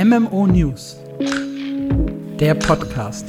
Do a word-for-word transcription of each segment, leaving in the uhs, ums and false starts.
M M O News, der Podcast.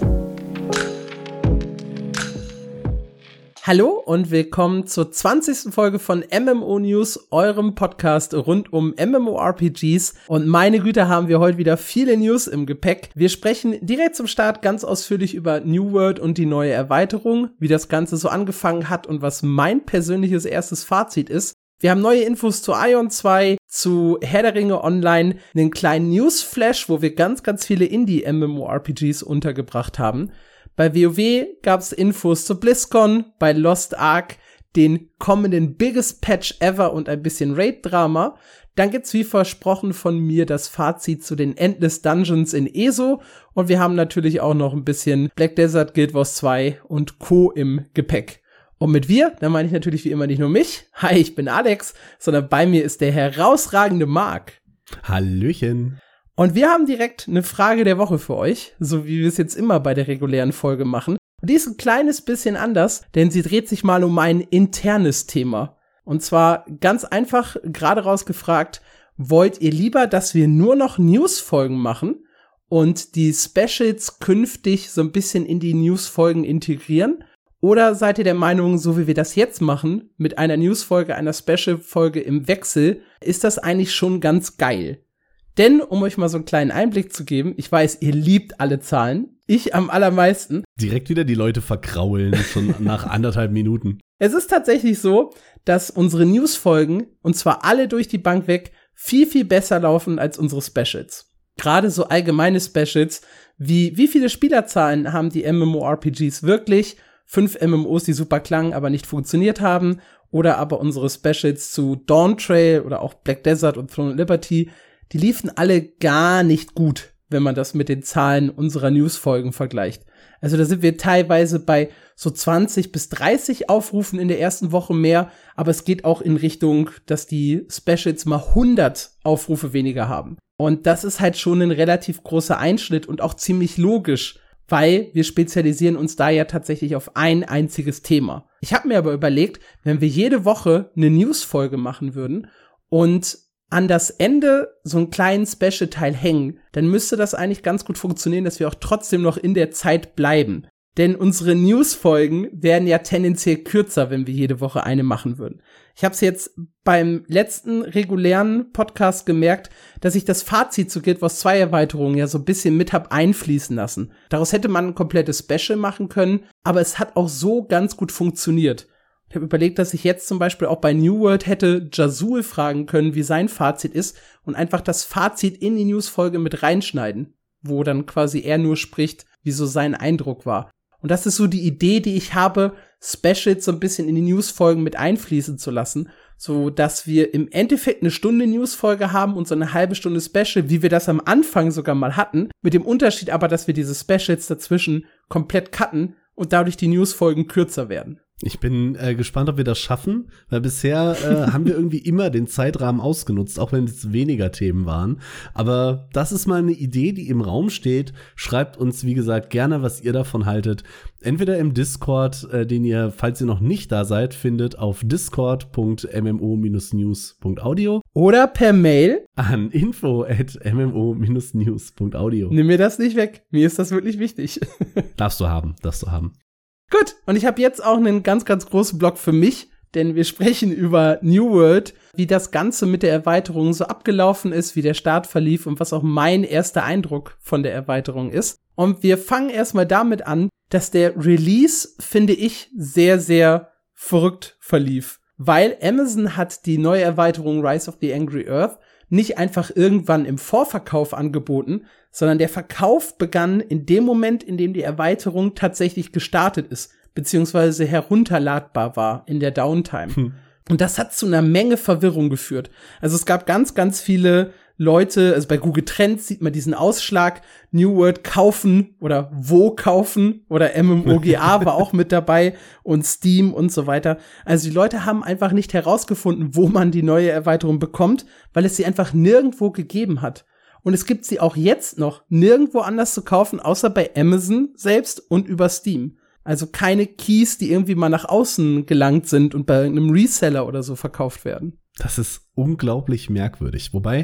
Hallo und willkommen zur zwanzigsten Folge von M M O News, eurem Podcast rund um MMORPGs. Und meine Güte, haben wir heute wieder viele News im Gepäck. Wir sprechen direkt zum Start ganz ausführlich über New World und die neue Erweiterung, wie das Ganze so angefangen hat und was mein persönliches erstes Fazit ist. Wir haben neue Infos zu Aion zwei, zu Herr der Ringe Online, einen kleinen Newsflash, wo wir ganz, ganz viele Indie-MMORPGs untergebracht haben. Bei WoW gab's Infos zu BlizzCon, bei Lost Ark den kommenden Biggest Patch ever und ein bisschen Raid-Drama. Dann gibt's wie versprochen von mir das Fazit zu den Endless Dungeons in E S O und wir haben natürlich auch noch ein bisschen Black Desert, Guild Wars zwei und Co. im Gepäck. Und mit wir, da meine ich natürlich wie immer nicht nur mich, hi, ich bin Alex, sondern bei mir ist der herausragende Marc. Hallöchen. Und wir haben direkt eine Frage der Woche für euch, so wie wir es jetzt immer bei der regulären Folge machen. Und die ist ein kleines bisschen anders, denn sie dreht sich mal um ein internes Thema. Und zwar ganz einfach, gerade rausgefragt, wollt ihr lieber, dass wir nur noch News-Folgen machen und die Specials künftig so ein bisschen in die News-Folgen integrieren? Oder seid ihr der Meinung, so wie wir das jetzt machen, mit einer News-Folge, einer Special-Folge im Wechsel, ist das eigentlich schon ganz geil? Denn, um euch mal so einen kleinen Einblick zu geben, ich weiß, ihr liebt alle Zahlen, ich am allermeisten. Direkt wieder die Leute verkraulen, schon nach anderthalb Minuten. Es ist tatsächlich so, dass unsere News-Folgen, und zwar alle durch die Bank weg, viel, viel besser laufen als unsere Specials. Gerade so allgemeine Specials, wie wie viele Spielerzahlen haben die MMORPGs wirklich? Fünf M M Os, die super klangen, aber nicht funktioniert haben. Oder aber unsere Specials zu Dawn Trail oder auch Black Desert und Throne of Liberty, die liefen alle gar nicht gut, wenn man das mit den Zahlen unserer News-Folgen vergleicht. Also da sind wir teilweise bei so zwanzig bis dreißig Aufrufen in der ersten Woche mehr, aber es geht auch in Richtung, dass die Specials mal hundert Aufrufe weniger haben. Und das ist halt schon ein relativ großer Einschnitt und auch ziemlich logisch, weil wir spezialisieren uns da ja tatsächlich auf ein einziges Thema. Ich habe mir aber überlegt, wenn wir jede Woche eine News-Folge machen würden und an das Ende so einen kleinen Special-Teil hängen, dann müsste das eigentlich ganz gut funktionieren, dass wir auch trotzdem noch in der Zeit bleiben. Denn unsere News-Folgen werden ja tendenziell kürzer, wenn wir jede Woche eine machen würden. Ich habe es jetzt beim letzten regulären Podcast gemerkt, dass ich das Fazit zu Guild Wars zwei Erweiterungen ja so ein bisschen mit hab einfließen lassen. Daraus hätte man ein komplettes Special machen können, aber es hat auch so ganz gut funktioniert. Ich habe überlegt, dass ich jetzt zum Beispiel auch bei New World hätte Jazul fragen können, wie sein Fazit ist und einfach das Fazit in die News-Folge mit reinschneiden, wo dann quasi er nur spricht, wie so sein Eindruck war. Und das ist so die Idee, die ich habe, Specials so ein bisschen in die News-Folgen mit einfließen zu lassen, so dass wir im Endeffekt eine Stunde News-Folge haben und so eine halbe Stunde Special, wie wir das am Anfang sogar mal hatten, mit dem Unterschied aber, dass wir diese Specials dazwischen komplett cutten und dadurch die News-Folgen kürzer werden. Ich bin äh, gespannt, ob wir das schaffen, weil bisher äh, haben wir irgendwie immer den Zeitrahmen ausgenutzt, auch wenn es weniger Themen waren. Aber das ist mal eine Idee, die im Raum steht. Schreibt uns, wie gesagt, gerne, was ihr davon haltet. Entweder im Discord, äh, den ihr, falls ihr noch nicht da seid, findet auf discord punkt m m o dash news punkt audio. Oder per Mail an info at m m o dash news punkt audio. Nimm mir das nicht weg. Mir ist das wirklich wichtig. Darfst du haben, darfst du haben. Gut, und ich habe jetzt auch einen ganz, ganz großen Block für mich, denn wir sprechen über New World, wie das Ganze mit der Erweiterung so abgelaufen ist, wie der Start verlief und was auch mein erster Eindruck von der Erweiterung ist. Und wir fangen erstmal damit an, dass der Release, finde ich, sehr, sehr verrückt verlief. Weil Amazon hat die neue Erweiterung Rise of the Angry Earth nicht einfach irgendwann im Vorverkauf angeboten, sondern der Verkauf begann in dem Moment, in dem die Erweiterung tatsächlich gestartet ist, beziehungsweise herunterladbar war in der Downtime. Hm. Und das hat zu einer Menge Verwirrung geführt. Also es gab ganz, ganz viele Leute, also bei Google Trends sieht man diesen Ausschlag, New World kaufen oder wo kaufen oder M M O G A war auch mit dabei und Steam und so weiter. Also die Leute haben einfach nicht herausgefunden, wo man die neue Erweiterung bekommt, weil es sie einfach nirgendwo gegeben hat. Und es gibt sie auch jetzt noch nirgendwo anders zu kaufen, außer bei Amazon selbst und über Steam. Also keine Keys, die irgendwie mal nach außen gelangt sind und bei einem Reseller oder so verkauft werden. Das ist unglaublich merkwürdig. Wobei,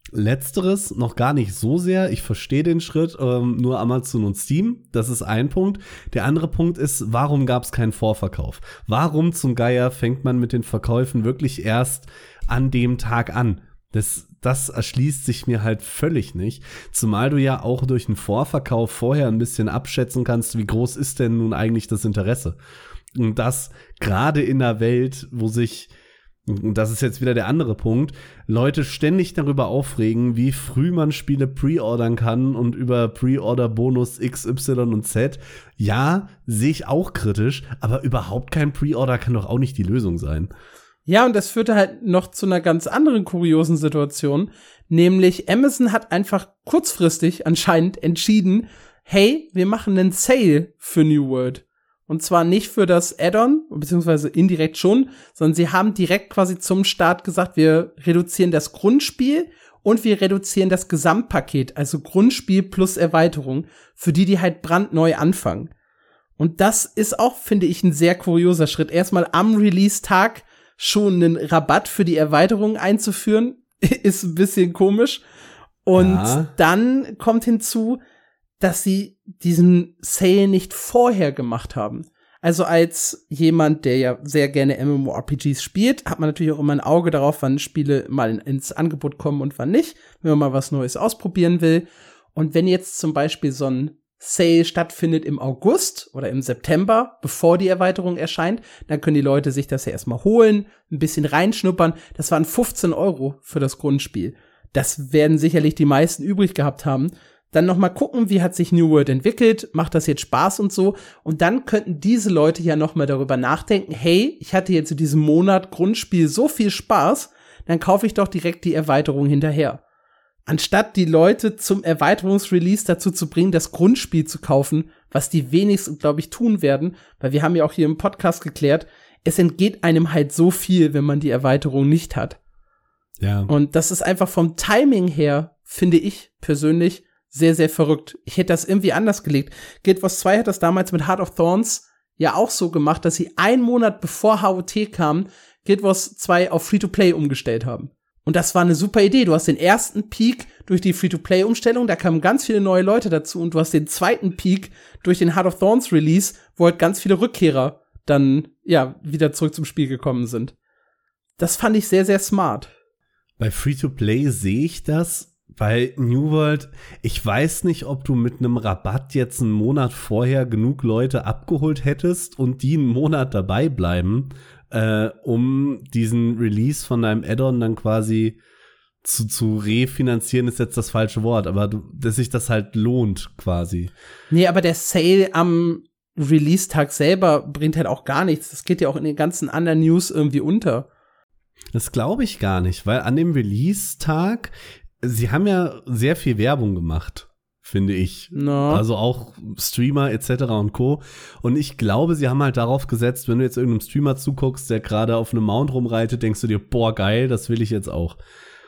Letzteres noch gar nicht so sehr. Ich verstehe den Schritt, ähm, nur Amazon und Steam. Das ist ein Punkt. Der andere Punkt ist, warum gab es keinen Vorverkauf? Warum zum Geier fängt man mit den Verkäufen wirklich erst an dem Tag an? Das, das erschließt sich mir halt völlig nicht. Zumal du ja auch durch einen Vorverkauf vorher ein bisschen abschätzen kannst, wie groß ist denn nun eigentlich das Interesse? Und das gerade in einer Welt, wo sich, und das ist jetzt wieder der andere Punkt, Leute ständig darüber aufregen, wie früh man Spiele pre-ordern kann und über Pre-Order-Bonus X, Y und Z. Ja, sehe ich auch kritisch, aber überhaupt kein Pre-Order kann doch auch nicht die Lösung sein. Ja, und das führte halt noch zu einer ganz anderen kuriosen Situation, nämlich Amazon hat einfach kurzfristig anscheinend entschieden, hey, wir machen einen Sale für New World. Und zwar nicht für das Add-on, beziehungsweise indirekt schon, sondern sie haben direkt quasi zum Start gesagt, wir reduzieren das Grundspiel und wir reduzieren das Gesamtpaket, also Grundspiel plus Erweiterung, für die, die halt brandneu anfangen. Und das ist auch, finde ich, ein sehr kurioser Schritt. Erstmal am Release-Tag schon einen Rabatt für die Erweiterung einzuführen, ist ein bisschen komisch. Und ja. Dann kommt hinzu, dass sie diesen Sale nicht vorher gemacht haben. Also als jemand, der ja sehr gerne MMORPGs spielt, hat man natürlich auch immer ein Auge darauf, wann Spiele mal in, ins Angebot kommen und wann nicht, wenn man mal was Neues ausprobieren will. Und wenn jetzt zum Beispiel so ein Sale stattfindet im August oder im September, bevor die Erweiterung erscheint, dann können die Leute sich das ja erstmal holen, ein bisschen reinschnuppern. Das waren fünfzehn Euro für das Grundspiel. Das werden sicherlich die meisten übrig gehabt haben. Dann noch mal gucken, wie hat sich New World entwickelt, macht das jetzt Spaß und so. Und dann könnten diese Leute ja noch mal darüber nachdenken, hey, ich hatte jetzt in diesem Monat Grundspiel so viel Spaß, dann kaufe ich doch direkt die Erweiterung hinterher. Anstatt die Leute zum Erweiterungsrelease dazu zu bringen, das Grundspiel zu kaufen, was die wenigsten, glaube ich, tun werden, weil wir haben ja auch hier im Podcast geklärt, es entgeht einem halt so viel, wenn man die Erweiterung nicht hat. Ja. Und das ist einfach vom Timing her, finde ich persönlich, sehr, sehr verrückt. Ich hätte das irgendwie anders gelegt. Guild Wars zwei hat das damals mit Heart of Thorns ja auch so gemacht, dass sie einen Monat bevor H O T kam, Guild Wars zwei auf Free-to-Play umgestellt haben. Und das war eine super Idee. Du hast den ersten Peak durch die Free-to-Play-Umstellung, da kamen ganz viele neue Leute dazu und du hast den zweiten Peak durch den Heart of Thorns Release, wo halt ganz viele Rückkehrer dann, ja, wieder zurück zum Spiel gekommen sind. Das fand ich sehr, sehr smart. Bei Free-to-Play sehe ich das. Bei New World, ich weiß nicht, ob du mit einem Rabatt jetzt einen Monat vorher genug Leute abgeholt hättest und die einen Monat dabei bleiben, äh, um diesen Release von deinem Add-on dann quasi zu, zu refinanzieren, ist jetzt das falsche Wort, aber du, dass sich das halt lohnt quasi. Nee, aber der Sale am Release-Tag selber bringt halt auch gar nichts. Das geht ja auch in den ganzen anderen News irgendwie unter. Das glaube ich gar nicht, weil an dem Release-Tag sie haben ja sehr viel Werbung gemacht, finde ich. No. Also auch Streamer et cetera und Co. Und ich glaube, sie haben halt darauf gesetzt, wenn du jetzt irgendeinem Streamer zuguckst, der gerade auf einem Mount rumreitet, denkst du dir, boah, geil, das will ich jetzt auch.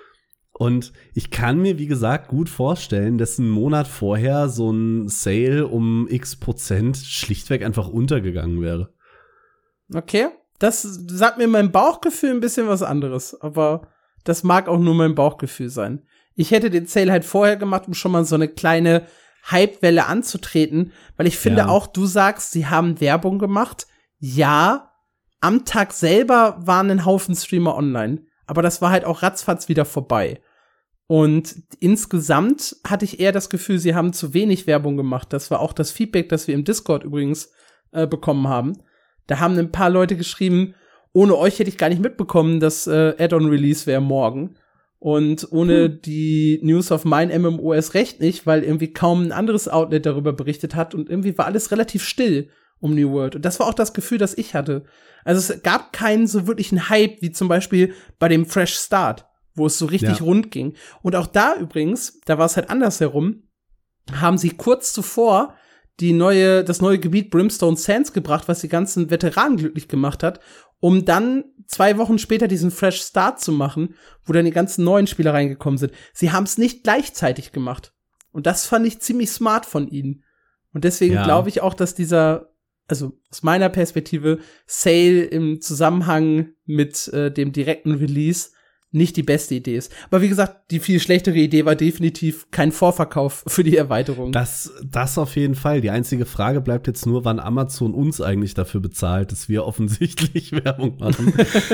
Und ich kann mir, wie gesagt, gut vorstellen, dass ein Monat vorher so ein Sale um x Prozent schlichtweg einfach untergegangen wäre. Okay, das sagt mir mein Bauchgefühl ein bisschen was anderes, aber das mag auch nur mein Bauchgefühl sein. Ich hätte den Sale halt vorher gemacht, um schon mal so eine kleine Hypewelle anzutreten, weil ich finde ja. auch, du sagst, sie haben Werbung gemacht. Ja, am Tag selber waren ein Haufen Streamer online, aber das war halt auch ratzfatz wieder vorbei. Und insgesamt hatte ich eher das Gefühl, sie haben zu wenig Werbung gemacht. Das war auch das Feedback, das wir im Discord übrigens äh, bekommen haben. Da haben ein paar Leute geschrieben, ohne euch hätte ich gar nicht mitbekommen, dass äh, Add-on-Release wäre morgen. Und ohne hm. die News auf mein M M O erst recht nicht, weil irgendwie kaum ein anderes Outlet darüber berichtet hat und irgendwie war alles relativ still um New World. Und das war auch das Gefühl, das ich hatte. Also es gab keinen so wirklichen Hype, wie zum Beispiel bei dem Fresh Start, wo es so richtig ja. rund ging. Und auch da übrigens, da war es halt andersherum, haben sie kurz zuvor die neue, das neue Gebiet Brimstone Sands gebracht, was die ganzen Veteranen glücklich gemacht hat, um dann zwei Wochen später diesen Fresh Start zu machen, wo dann die ganzen neuen Spieler reingekommen sind. Sie haben es nicht gleichzeitig gemacht. Und das fand ich ziemlich smart von ihnen. Und deswegen ja. glaube ich auch, dass dieser, also aus meiner Perspektive, Sale im Zusammenhang mit äh, dem direkten Release nicht die beste Idee ist. Aber wie gesagt, die viel schlechtere Idee war definitiv kein Vorverkauf für die Erweiterung. Das, das auf jeden Fall. Die einzige Frage bleibt jetzt nur, wann Amazon uns eigentlich dafür bezahlt, dass wir offensichtlich Werbung machen.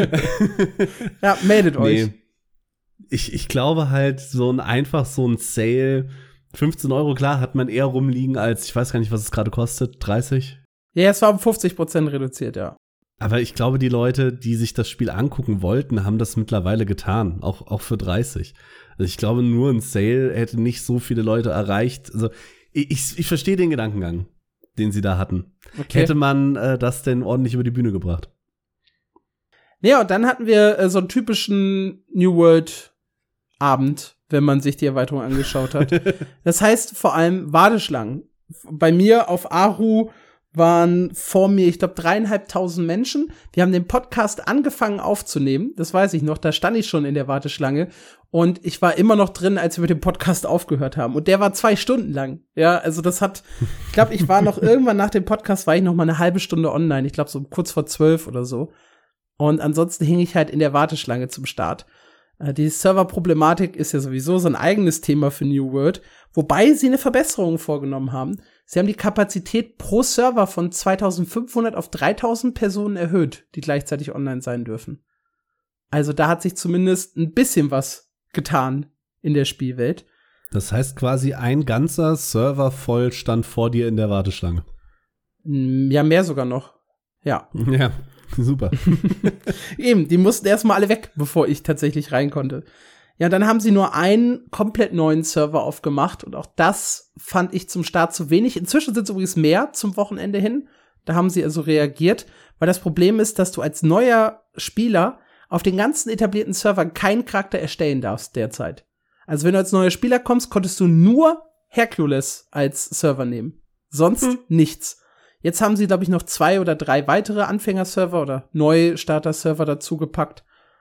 Ja, meldet euch. Nee. Ich, ich glaube halt, so ein einfach so ein Sale, fünfzehn Euro, klar, hat man eher rumliegen als, ich weiß gar nicht, was es gerade kostet, dreißig? Ja, es war um fünfzig Prozent reduziert, ja. Aber ich glaube, die Leute, die sich das Spiel angucken wollten, haben das mittlerweile getan, auch, auch für dreißig. Also ich glaube, nur ein Sale hätte nicht so viele Leute erreicht. Also ich, ich, ich verstehe den Gedankengang, den sie da hatten. Okay. Hätte man äh, das denn ordentlich über die Bühne gebracht? Ja, und dann hatten wir äh, so einen typischen New World-Abend, wenn man sich die Erweiterung angeschaut hat. Das heißt vor allem Warteschlangen. Bei mir auf Aru waren vor mir, ich glaube, dreieinhalbtausend Menschen. Die haben den Podcast angefangen aufzunehmen. Das weiß ich noch. Da stand ich schon in der Warteschlange. Und ich war immer noch drin, als wir mit dem Podcast aufgehört haben. Und der war zwei Stunden lang. Ja, also das hat, ich glaube, ich war noch irgendwann nach dem Podcast, war ich noch mal eine halbe Stunde online. Ich glaube, so kurz vor zwölf oder so. Und ansonsten hing ich halt in der Warteschlange zum Start. Äh, die Serverproblematik ist ja sowieso so ein eigenes Thema für New World. Wobei sie eine Verbesserung vorgenommen haben. Sie haben die Kapazität pro Server von zweitausendfünfhundert auf dreitausend Personen erhöht, die gleichzeitig online sein dürfen. Also da hat sich zumindest ein bisschen was getan in der Spielwelt. Das heißt quasi, ein ganzer Server voll stand vor dir in der Warteschlange. Ja, mehr sogar noch. Ja. Ja, super. Eben, die mussten erstmal alle weg, bevor ich tatsächlich rein konnte. Ja, dann haben sie nur einen komplett neuen Server aufgemacht und auch das fand ich zum Start zu wenig. Inzwischen sind es übrigens mehr zum Wochenende hin. Da haben sie also reagiert, weil das Problem ist, dass du als neuer Spieler auf den ganzen etablierten Servern keinen Charakter erstellen darfst derzeit. Also wenn du als neuer Spieler kommst, konntest du nur Hercules als Server nehmen. Sonst hm. nichts. Jetzt haben sie, glaube ich, noch zwei oder drei weitere Anfängerserver oder Neustarter-Server dazugepackt,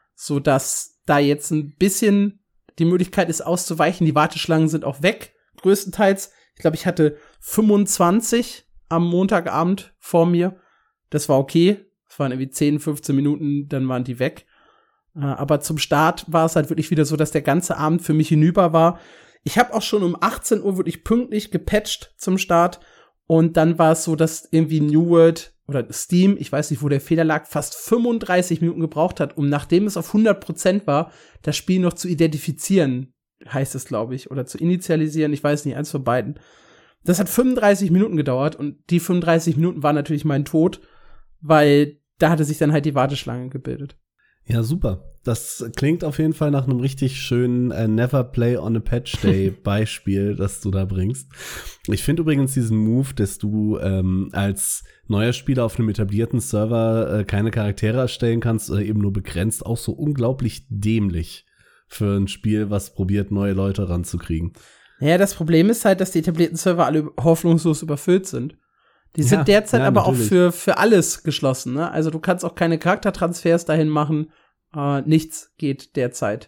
sodass da jetzt ein bisschen die Möglichkeit ist, auszuweichen. Die Warteschlangen sind auch weg, größtenteils. Ich glaube, ich hatte fünfundzwanzig am Montagabend vor mir. Das war okay. Das waren irgendwie zehn, fünfzehn Minuten, dann waren die weg. Aber zum Start war es halt wirklich wieder so, dass der ganze Abend für mich hinüber war. Ich habe auch schon um achtzehn Uhr wirklich pünktlich gepatcht zum Start. Und dann war es so, dass irgendwie New World oder Steam, ich weiß nicht, wo der Fehler lag, fast fünfunddreißig Minuten gebraucht hat, um, nachdem es auf hundert Prozent war, das Spiel noch zu identifizieren, heißt es, glaube ich, oder zu initialisieren, ich weiß nicht, eins von beiden. Das hat fünfunddreißig Minuten gedauert und die fünfunddreißig Minuten waren natürlich mein Tod, weil da hatte sich dann halt die Warteschlange gebildet. Ja, super. Das klingt auf jeden Fall nach einem richtig schönen äh, Never Play on a Patch Day Beispiel, das du da bringst. Ich finde übrigens diesen Move, dass du ähm, als neuer Spieler auf einem etablierten Server äh, keine Charaktere erstellen kannst oder eben nur begrenzt, auch so unglaublich dämlich für ein Spiel, was probiert, neue Leute ranzukriegen. Ja, das Problem ist halt, dass die etablierten Server alle hoffnungslos überfüllt sind. Die sind ja, derzeit ja, aber natürlich. auch für, für alles geschlossen, ne? Also du kannst auch keine Charaktertransfers dahin machen. Uh, nichts geht derzeit.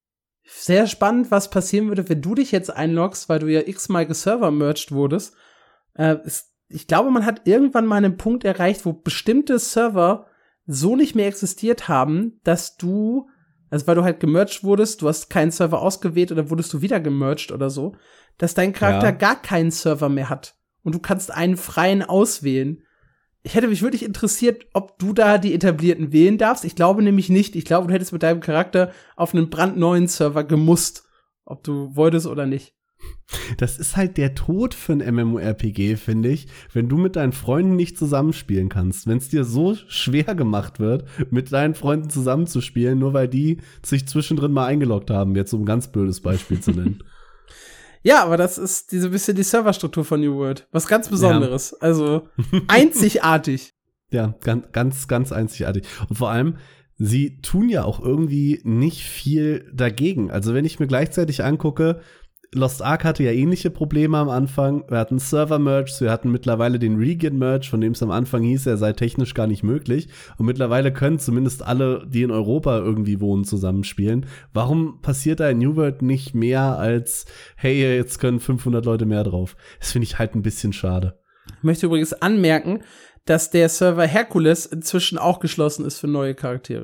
Sehr spannend, was passieren würde, wenn du dich jetzt einloggst, weil du ja x-mal geserver-merged wurdest. Uh, es, ich glaube, man hat irgendwann mal einen Punkt erreicht, wo bestimmte Server so nicht mehr existiert haben, dass du, also weil du halt gemerged wurdest, du hast keinen Server ausgewählt oder wurdest du wieder gemerged oder so, dass dein Charakter ja. gar keinen Server mehr hat. Und du kannst einen freien auswählen. Ich hätte mich wirklich interessiert, ob du da die etablierten wählen darfst. Ich glaube nämlich nicht. Ich glaube, du hättest mit deinem Charakter auf einen brandneuen Server gemusst, ob du wolltest oder nicht. Das ist halt der Tod für ein MMORPG, finde ich, wenn du mit deinen Freunden nicht zusammenspielen kannst. Wenn es dir so schwer gemacht wird, mit deinen Freunden zusammenzuspielen, nur weil die sich zwischendrin mal eingeloggt haben, jetzt um ein ganz blödes Beispiel zu nennen. Ja, aber das ist diese bisschen die Serverstruktur von New World. Was ganz Besonderes. Ja. Also einzigartig. Ja, ganz, ganz, ganz einzigartig. Und vor allem, sie tun ja auch irgendwie nicht viel dagegen. Also wenn ich mir gleichzeitig angucke, Lost Ark hatte ja ähnliche Probleme am Anfang. Wir hatten Server-Merge, wir hatten mittlerweile den Region-Merge, von dem es am Anfang hieß, er sei technisch gar nicht möglich. Und mittlerweile können zumindest alle, die in Europa irgendwie wohnen, zusammenspielen. Warum passiert da in New World nicht mehr als, hey, jetzt können fünfhundert Leute mehr drauf? Das finde ich halt ein bisschen schade. Ich möchte übrigens anmerken, dass der Server Hercules inzwischen auch geschlossen ist für neue Charaktere.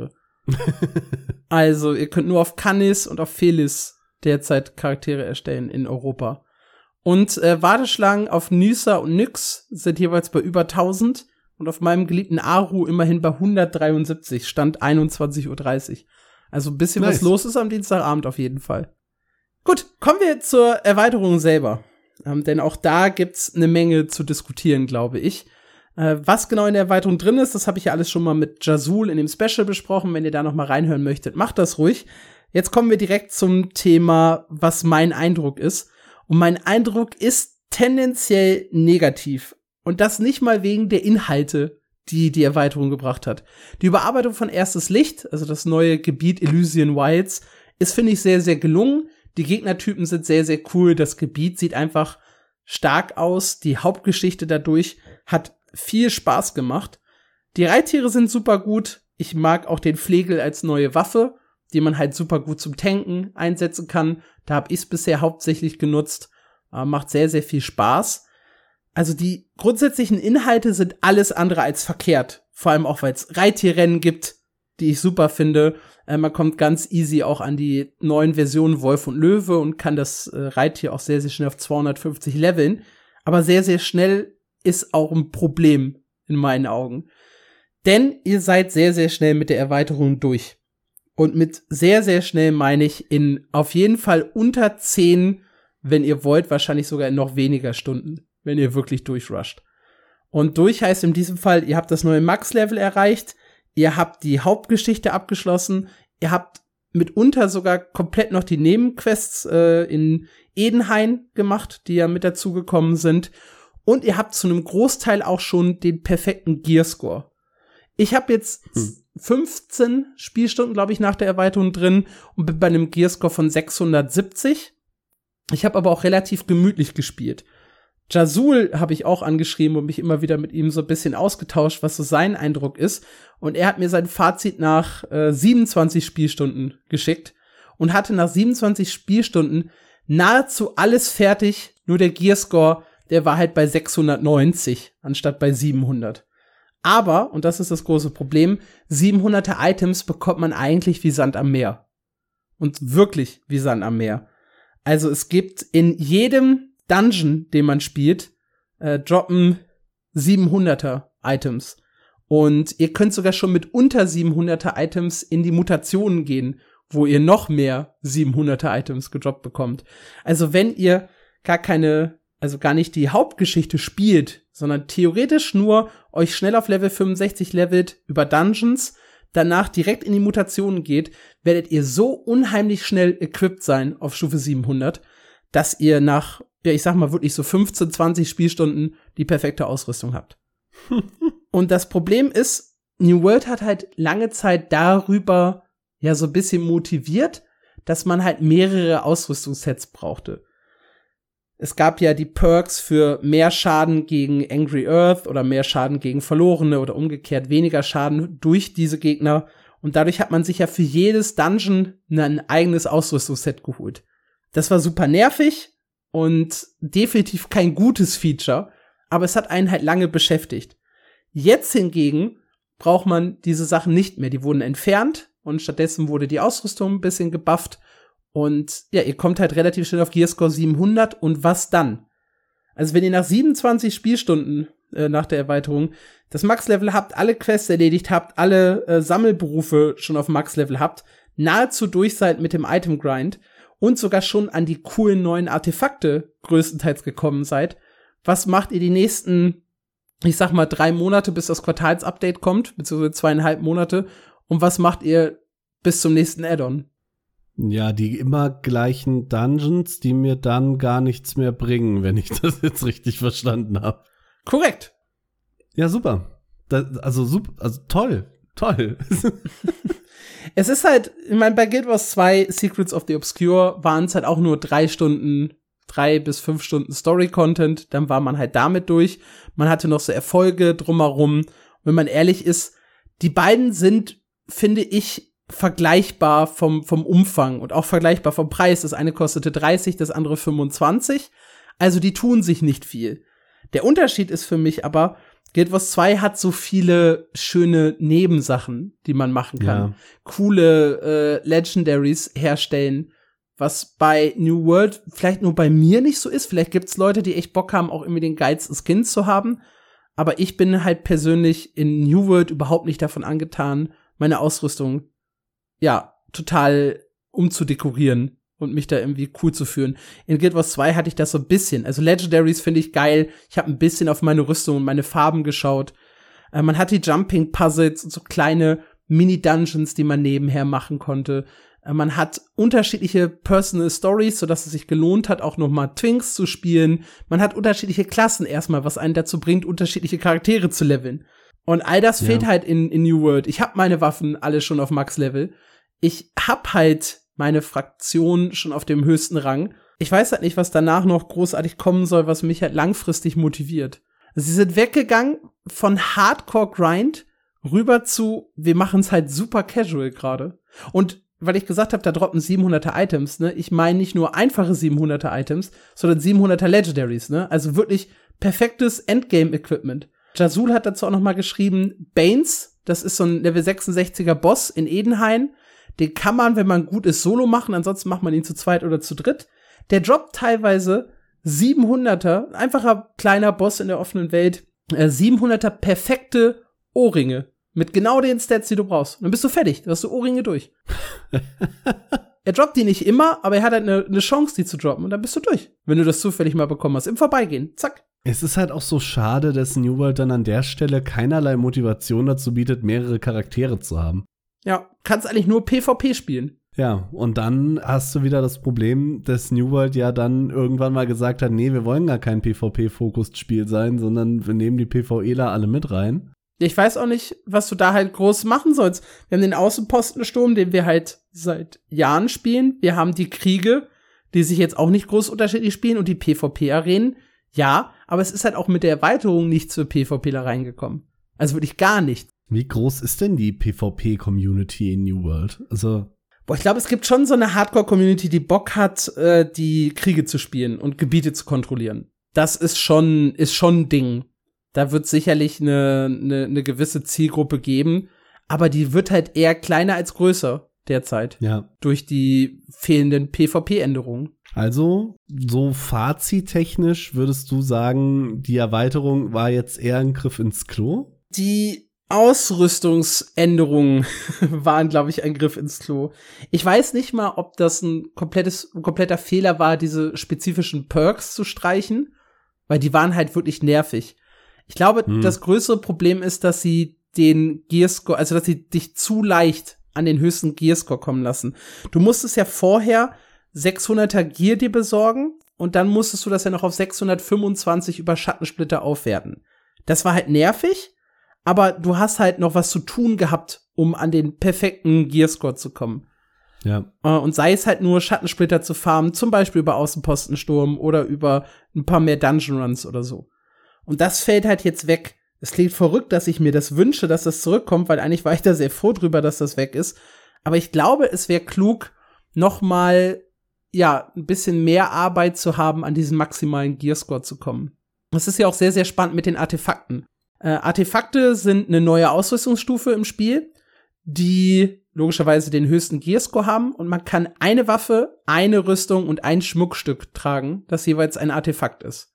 Also, ihr könnt nur auf Canis und auf Felis derzeit Charaktere erstellen in Europa. Und äh, Warteschlangen auf Nysa und Nyx sind jeweils bei über tausend und auf meinem geliebten Aru immerhin bei hundertdreiundsiebzig, Stand einundzwanzig Uhr dreißig. Also ein bisschen nice. Was los ist am Dienstagabend auf jeden Fall. Gut, kommen wir zur Erweiterung selber. Ähm, denn auch da gibt's eine Menge zu diskutieren, glaube ich. Äh, was genau in der Erweiterung drin ist, das habe ich ja alles schon mal mit Jazul in dem Special besprochen. Wenn ihr da noch mal reinhören möchtet, macht das ruhig. Jetzt kommen wir direkt zum Thema, was mein Eindruck ist. Und mein Eindruck ist tendenziell negativ. Und das nicht mal wegen der Inhalte, die die Erweiterung gebracht hat. Die Überarbeitung von Erstes Licht, also das neue Gebiet Elysian Wilds, ist, finde ich, sehr, sehr gelungen. Die Gegnertypen sind sehr, sehr cool. Das Gebiet sieht einfach stark aus. Die Hauptgeschichte dadurch hat viel Spaß gemacht. Die Reittiere sind super gut. Ich mag auch den Flegel als neue Waffe, die man halt super gut zum Tanken einsetzen kann. Da habe ich es bisher hauptsächlich genutzt. Äh, macht sehr, sehr viel Spaß. Also die grundsätzlichen Inhalte sind alles andere als verkehrt. Vor allem auch, weil es Reittierrennen gibt, die ich super finde. Äh, man kommt ganz easy auch an die neuen Versionen Wolf und Löwe und kann das äh, Reittier auch sehr, sehr schnell auf zweihundertfünfzig leveln. Aber sehr, sehr schnell ist auch ein Problem in meinen Augen. Denn ihr seid sehr, sehr schnell mit der Erweiterung durch. Und mit sehr, sehr schnell meine ich in auf jeden Fall unter zehn, wenn ihr wollt, wahrscheinlich sogar in noch weniger Stunden, wenn ihr wirklich durchrusht. Und durch heißt in diesem Fall, ihr habt das neue Max-Level erreicht, ihr habt die Hauptgeschichte abgeschlossen, ihr habt mitunter sogar komplett noch die Nebenquests äh, in Edenhain gemacht, die ja mit dazugekommen sind. Und ihr habt zu einem Großteil auch schon den perfekten Gearscore. Ich habe jetzt hm. fünfzehn Spielstunden, glaube ich, nach der Erweiterung drin und bin bei einem Gearscore von sechshundertsiebzig. Ich habe aber auch relativ gemütlich gespielt. Jazul habe ich auch angeschrieben und mich immer wieder mit ihm so ein bisschen ausgetauscht, was so sein Eindruck ist. Und er hat mir sein Fazit nach äh, siebenundzwanzig Spielstunden geschickt und hatte nach siebenundzwanzig Spielstunden nahezu alles fertig. Nur der Gearscore, der war halt bei sechshundertneunzig anstatt bei siebenhundert. Aber, und das ist das große Problem, siebenhunderter Items bekommt man eigentlich wie Sand am Meer. Und wirklich wie Sand am Meer. Also es gibt in jedem Dungeon, den man spielt, äh, droppen siebenhunderter Items. Und ihr könnt sogar schon mit unter siebenhunderter Items in die Mutationen gehen, wo ihr noch mehr siebenhunderter Items gedroppt bekommt. Also wenn ihr gar keine, also gar nicht die Hauptgeschichte spielt, sondern theoretisch nur euch schnell auf Level fünfundsechzig levelt über Dungeons, danach direkt in die Mutationen geht, werdet ihr so unheimlich schnell equipped sein auf Stufe siebenhundert, dass ihr nach, ja, ich sag mal wirklich so fünfzehn, zwanzig Spielstunden die perfekte Ausrüstung habt. Und das Problem ist, New World hat halt lange Zeit darüber ja so ein bisschen motiviert, dass man halt mehrere Ausrüstungssets brauchte. Es gab ja die Perks für mehr Schaden gegen Angry Earth oder mehr Schaden gegen Verlorene oder umgekehrt weniger Schaden durch diese Gegner. Und dadurch hat man sich ja für jedes Dungeon ein eigenes Ausrüstungsset geholt. Das war super nervig und definitiv kein gutes Feature, aber es hat einen halt lange beschäftigt. Jetzt hingegen braucht man diese Sachen nicht mehr. Die wurden entfernt und stattdessen wurde die Ausrüstung ein bisschen gebufft. Und ja, ihr kommt halt relativ schnell auf Gearscore siebenhundert und was dann? Also wenn ihr nach siebenundzwanzig Spielstunden äh, nach der Erweiterung das Max-Level habt, alle Quests erledigt habt, alle äh, Sammelberufe schon auf Max-Level habt, nahezu durch seid mit dem Item-Grind und sogar schon an die coolen neuen Artefakte größtenteils gekommen seid, was macht ihr die nächsten, ich sag mal, drei Monate, bis das Quartalsupdate kommt, beziehungsweise zweieinhalb Monate, und was macht ihr bis zum nächsten Add-on? Ja, die immer gleichen Dungeons, die mir dann gar nichts mehr bringen, wenn ich das jetzt richtig verstanden habe. Korrekt. Ja, super. Das, also super, also toll, toll. Es ist halt, ich meine, bei Guild Wars zwei Secrets of the Obscure waren es halt auch nur drei Stunden, drei bis fünf Stunden Story-Content, dann war man halt damit durch. Man hatte noch so Erfolge drumherum. Und wenn man ehrlich ist, die beiden sind, finde ich, vergleichbar vom, vom Umfang und auch vergleichbar vom Preis. Das eine kostete dreißig, das andere fünfundzwanzig. Also die tun sich nicht viel. Der Unterschied ist für mich aber, Guild Wars zwei hat so viele schöne Nebensachen, die man machen kann. Ja. Coole äh, Legendaries herstellen, was bei New World vielleicht nur bei mir nicht so ist. Vielleicht gibt's Leute, die echt Bock haben, auch irgendwie den geilsten Skin zu haben. Aber ich bin halt persönlich in New World überhaupt nicht davon angetan, meine Ausrüstung, ja, total umzudekorieren und mich da irgendwie cool zu fühlen. In Guild Wars zwei hatte ich das so ein bisschen. Also Legendaries finde ich geil. Ich habe ein bisschen auf meine Rüstung und meine Farben geschaut. Äh, man hat die Jumping-Puzzles und so kleine Mini-Dungeons, die man nebenher machen konnte. Äh, man hat unterschiedliche Personal Stories, sodass es sich gelohnt hat, auch noch mal Twinks zu spielen. Man hat unterschiedliche Klassen erstmal, was einen dazu bringt, unterschiedliche Charaktere zu leveln. Und all das ja. fehlt halt in, in New World. Ich habe meine Waffen alle schon auf Max-Level. Ich hab halt meine Fraktion schon auf dem höchsten Rang. Ich weiß halt nicht, was danach noch großartig kommen soll, was mich halt langfristig motiviert. Sie sind weggegangen von Hardcore-Grind rüber zu, wir machen's halt super casual gerade. Und weil ich gesagt habe, da droppen siebenhunderter Items, ne? Ich meine nicht nur einfache siebenhunderter Items, sondern siebenhunderter Legendaries, ne? Also wirklich perfektes Endgame-Equipment. Jazul hat dazu auch noch mal geschrieben, Banes, das ist so ein Level sechsundsechziger Boss in Edenhain. Den kann man, wenn man gut ist, solo machen, ansonsten macht man ihn zu zweit oder zu dritt. Der droppt teilweise siebenhunderter, einfacher kleiner Boss in der offenen Welt, äh, siebenhunderter perfekte Ohrringe mit genau den Stats, die du brauchst. Und dann bist du fertig, dann hast du Ohrringe durch. Er droppt die nicht immer, aber er hat halt eine ne Chance, die zu droppen und dann bist du durch, wenn du das zufällig mal bekommen hast. Im Vorbeigehen, zack. Es ist halt auch so schade, dass New World dann an der Stelle keinerlei Motivation dazu bietet, mehrere Charaktere zu haben. Ja, kannst eigentlich nur PvP spielen. Ja, und dann hast du wieder das Problem, dass New World ja dann irgendwann mal gesagt hat, nee, wir wollen gar kein PvP-Focused-Spiel sein, sondern wir nehmen die PvEler alle mit rein. Ich weiß auch nicht, was du da halt groß machen sollst. Wir haben den Außenpostensturm, den wir halt seit Jahren spielen. Wir haben die Kriege, die sich jetzt auch nicht groß unterschiedlich spielen und die PvP-Arenen. Ja, aber es ist halt auch mit der Erweiterung nicht zur PvPler reingekommen. Also wirklich gar nicht. Wie groß ist denn die PvP-Community in New World? Also Boah, ich glaube, es gibt schon so eine Hardcore-Community, die Bock hat, äh, die Kriege zu spielen und Gebiete zu kontrollieren. Das ist schon, ist schon ein Ding. Da wird sicherlich eine, eine, eine gewisse Zielgruppe geben, aber die wird halt eher kleiner als größer derzeit. Ja. Durch die fehlenden PvP-Änderungen. Also, so fazittechnisch würdest du sagen, die Erweiterung war jetzt eher ein Griff ins Klo? Die Ausrüstungsänderungen waren, glaube ich, ein Griff ins Klo. Ich weiß nicht mal, ob das ein komplettes, ein kompletter Fehler war, diese spezifischen Perks zu streichen, weil die waren halt wirklich nervig. Ich glaube, hm. das größere Problem ist, dass sie den Gearscore, also dass sie dich zu leicht an den höchsten Gearscore kommen lassen. Du musstest ja vorher sechshunderter Gear dir besorgen und dann musstest du das ja noch auf sechshundertfünfundzwanzig über Schattensplitter aufwerten. Das war halt nervig. Aber du hast halt noch was zu tun gehabt, um an den perfekten Gearscore zu kommen. Ja. Und sei es halt nur Schattensplitter zu farmen, zum Beispiel über Außenpostensturm oder über ein paar mehr Dungeon Runs oder so. Und das fällt halt jetzt weg. Es klingt verrückt, dass ich mir das wünsche, dass das zurückkommt, weil eigentlich war ich da sehr froh drüber, dass das weg ist. Aber ich glaube, es wäre klug, noch mal, ja, ein bisschen mehr Arbeit zu haben, an diesen maximalen Gearscore zu kommen. Das ist ja auch sehr, sehr spannend mit den Artefakten. Äh, Artefakte sind eine neue Ausrüstungsstufe im Spiel, die logischerweise den höchsten Gearscore haben und man kann eine Waffe, eine Rüstung und ein Schmuckstück tragen, das jeweils ein Artefakt ist.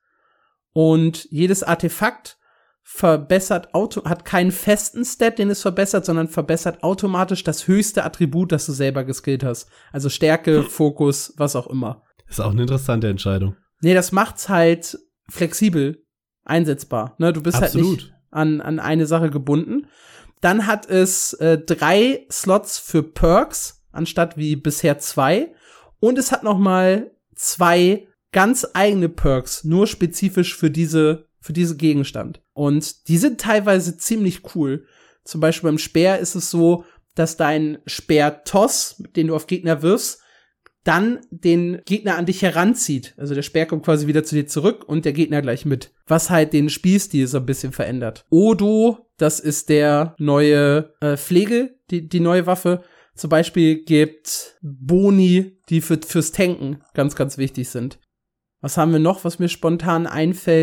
Und jedes Artefakt verbessert auto hat keinen festen Stat, den es verbessert, sondern verbessert automatisch das höchste Attribut, das du selber geskillt hast. Also Stärke, Fokus, was auch immer. Ist auch eine interessante Entscheidung. Nee, das macht's halt flexibel einsetzbar. Ne, du bist Absolut. halt nicht an, an eine Sache gebunden. Dann hat es äh, drei Slots für Perks, anstatt wie bisher zwei. Und es hat noch mal zwei ganz eigene Perks, nur spezifisch für diese, für diese Gegenstand. Und die sind teilweise ziemlich cool. Zum Beispiel beim Speer ist es so, dass dein Speer-Toss, den du auf Gegner wirfst, dann den Gegner an dich heranzieht. Also der Speer kommt quasi wieder zu dir zurück und der Gegner gleich mit. Was halt den Spielstil so ein bisschen verändert. Odo, das ist der neue äh, Pflege, die, die neue Waffe. Zum Beispiel gibt Boni, die für, fürs Tanken ganz, ganz wichtig sind. Was haben wir noch, was mir spontan einfällt?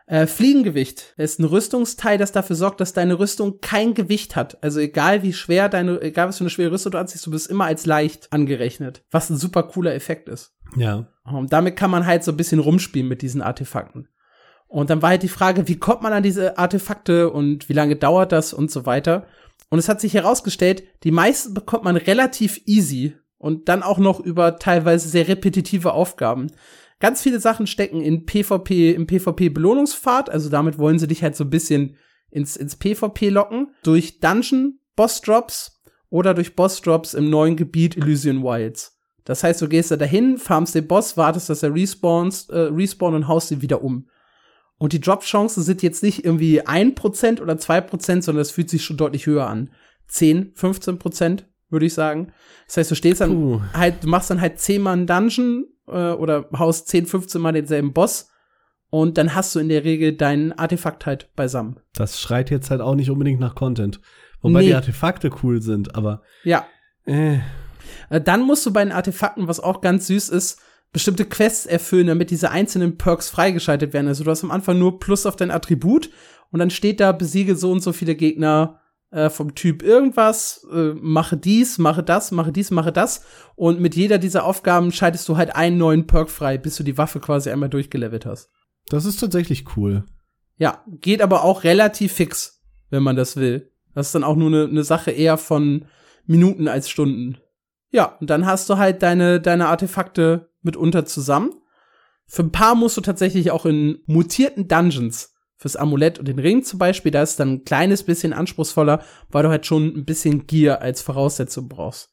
Äh, Fliegengewicht ist ein Rüstungsteil, das dafür sorgt, dass deine Rüstung kein Gewicht hat. Also egal wie schwer deine, egal was für eine schwere Rüstung du anziehst, du bist immer als leicht angerechnet. Was ein super cooler Effekt ist. Ja. Und damit kann man halt so ein bisschen rumspielen mit diesen Artefakten. Und dann war halt die Frage, wie kommt man an diese Artefakte und wie lange dauert das und so weiter. Und es hat sich herausgestellt, die meisten bekommt man relativ easy und dann auch noch über teilweise sehr repetitive Aufgaben. Ganz viele Sachen stecken in PvP, im PvP-Belohnungspfad, also damit wollen sie dich halt so ein bisschen ins, ins PvP locken, durch Dungeon-Boss-Drops oder durch Boss-Drops im neuen Gebiet Elysian Wilds. Das heißt, du gehst da dahin, farmst den Boss, wartest, dass er respawnt, äh, respawn und haust ihn wieder um. Und die Drop-Chancen sind jetzt nicht irgendwie ein Prozent oder zwei Prozent, sondern es fühlt sich schon deutlich höher an. zehn, fünfzehn Prozent, würde ich sagen. Das heißt, du stehst dann Puh. halt, du machst dann halt zehn Mal einen Dungeon äh, oder haust zehn, fünfzehn Mal denselben Boss und dann hast du in der Regel deinen Artefakt halt beisammen. Das schreit jetzt halt auch nicht unbedingt nach Content. Wobei Nee. die Artefakte cool sind, aber Ja. äh. Äh, Dann musst du bei den Artefakten, was auch ganz süß ist, bestimmte Quests erfüllen, damit diese einzelnen Perks freigeschaltet werden. Also du hast am Anfang nur Plus auf dein Attribut und dann steht da, besiege so und so viele Gegner äh, vom Typ irgendwas, äh, mache dies, mache das, mache dies, mache das. Und mit jeder dieser Aufgaben schaltest du halt einen neuen Perk frei, bis du die Waffe quasi einmal durchgelevelt hast. Das ist tatsächlich cool. Ja, geht aber auch relativ fix, wenn man das will. Das ist dann auch nur eine ne Sache eher von Minuten als Stunden. Ja, und dann hast du halt deine, deine Artefakte mitunter zusammen. Für ein paar musst du tatsächlich auch in mutierten Dungeons, fürs Amulett und den Ring zum Beispiel, da ist es dann ein kleines bisschen anspruchsvoller, weil du halt schon ein bisschen Gear als Voraussetzung brauchst.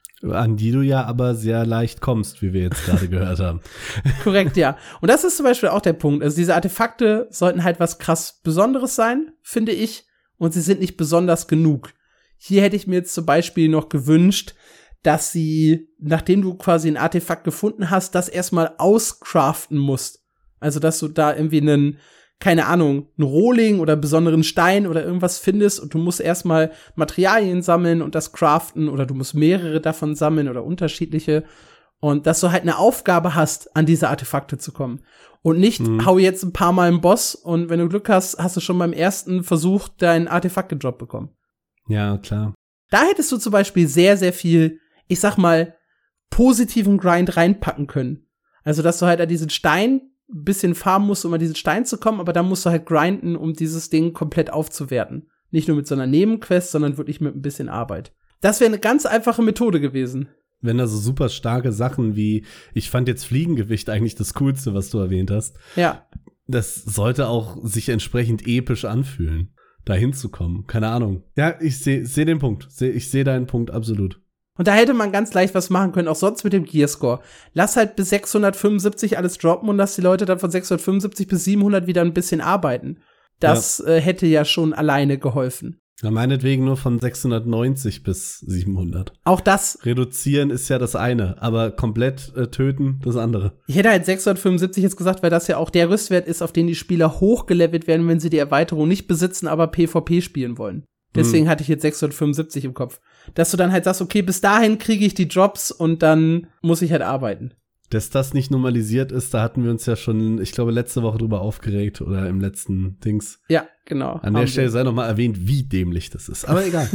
An die du ja aber sehr leicht kommst, wie wir jetzt gerade gehört haben. Korrekt, ja. Und das ist zum Beispiel auch der Punkt. Also diese Artefakte sollten halt was krass Besonderes sein, finde ich. Und sie sind nicht besonders genug. Hier hätte ich mir jetzt zum Beispiel noch gewünscht, dass sie, nachdem du quasi ein Artefakt gefunden hast, das erstmal auscraften musst. Also, dass du da irgendwie einen, keine Ahnung, einen Rohling oder besonderen Stein oder irgendwas findest und du musst erstmal Materialien sammeln und das craften oder du musst mehrere davon sammeln oder unterschiedliche. Und dass du halt eine Aufgabe hast, an diese Artefakte zu kommen. Und nicht, mhm. hau jetzt ein paar Mal einen Boss und wenn du Glück hast, hast du schon beim ersten Versuch dein Artefakt gedroppt bekommen. Ja, klar. Da hättest du zum Beispiel sehr, sehr viel, ich sag mal, positiven Grind reinpacken können. Also, dass du halt an diesen Stein ein bisschen farmen musst, um an diesen Stein zu kommen, aber dann musst du halt grinden, um dieses Ding komplett aufzuwerten. Nicht nur mit so einer Nebenquest, sondern wirklich mit ein bisschen Arbeit. Das wäre eine ganz einfache Methode gewesen. Wenn da so super starke Sachen wie, ich fand jetzt Fliegengewicht eigentlich das Coolste, was du erwähnt hast. Ja. Das sollte auch sich entsprechend episch anfühlen, da hinzukommen. Keine Ahnung. Ja, ich sehe seh den Punkt. Seh, ich sehe deinen Punkt absolut. Und da hätte man ganz leicht was machen können, auch sonst mit dem Gearscore. Lass halt bis sechshundertfünfundsiebzig alles droppen und lass die Leute dann von sechshundertfünfundsiebzig bis siebenhundert wieder ein bisschen arbeiten. Das ja. äh, hätte ja schon alleine geholfen. Ja, meinetwegen nur von sechshundertneunzig bis siebenhundert. Auch das. Reduzieren ist ja das eine, aber komplett äh, töten das andere. Ich hätte halt sechshundertfünfundsiebzig jetzt gesagt, weil das ja auch der Rüstwert ist, auf den die Spieler hochgelevelt werden, wenn sie die Erweiterung nicht besitzen, aber PvP spielen wollen. Deswegen hm. hatte ich jetzt sechshundertfünfundsiebzig im Kopf. Dass du dann halt sagst, okay, bis dahin kriege ich die Drops und dann muss ich halt arbeiten. Dass das nicht normalisiert ist, da hatten wir uns ja schon, ich glaube, letzte Woche drüber aufgeregt oder im letzten Dings. Ja, genau. An der Stelle sei noch mal erwähnt, wie dämlich das ist. Aber egal.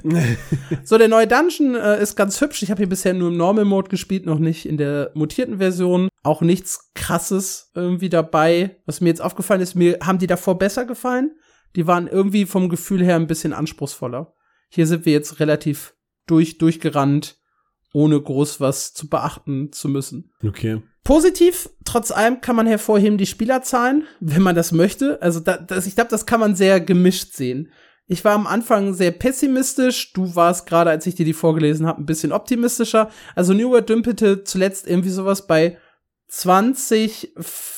So, der neue Dungeon äh, ist ganz hübsch. Ich habe hier bisher nur im Normal Mode gespielt, noch nicht in der mutierten Version. Auch nichts Krasses irgendwie dabei. Was mir jetzt aufgefallen ist, mir haben die davor besser gefallen. Die waren irgendwie vom Gefühl her ein bisschen anspruchsvoller. Hier sind wir jetzt relativ durch, durchgerannt, ohne groß was zu beachten zu müssen. Okay. Positiv, trotz allem kann man hervorheben die Spielerzahlen, wenn man das möchte. Also da, das, ich glaube, das kann man sehr gemischt sehen. Ich war am Anfang sehr pessimistisch. Du warst gerade, als ich dir die vorgelesen habe, ein bisschen optimistischer. Also New World dümpelte zuletzt irgendwie sowas bei zwanzig,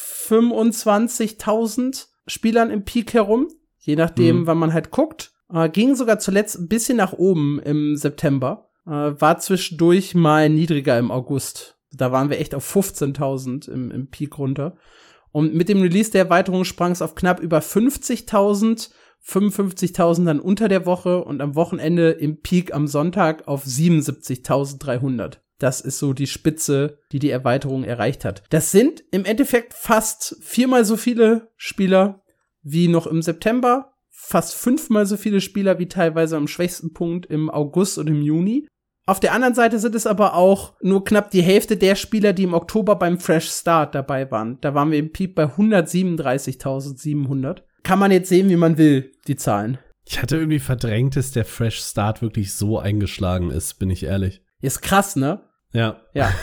fünfundzwanzigtausend Spielern im Peak herum. Je nachdem, mhm. wann man halt guckt. Äh, ging sogar zuletzt ein bisschen nach oben im September. Äh, war zwischendurch mal niedriger im August. Da waren wir echt auf fünfzehntausend im, im Peak runter. Und mit dem Release der Erweiterung sprang es auf knapp über fünfzigtausend, fünfundfünfzigtausend dann unter der Woche und am Wochenende im Peak am Sonntag auf siebenundsiebzigtausenddreihundert. Das ist so die Spitze, die die Erweiterung erreicht hat. Das sind im Endeffekt fast viermal so viele Spieler wie noch im September, fast fünfmal so viele Spieler wie teilweise am schwächsten Punkt im August und im Juni. Auf der anderen Seite sind es aber auch nur knapp die Hälfte der Spieler, die im Oktober beim Fresh Start dabei waren. Da waren wir im Peak bei hundertsiebenunddreißigtausendsiebenhundert. Kann man jetzt sehen, wie man will, die Zahlen. Ich hatte irgendwie verdrängt, dass der Fresh Start wirklich so eingeschlagen ist, bin ich ehrlich. Ist krass, ne? Ja. Ja.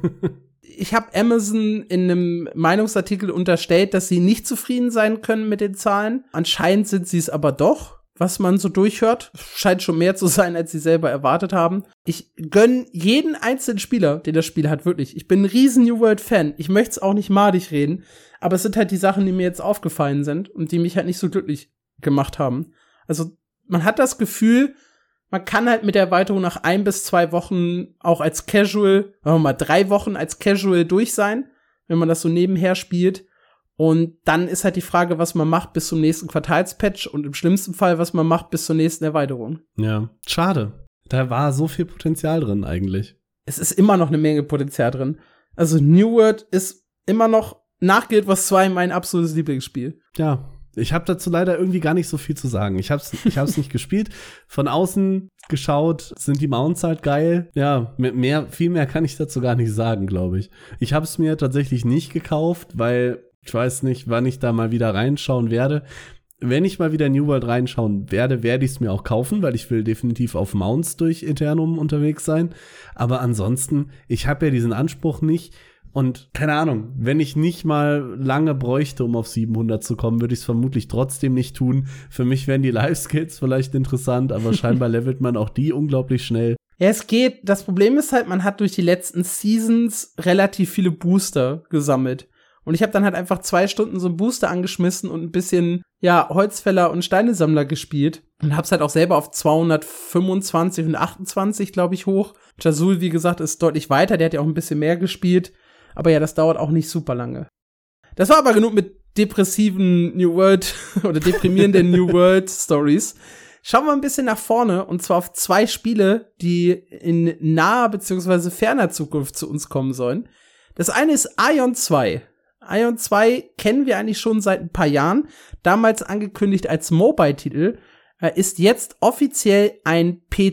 Ich habe Amazon in einem Meinungsartikel unterstellt, dass sie nicht zufrieden sein können mit den Zahlen. Anscheinend sind sie es aber doch, was man so durchhört. Scheint schon mehr zu sein, als sie selber erwartet haben. Ich gönn jeden einzelnen Spieler, den das Spiel hat, wirklich. Ich bin ein riesen New World-Fan. Ich möchte es auch nicht madig reden. Aber es sind halt die Sachen, die mir jetzt aufgefallen sind und die mich halt nicht so glücklich gemacht haben. Also man hat das Gefühl, man kann halt mit der Erweiterung nach ein bis zwei Wochen auch als Casual, sagen wir mal drei Wochen als Casual durch sein, wenn man das so nebenher spielt. Und dann ist halt die Frage, was man macht bis zum nächsten Quartalspatch und im schlimmsten Fall, was man macht bis zur nächsten Erweiterung. Ja, schade. Da war so viel Potenzial drin eigentlich. Es ist immer noch eine Menge Potenzial drin. Also New World ist immer noch nach Guild Wars zwei mein absolutes Lieblingsspiel. Ja, ich habe dazu leider irgendwie gar nicht so viel zu sagen. Ich hab's, ich hab's nicht gespielt. Von außen geschaut, sind die Mounts halt geil. Ja, mehr, viel mehr kann ich dazu gar nicht sagen, glaube ich. Ich habe es mir tatsächlich nicht gekauft, weil ich weiß nicht, wann ich da mal wieder reinschauen werde. Wenn ich mal wieder New World reinschauen werde, werde ich es mir auch kaufen, weil ich will definitiv auf Mounts durch Eternum unterwegs sein. Aber ansonsten, ich habe ja diesen Anspruch nicht. Und keine Ahnung, wenn ich nicht mal lange bräuchte, um auf siebenhundert zu kommen, würde ich es vermutlich trotzdem nicht tun. Für mich wären die Life-Skills vielleicht interessant, aber scheinbar levelt man auch die unglaublich schnell. Ja, es geht. Das Problem ist halt, man hat durch die letzten Seasons relativ viele Booster gesammelt. Und ich habe dann halt einfach zwei Stunden so einen Booster angeschmissen und ein bisschen, ja, Holzfäller und Steinesammler gespielt. Und hab's halt auch selber auf zweihundertfünfundzwanzig und achtundzwanzig, glaube ich, hoch. Jazul, wie gesagt, ist deutlich weiter. Der hat ja auch ein bisschen mehr gespielt. Aber ja, das dauert auch nicht super lange. Das war aber genug mit depressiven New World oder deprimierenden New World Stories. Schauen wir ein bisschen nach vorne und zwar auf zwei Spiele, die in naher bzw. ferner Zukunft zu uns kommen sollen. Das eine ist Aion zwei. Aion zwei kennen wir eigentlich schon seit ein paar Jahren. Damals angekündigt als Mobile-Titel, ist jetzt offiziell ein P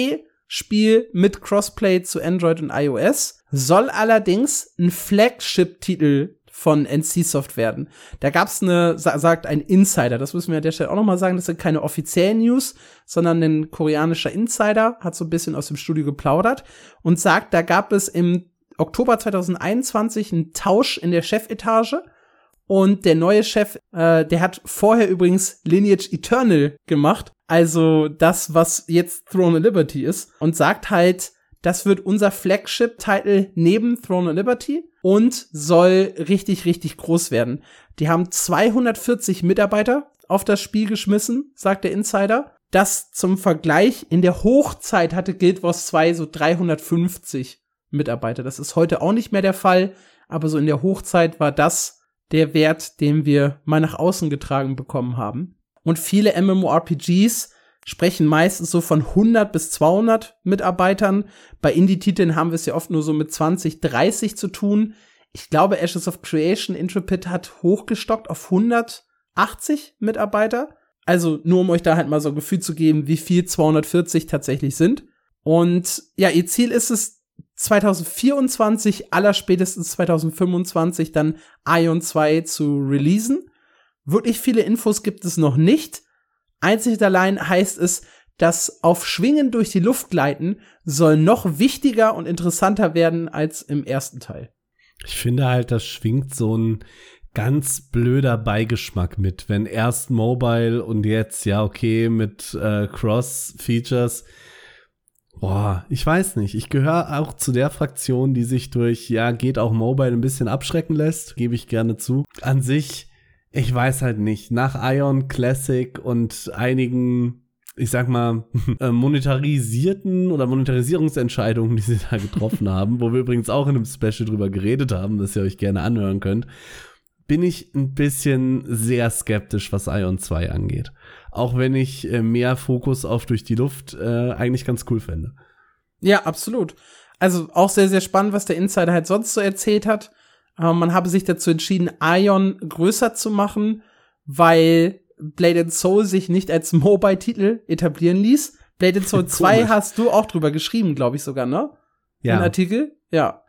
C-Spiel mit Crossplay zu Android und iOS. Soll allerdings ein Flagship-Titel von NCSoft werden. Da gab's eine, sagt ein Insider, das müssen wir an der Stelle auch noch mal sagen, das sind keine offiziellen News, sondern ein koreanischer Insider hat so ein bisschen aus dem Studio geplaudert und sagt, da gab es im Oktober zweitausendeinundzwanzig einen Tausch in der Chefetage und der neue Chef, äh, der hat vorher übrigens Lineage Eternal gemacht, also das, was jetzt Throne of Liberty ist, und sagt halt, das wird unser Flagship-Titel neben Throne of Liberty und soll richtig, richtig groß werden. Die haben zweihundertvierzig Mitarbeiter auf das Spiel geschmissen, sagt der Insider. Das zum Vergleich, in der Hochzeit hatte Guild Wars zwei so dreihundertfünfzig Mitarbeiter. Das ist heute auch nicht mehr der Fall, aber so in der Hochzeit war das der Wert, den wir mal nach außen getragen bekommen haben. Und viele MMORPGs sprechen meistens so von hundert bis zweihundert Mitarbeitern. Bei Indie-Titeln haben wir es ja oft nur so mit zwanzig, dreißig zu tun. Ich glaube, Ashes of Creation Intrepid hat hochgestockt auf hundertachtzig Mitarbeiter. Also nur um euch da halt mal so ein Gefühl zu geben, wie viel zweihundertvierzig tatsächlich sind. Und ja, ihr Ziel ist es, zweitausendvierundzwanzig, allerspätestens zweitausendfünfundzwanzig dann Aion zwei zu releasen. Wirklich viele Infos gibt es noch nicht. Einzig und allein heißt es, dass auf Schwingen durch die Luft gleiten soll noch wichtiger und interessanter werden als im ersten Teil. Ich finde halt, das schwingt so ein ganz blöder Beigeschmack mit, wenn erst Mobile und jetzt, ja okay, mit äh, Cross-Features. Boah, ich weiß nicht. Ich gehöre auch zu der Fraktion, die sich durch, ja, geht auch Mobile ein bisschen abschrecken lässt, gebe ich gerne zu. An sich, ich weiß halt nicht. Nach Aion Classic und einigen, ich sag mal, monetarisierten oder Monetarisierungsentscheidungen, die sie da getroffen haben, wo wir übrigens auch in einem Special drüber geredet haben, das ihr euch gerne anhören könnt, bin ich ein bisschen sehr skeptisch, was Aion zwei angeht. Auch wenn ich äh, mehr Fokus auf durch die Luft äh, eigentlich ganz cool fände. Ja, absolut. Also auch sehr, sehr spannend, was der Insider halt sonst so erzählt hat. Äh, man habe sich dazu entschieden, Aion größer zu machen, weil Blade and Soul sich nicht als Mobile-Titel etablieren ließ. Blade and Soul zwei hast du auch drüber geschrieben, glaube ich sogar, ne? Ja. Ein Artikel, ja.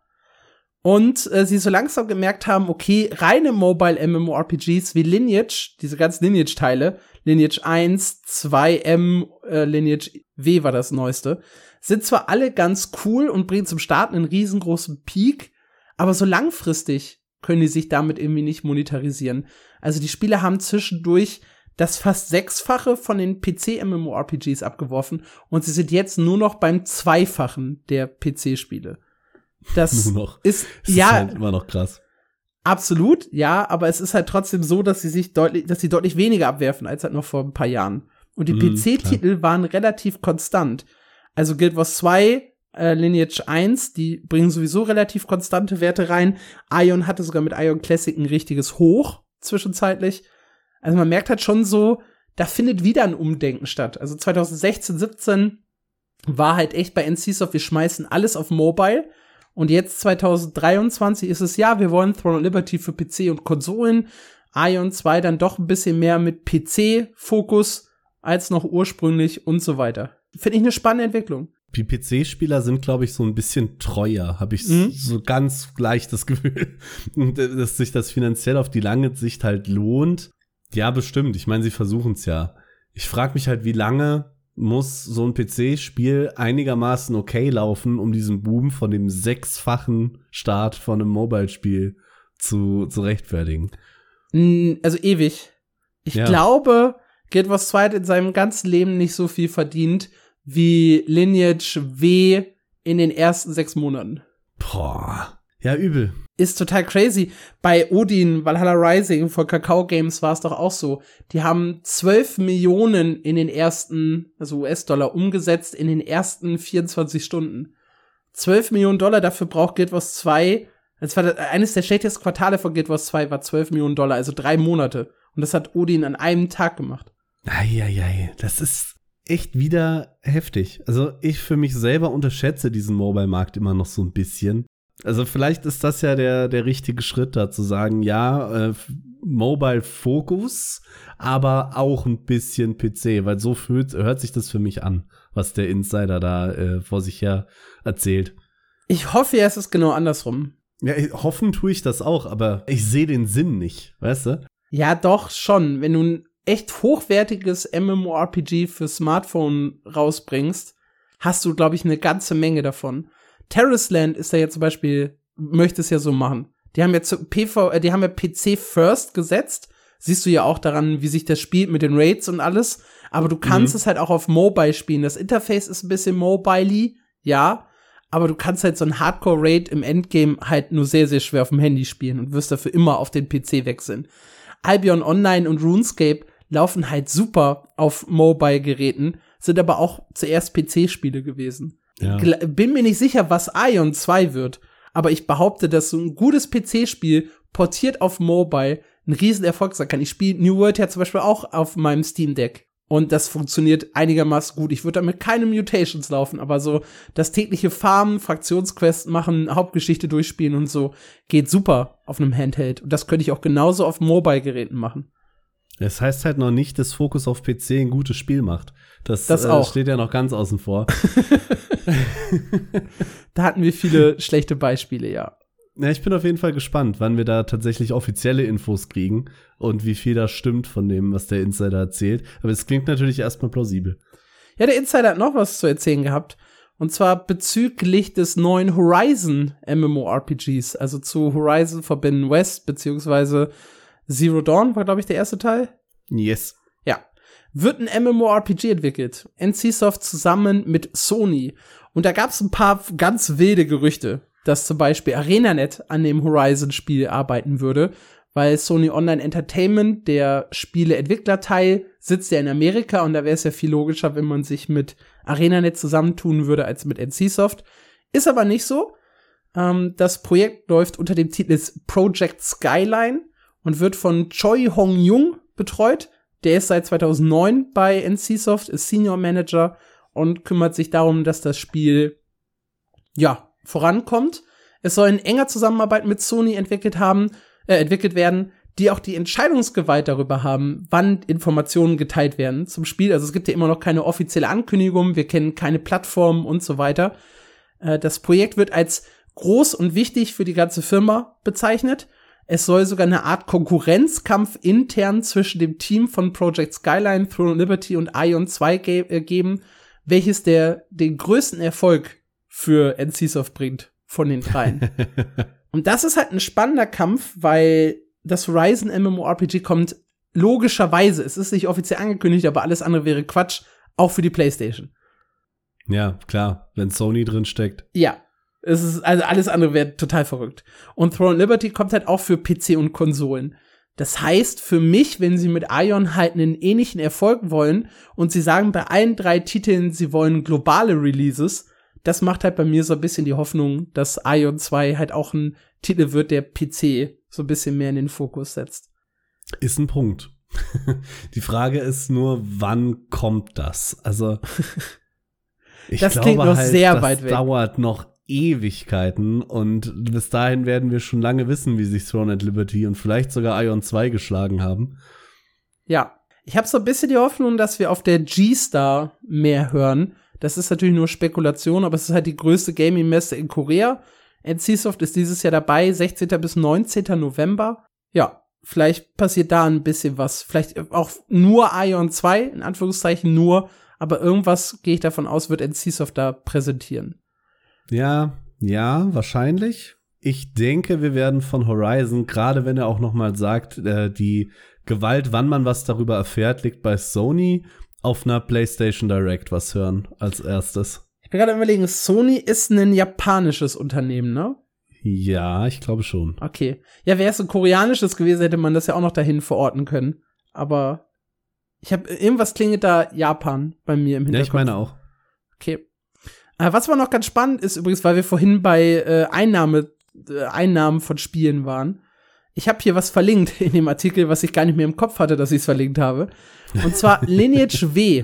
Und äh, sie so langsam gemerkt haben, okay, reine Mobile-MMORPGs wie Lineage, diese ganzen Lineage-Teile, Lineage eins, zwei M, äh, Lineage W war das neueste, sind zwar alle ganz cool und bringen zum Starten einen riesengroßen Peak, aber so langfristig können die sich damit irgendwie nicht monetarisieren. Also die Spieler haben zwischendurch das fast Sechsfache von den P C-MMORPGs abgeworfen und sie sind jetzt nur noch beim Zweifachen der P C-Spiele. Das nur noch. ist, das ja, ist halt immer noch krass. Absolut, ja, aber es ist halt trotzdem so, dass sie sich deutlich, dass sie deutlich weniger abwerfen als halt noch vor ein paar Jahren. Und die mm, P C-Titel waren relativ konstant. Also Guild Wars zwei, äh, Lineage eins, die bringen sowieso relativ konstante Werte rein. Ion hatte sogar mit Ion Classic ein richtiges Hoch zwischenzeitlich. Also man merkt halt schon so, da findet wieder ein Umdenken statt. Also zwanzig sechzehn, siebzehn war halt echt bei N C Soft, wir schmeißen alles auf Mobile. Und jetzt zwanzig dreiundzwanzig ist es, ja, wir wollen Throne of Liberty für P C und Konsolen. Ion zwei dann doch ein bisschen mehr mit P C-Fokus als noch ursprünglich und so weiter. Finde ich eine spannende Entwicklung. Die P C-Spieler sind, glaube ich, so ein bisschen treuer, habe ich Mhm. so ganz leicht das Gefühl, dass sich das finanziell auf die lange Sicht halt lohnt. Ja, bestimmt. Ich meine, sie versuchen es ja. Ich frage mich halt, wie lange muss so ein P C-Spiel einigermaßen okay laufen, um diesen Boom von dem sechsfachen Start von einem Mobile-Spiel zu, zu rechtfertigen. Also ewig. Ich Ja. glaube, Guild Wars zwei hat in seinem ganzen Leben nicht so viel verdient wie Lineage W in den ersten sechs Monaten. Boah. Ja, übel. Ist total crazy. Bei Odin, Valhalla Rising von Kakao Games war es doch auch so. Die haben zwölf Millionen in den ersten, also U S-Dollar, umgesetzt in den ersten vierundzwanzig Stunden. zwölf Millionen Dollar, dafür braucht Guild Wars zwei. Das war eines der schlechtesten Quartale von Guild Wars zwei, war zwölf Millionen Dollar, also drei Monate. Und das hat Odin an einem Tag gemacht. Eieiei, das ist echt wieder heftig. Also ich für mich selber unterschätze diesen Mobile-Markt immer noch so ein bisschen. Also vielleicht ist das ja der, der richtige Schritt da, zu sagen, ja, äh, Mobile-Fokus, aber auch ein bisschen P C, weil so fühlt, hört sich das für mich an, was der Insider da äh, vor sich her erzählt. Ich hoffe ja, es ist genau andersrum. Ja, hoffen tue ich das auch, aber ich sehe den Sinn nicht, weißt du? Ja, doch schon. Wenn du ein echt hochwertiges MMORPG für Smartphone rausbringst, hast du, glaube ich, eine ganze Menge davon. Terraceland ist da ja zum Beispiel, möchte es ja so machen. Die haben jetzt P V, äh, die haben ja P C First gesetzt. Siehst du ja auch daran, wie sich das spielt mit den Raids und alles. Aber du kannst Mhm. es halt auch auf Mobile spielen. Das Interface ist ein bisschen mobile-y, ja. Aber du kannst halt so ein Hardcore-Raid im Endgame halt nur sehr, sehr schwer auf dem Handy spielen und wirst dafür immer auf den P C wechseln. Albion Online und RuneScape laufen halt super auf Mobile-Geräten, sind aber auch zuerst P C-Spiele gewesen. Ja. Gl- Bin mir nicht sicher, was Ion zwei wird, aber ich behaupte, dass so ein gutes P C-Spiel portiert auf Mobile ein Riesenerfolg sein kann. Ich spiele New World ja zum Beispiel auch auf meinem Steam Deck. Und das funktioniert einigermaßen gut. Ich würde damit keine Mutations laufen, aber so das tägliche Farmen, Fraktionsquests machen, Hauptgeschichte durchspielen und so geht super auf einem Handheld. Und das könnte ich auch genauso auf Mobile-Geräten machen. Das heißt halt noch nicht, dass Fokus auf P C ein gutes Spiel macht. Das, Das äh, auch. steht ja noch ganz außen vor. Da hatten wir viele schlechte Beispiele, ja. Ja, ich bin auf jeden Fall gespannt, wann wir da tatsächlich offizielle Infos kriegen und wie viel da stimmt von dem, was der Insider erzählt. Aber es klingt natürlich erstmal plausibel. Ja, der Insider hat noch was zu erzählen gehabt. Und zwar bezüglich des neuen Horizon MMORPGs. Also zu Horizon Forbidden West, beziehungsweise Zero Dawn war, glaube ich, der erste Teil. Yes. Ja. Wird ein MMORPG entwickelt. N C Soft zusammen mit Sony. Und da gab es ein paar ganz wilde Gerüchte, dass zum Beispiel ArenaNet an dem Horizon-Spiel arbeiten würde, weil Sony Online Entertainment, der Spieleentwicklerteil, sitzt ja in Amerika und da wäre es ja viel logischer, wenn man sich mit ArenaNet zusammentun würde, als mit N C Soft. Ist aber nicht so. Ähm, das Projekt läuft unter dem Titel Project Skyline und wird von Choi Hong-Jung betreut. Der ist seit zweitausendneun bei N C Soft, ist Senior Manager und kümmert sich darum, dass das Spiel, ja, vorankommt. Es soll in enger Zusammenarbeit mit Sony entwickelt haben, äh, entwickelt werden. die auch die Entscheidungsgewalt darüber haben, wann Informationen geteilt werden zum Spiel. Also es gibt ja immer noch keine offizielle Ankündigung, wir kennen keine Plattformen und so weiter. Äh, das Projekt wird als groß und wichtig für die ganze Firma bezeichnet. Es soll sogar eine Art Konkurrenzkampf intern zwischen dem Team von Project Skyline, Throne of Liberty und Ion zwei ge- äh, geben, welches der den größten Erfolg für NCSoft bringt von den dreien. Und das ist halt ein spannender Kampf, weil das Horizon MMORPG kommt logischerweise, es ist nicht offiziell angekündigt, aber alles andere wäre Quatsch, auch für die PlayStation. Ja, klar, wenn Sony drin steckt. Ja, es ist, also alles andere wäre total verrückt. Und Throne of Liberty kommt halt auch für P C und Konsolen. Das heißt, für mich, wenn sie mit Ion halt einen ähnlichen Erfolg wollen und sie sagen bei allen drei Titeln, sie wollen globale Releases, das macht halt bei mir so ein bisschen die Hoffnung, dass Ion zwei halt auch ein Titel wird, der P C so ein bisschen mehr in den Fokus setzt. Ist ein Punkt. Die Frage ist nur, wann kommt das? Also, ich das glaube klingt noch halt, sehr das weit weg. dauert noch Ewigkeiten und bis dahin werden wir schon lange wissen, wie sich Throne of Liberty und vielleicht sogar Ion zwei geschlagen haben. Ja, ich habe so ein bisschen die Hoffnung, dass wir auf der G-Star mehr hören. Das ist natürlich nur Spekulation, aber es ist halt die größte Gaming-Messe in Korea. NCSoft ist dieses Jahr dabei, sechzehnten bis neunzehnten November. Ja, vielleicht passiert da ein bisschen was. Vielleicht auch nur Ion zwei, in Anführungszeichen nur, aber irgendwas, gehe ich davon aus, wird NCSoft da präsentieren. Ja, ja, wahrscheinlich. Ich denke, wir werden von Horizon, gerade wenn er auch noch mal sagt, äh, die Gewalt, wann man was darüber erfährt, liegt bei Sony, auf einer PlayStation Direct was hören als erstes. Ich bin gerade überlegen, Sony ist ein japanisches Unternehmen, ne? Ja, ich glaube schon. Okay. Ja, wäre es ein koreanisches gewesen, hätte man das ja auch noch dahin verorten können. Aber ich habe irgendwas klingelt da Japan bei mir im Hinterkopf. Ja, ich meine auch. Okay. Äh, was aber noch ganz spannend ist übrigens, weil wir vorhin bei äh, Einnahme, äh, Einnahmen von Spielen waren. Ich habe hier was verlinkt in dem Artikel, was ich gar nicht mehr im Kopf hatte, dass ich es verlinkt habe. Und zwar Lineage W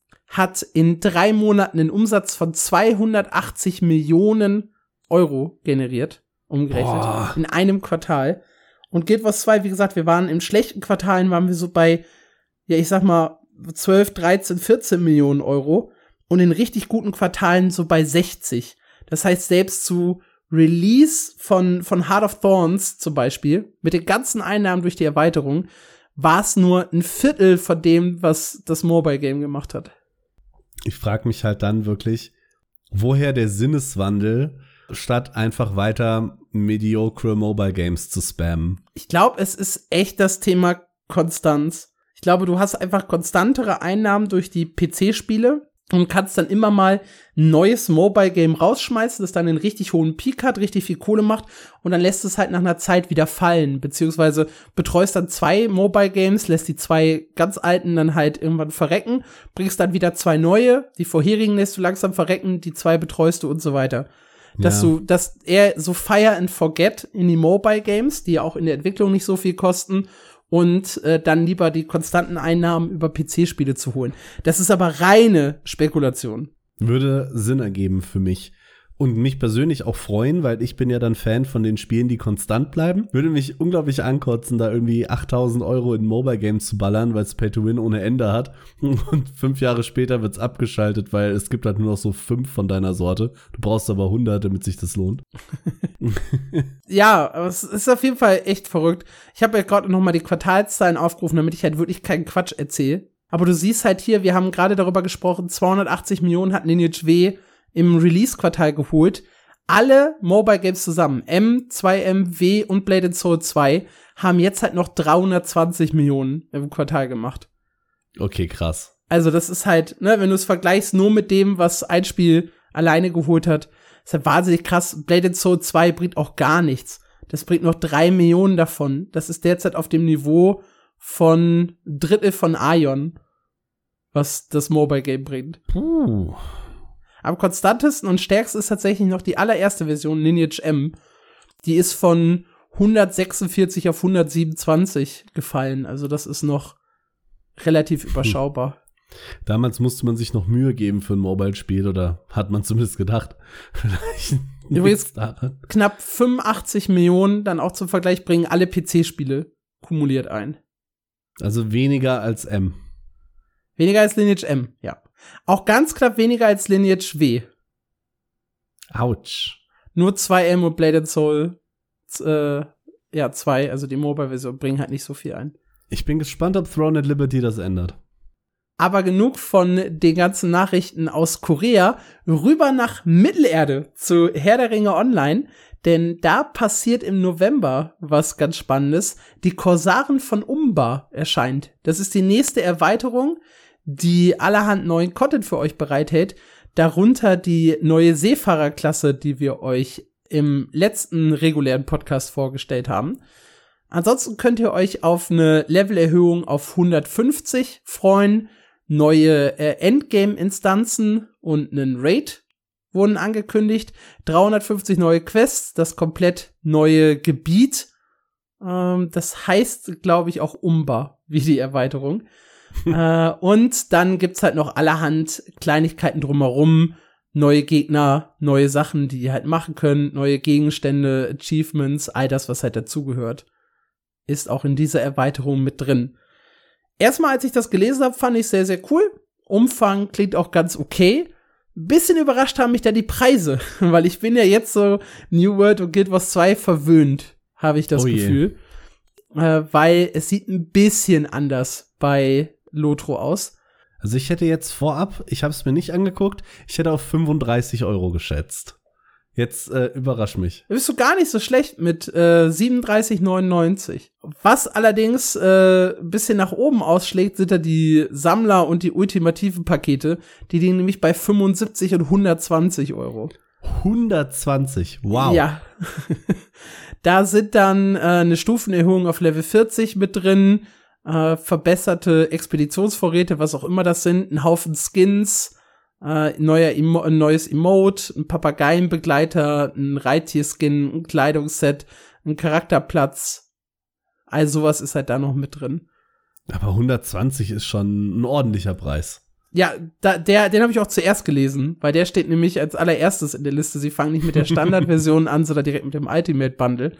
hat in drei Monaten einen Umsatz von zweihundertachtzig Millionen Euro generiert, umgerechnet, Boah. in einem Quartal. Und Guild Wars zwei, wie gesagt, wir waren im schlechten Quartalen, waren wir so bei, ja, ich sag mal, zwölf, dreizehn, vierzehn Millionen Euro. Und in richtig guten Quartalen so bei sechzig. Das heißt, selbst zu Release von, von Heart of Thorns zum Beispiel, mit den ganzen Einnahmen durch die Erweiterung, war es nur ein Viertel von dem, was das Mobile Game gemacht hat. Ich frage mich halt dann wirklich, woher der Sinneswandel, statt einfach weiter mediocre Mobile Games zu spammen. Ich glaube, es ist echt das Thema Konstanz. Ich glaube, du hast einfach konstantere Einnahmen durch die P C-Spiele und kannst dann immer mal ein neues Mobile-Game rausschmeißen, das dann einen richtig hohen Peak hat, richtig viel Kohle macht und dann lässt es halt nach einer Zeit wieder fallen, beziehungsweise betreust dann zwei Mobile-Games, lässt die zwei ganz alten dann halt irgendwann verrecken, bringst dann wieder zwei neue, die vorherigen lässt du langsam verrecken, die zwei betreust du und so weiter. Dass Ja. du, dass er so Fire and Forget in die Mobile-Games, die ja auch in der Entwicklung nicht so viel kosten, und äh, dann lieber die konstanten Einnahmen über P C-Spiele zu holen. Das ist aber reine Spekulation. Würde Sinn ergeben für mich. Und mich persönlich auch freuen, weil ich bin ja dann Fan von den Spielen, die konstant bleiben. Würde mich unglaublich ankotzen, da irgendwie achttausend Euro in Mobile Games zu ballern, weil es Pay-to-Win ohne Ende hat. Und fünf Jahre später wird's abgeschaltet, weil es gibt halt nur noch so fünf von deiner Sorte. Du brauchst aber hundert, damit sich das lohnt. Ja, aber es ist auf jeden Fall echt verrückt. Ich habe ja gerade noch mal die Quartalszahlen aufgerufen, damit ich halt wirklich keinen Quatsch erzähle. Aber du siehst halt hier, wir haben gerade darüber gesprochen, zweihundertachtzig Millionen hat Lineage W im Release-Quartal geholt. Alle Mobile Games zusammen, M, zwei M, W und Blade and Soul zwei, haben jetzt halt noch dreihundertzwanzig Millionen im Quartal gemacht. Okay, krass. Also das ist halt, ne, wenn du es vergleichst nur mit dem, was ein Spiel alleine geholt hat, ist halt wahnsinnig krass. Blade and Soul zwei bringt auch gar nichts. Das bringt noch drei Millionen davon. Das ist derzeit auf dem Niveau von Drittel von Ion, was das Mobile Game bringt. Puh. Am konstantesten und stärksten ist tatsächlich noch die allererste Version, Lineage M. Die ist von hundertsechsundvierzig auf hundertsiebenundzwanzig gefallen. Also das ist noch relativ überschaubar. Damals musste man sich noch Mühe geben für ein Mobile-Spiel, oder hat man zumindest gedacht. Vielleicht Übrigens knapp fünfundachtzig Millionen, dann auch zum Vergleich bringen alle P C-Spiele kumuliert ein. Also weniger als M. Weniger als Lineage M, ja. Auch ganz knapp weniger als Lineage W. Autsch. Nur zwei M und Blade and Soul, äh, ja, zwei, also die Mobile-Version, bringen halt nicht so viel ein. Ich bin gespannt, ob Throne at Liberty das ändert. Aber genug von den ganzen Nachrichten aus Korea. Rüber nach Mittelerde zu Herr der Ringe Online. Denn da passiert im November was ganz Spannendes. Die Korsaren von Umbar erscheint. Das ist die nächste Erweiterung, die allerhand neuen Content für euch bereithält. Darunter die neue Seefahrerklasse, die wir euch im letzten regulären Podcast vorgestellt haben. Ansonsten könnt ihr euch auf eine Levelerhöhung auf hundertfünfzig freuen. Neue äh, Endgame-Instanzen und einen Raid wurden angekündigt. dreihundertfünfzig neue Quests, das komplett neue Gebiet. Ähm, das heißt, glaube ich, auch Umbar, wie die Erweiterung. äh, und dann gibt's halt noch allerhand Kleinigkeiten drumherum. Neue Gegner, neue Sachen, die ihr halt machen könnt, neue Gegenstände, Achievements, all das, was halt dazugehört, ist auch in dieser Erweiterung mit drin. Erstmal, als ich das gelesen habe, fand ich sehr, sehr cool. Umfang klingt auch ganz okay. Bisschen überrascht haben mich da die Preise, weil ich bin ja jetzt so New World und Guild Wars zwei verwöhnt, habe ich das oh Gefühl. Äh, weil es sieht ein bisschen anders bei Lotro aus. Also ich hätte jetzt vorab, ich habe es mir nicht angeguckt, ich hätte auf fünfunddreißig Euro geschätzt. Jetzt äh, überrasch mich. Da bist du gar nicht so schlecht mit äh, siebenunddreißig neunundneunzig. Was allerdings äh, ein bisschen nach oben ausschlägt, sind da die Sammler- und die ultimativen Pakete. Die liegen nämlich bei fünfundsiebzig und hundertzwanzig Euro. hundertzwanzig, wow. Ja. Da sind dann äh, eine Stufenerhöhung auf Level vierzig mit drin, äh, verbesserte Expeditionsvorräte, was auch immer das sind, ein Haufen Skins, Äh, neuer Emo- ein neues Emote, ein Papageienbegleiter, ein Reittierskin, ein Kleidungsset, ein Charakterplatz. All sowas ist halt da noch mit drin. Aber hundertzwanzig ist schon ein ordentlicher Preis. Ja, da, der, den habe ich auch zuerst gelesen, weil der steht nämlich als allererstes in der Liste. Sie fangen nicht mit der Standardversion an, sondern direkt mit dem Ultimate Bundle.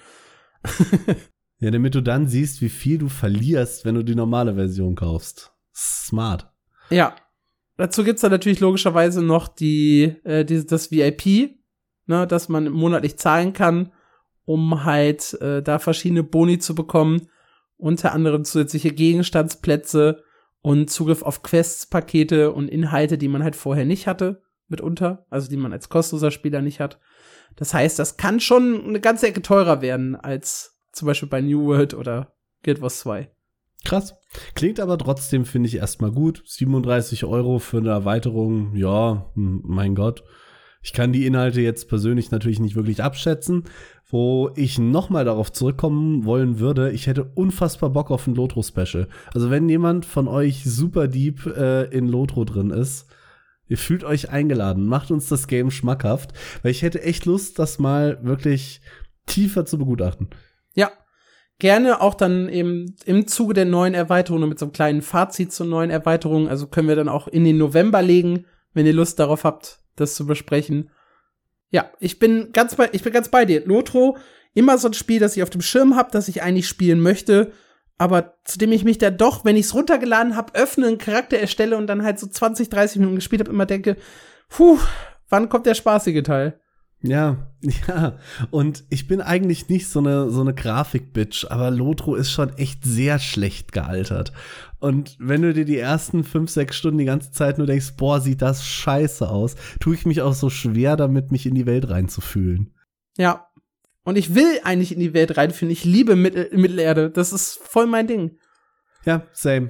Ja, damit du dann siehst, wie viel du verlierst, wenn du die normale Version kaufst. Smart. Ja. Dazu gibt's dann natürlich logischerweise noch die, äh, die das V I P, ne, dass man monatlich zahlen kann, um halt äh, da verschiedene Boni zu bekommen, unter anderem zusätzliche Gegenstandsplätze und Zugriff auf Quests, Pakete und Inhalte, die man halt vorher nicht hatte, mitunter, also die man als kostenloser Spieler nicht hat. Das heißt, das kann schon eine ganze Ecke teurer werden als zum Beispiel bei New World oder Guild Wars zwei. Krass. Klingt aber trotzdem, finde ich, erstmal gut. siebenunddreißig Euro für eine Erweiterung, ja, mein Gott. Ich kann die Inhalte jetzt persönlich natürlich nicht wirklich abschätzen. Wo ich nochmal darauf zurückkommen wollen würde, ich hätte unfassbar Bock auf ein Lotro-Special. Also wenn jemand von euch super deep äh, in Lotro drin ist, ihr fühlt euch eingeladen, macht uns das Game schmackhaft, weil ich hätte echt Lust, das mal wirklich tiefer zu begutachten. Ja. Gerne auch dann eben im Zuge der neuen Erweiterung und mit so einem kleinen Fazit zur neuen Erweiterung. Also können wir dann auch in den November legen, wenn ihr Lust darauf habt, das zu besprechen. Ja, ich bin ganz bei, ich bin ganz bei dir. Lotro, immer so ein Spiel, das ich auf dem Schirm habe, das ich eigentlich spielen möchte, aber zu dem ich mich da doch, wenn ich es runtergeladen habe, öffne, einen Charakter erstelle und dann halt so zwanzig, dreißig Minuten gespielt habe, immer denke, puh, wann kommt der spaßige Teil? Ja, ja. Und ich bin eigentlich nicht so eine, so eine Grafik-Bitch, aber Lotro ist schon echt sehr schlecht gealtert. Und wenn du dir die ersten fünf, sechs Stunden die ganze Zeit nur denkst, boah, sieht das scheiße aus, tue ich mich auch so schwer damit, mich in die Welt reinzufühlen. Ja. Und ich will eigentlich in die Welt reinfühlen. Ich liebe Mittel- Mittelerde. Das ist voll mein Ding. Ja, same.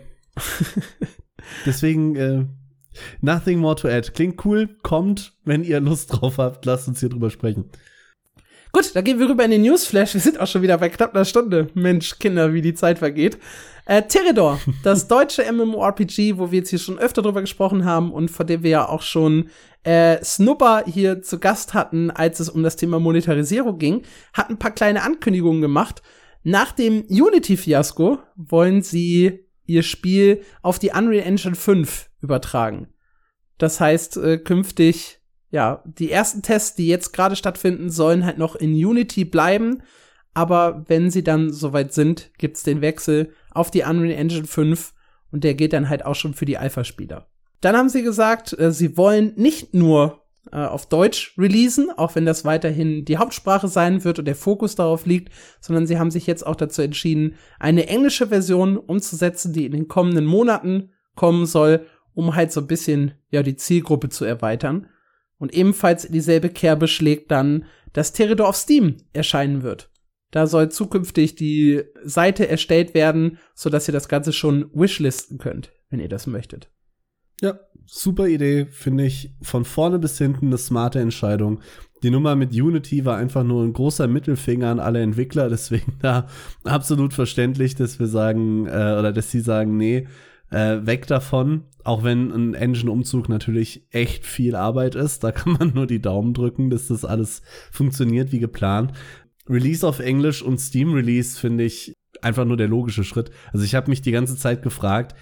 Deswegen, äh, nothing more to add. Klingt cool, kommt, wenn ihr Lust drauf habt, lasst uns hier drüber sprechen. Gut, dann gehen wir rüber in den Newsflash. Wir sind auch schon wieder bei knapp einer Stunde. Mensch, Kinder, wie die Zeit vergeht. Äh, Teredor, das deutsche MMORPG, wo wir jetzt hier schon öfter drüber gesprochen haben und von dem wir ja auch schon äh, Snupper hier zu Gast hatten, als es um das Thema Monetarisierung ging, hat ein paar kleine Ankündigungen gemacht. Nach dem Unity-Fiasko wollen sie ihr Spiel auf die Unreal Engine fünf übertragen. Das heißt, äh, künftig, ja, die ersten Tests, die jetzt gerade stattfinden, sollen halt noch in Unity bleiben, aber wenn sie dann soweit sind, gibt's den Wechsel auf die Unreal Engine fünf und der geht dann halt auch schon für die Alpha-Spieler. Dann haben sie gesagt, äh, sie wollen nicht nur äh, auf Deutsch releasen, auch wenn das weiterhin die Hauptsprache sein wird und der Fokus darauf liegt, sondern sie haben sich jetzt auch dazu entschieden, eine englische Version umzusetzen, die in den kommenden Monaten kommen soll, um halt so ein bisschen ja die Zielgruppe zu erweitern. Und ebenfalls in dieselbe Kerbe schlägt dann, dass Teredor auf Steam erscheinen wird. Da soll zukünftig die Seite erstellt werden, sodass ihr das Ganze schon wishlisten könnt, wenn ihr das möchtet. Ja, super Idee, finde ich. Von vorne bis hinten eine smarte Entscheidung. Die Nummer mit Unity war einfach nur ein großer Mittelfinger an alle Entwickler, deswegen da absolut verständlich, dass wir sagen, äh, oder dass sie sagen, nee, äh, weg davon. Auch wenn ein Engine-Umzug natürlich echt viel Arbeit ist, da kann man nur die Daumen drücken, dass das alles funktioniert wie geplant. Release auf Englisch und Steam-Release finde ich einfach nur der logische Schritt. Also ich habe mich die ganze Zeit gefragt,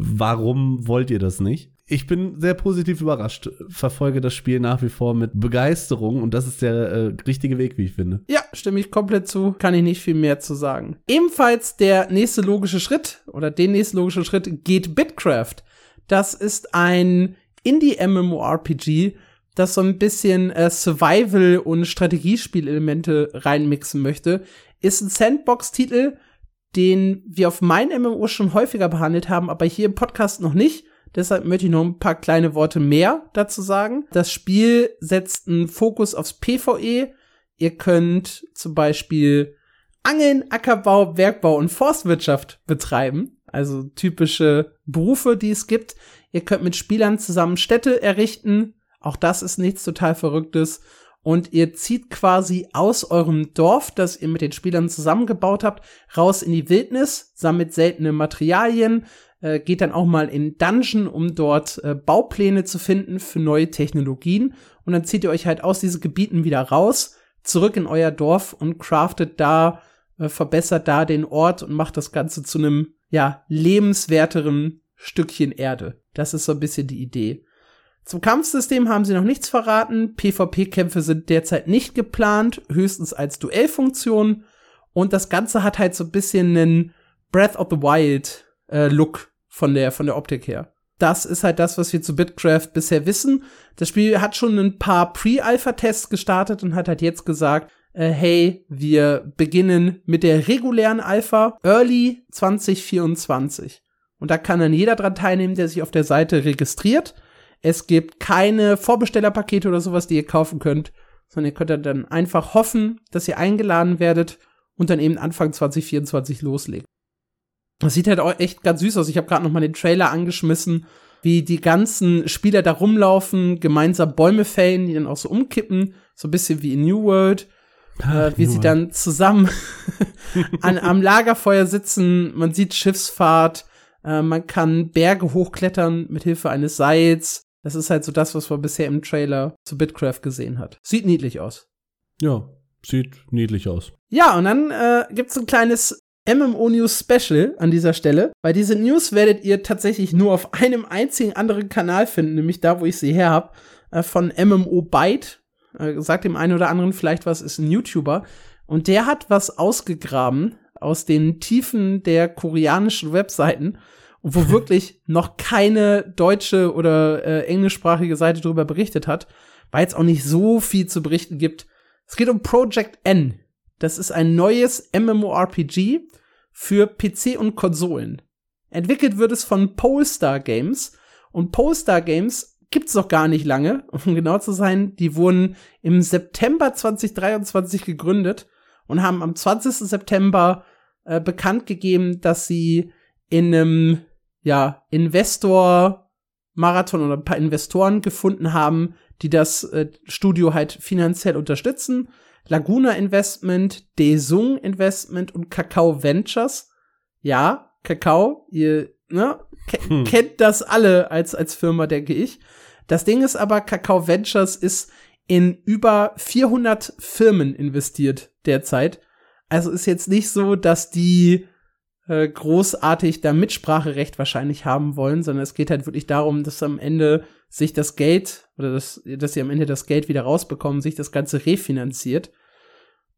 warum wollt ihr das nicht? Ich bin sehr positiv überrascht, verfolge das Spiel nach wie vor mit Begeisterung und das ist der äh, richtige Weg, wie ich finde. Ja, stimme ich komplett zu, kann ich nicht viel mehr zu sagen. Ebenfalls der nächste logische Schritt oder den nächsten logischen Schritt geht Bitcraft. Das ist ein Indie-MMORPG, das so ein bisschen äh, Survival- und Strategiespielelemente reinmixen möchte. Ist ein Sandbox-Titel, den wir auf meinen M M O schon häufiger behandelt haben, aber hier im Podcast noch nicht. Deshalb möchte ich noch ein paar kleine Worte mehr dazu sagen. Das Spiel setzt einen Fokus aufs PvE. Ihr könnt zum Beispiel Angeln, Ackerbau, Bergbau und Forstwirtschaft betreiben. Also typische Berufe, die es gibt. Ihr könnt mit Spielern zusammen Städte errichten. Auch das ist nichts total Verrücktes. Und ihr zieht quasi aus eurem Dorf, das ihr mit den Spielern zusammengebaut habt, raus in die Wildnis, sammelt seltene Materialien, äh, geht dann auch mal in Dungeon, um dort äh, Baupläne zu finden für neue Technologien. Und dann zieht ihr euch halt aus diesen Gebieten wieder raus, zurück in euer Dorf und craftet da, äh, verbessert da den Ort und macht das Ganze zu einem, ja, lebenswerteren Stückchen Erde. Das ist so ein bisschen die Idee. Zum Kampfsystem haben sie noch nichts verraten. PvP-Kämpfe sind derzeit nicht geplant, höchstens als Duellfunktion. Und das Ganze hat halt so ein bisschen einen Breath of the Wild äh, Look von der, von der Optik her. Das ist halt das, was wir zu Bitcraft bisher wissen. Das Spiel hat schon ein paar Pre-Alpha-Tests gestartet und hat halt jetzt gesagt, äh, hey, wir beginnen mit der regulären Alpha Early zwanzig vierundzwanzig. Und da kann dann jeder dran teilnehmen, der sich auf der Seite registriert. Es gibt keine Vorbestellerpakete oder sowas, die ihr kaufen könnt, sondern ihr könnt dann einfach hoffen, dass ihr eingeladen werdet und dann eben Anfang zwanzig vierundzwanzig loslegt. Das sieht halt auch echt ganz süß aus. Ich habe gerade noch mal den Trailer angeschmissen, wie die ganzen Spieler da rumlaufen, gemeinsam Bäume fällen, die dann auch so umkippen, so ein bisschen wie in New World. Ach, äh, wie sie dann zusammen an, am Lagerfeuer sitzen. Man sieht Schiffsfahrt, äh, man kann Berge hochklettern mit Hilfe eines Seils. Das ist halt so das, was man bisher im Trailer zu Bitcraft gesehen hat. Sieht niedlich aus. Ja, sieht niedlich aus. Ja, und dann äh, gibt's ein kleines M M O-News-Special an dieser Stelle. Weil diese News werdet ihr tatsächlich nur auf einem einzigen anderen Kanal finden, nämlich da, wo ich sie her habe, äh, von M M O Byte. Äh, sagt dem einen oder anderen vielleicht was, ist ein YouTuber. Und der hat was ausgegraben aus den Tiefen der koreanischen Webseiten, wo wirklich noch keine deutsche oder äh, englischsprachige Seite darüber berichtet hat, weil es auch nicht so viel zu berichten gibt. Es geht um Project N. Das ist ein neues MMORPG für P C und Konsolen. Entwickelt wird es von Polestar Games. Und Polestar Games gibt's noch gar nicht lange, um genau zu sein. Die wurden im September zwanzig dreiundzwanzig gegründet und haben am zwanzigsten September äh, bekannt gegeben, dass sie in einem ja, Investor-Marathon oder ein paar Investoren gefunden haben, die das äh, Studio halt finanziell unterstützen. Laguna Investment, Daesung Investment und Kakao Ventures. Ja, Kakao, ihr ne, ke- hm. kennt das alle als, als Firma, denke ich. Das Ding ist aber, Kakao Ventures ist in über vierhundert Firmen investiert derzeit. Also ist jetzt nicht so, dass die äh, großartig da Mitspracherecht wahrscheinlich haben wollen, sondern es geht halt wirklich darum, dass am Ende sich das Geld oder dass, dass sie am Ende das Geld wieder rausbekommen, sich das Ganze refinanziert.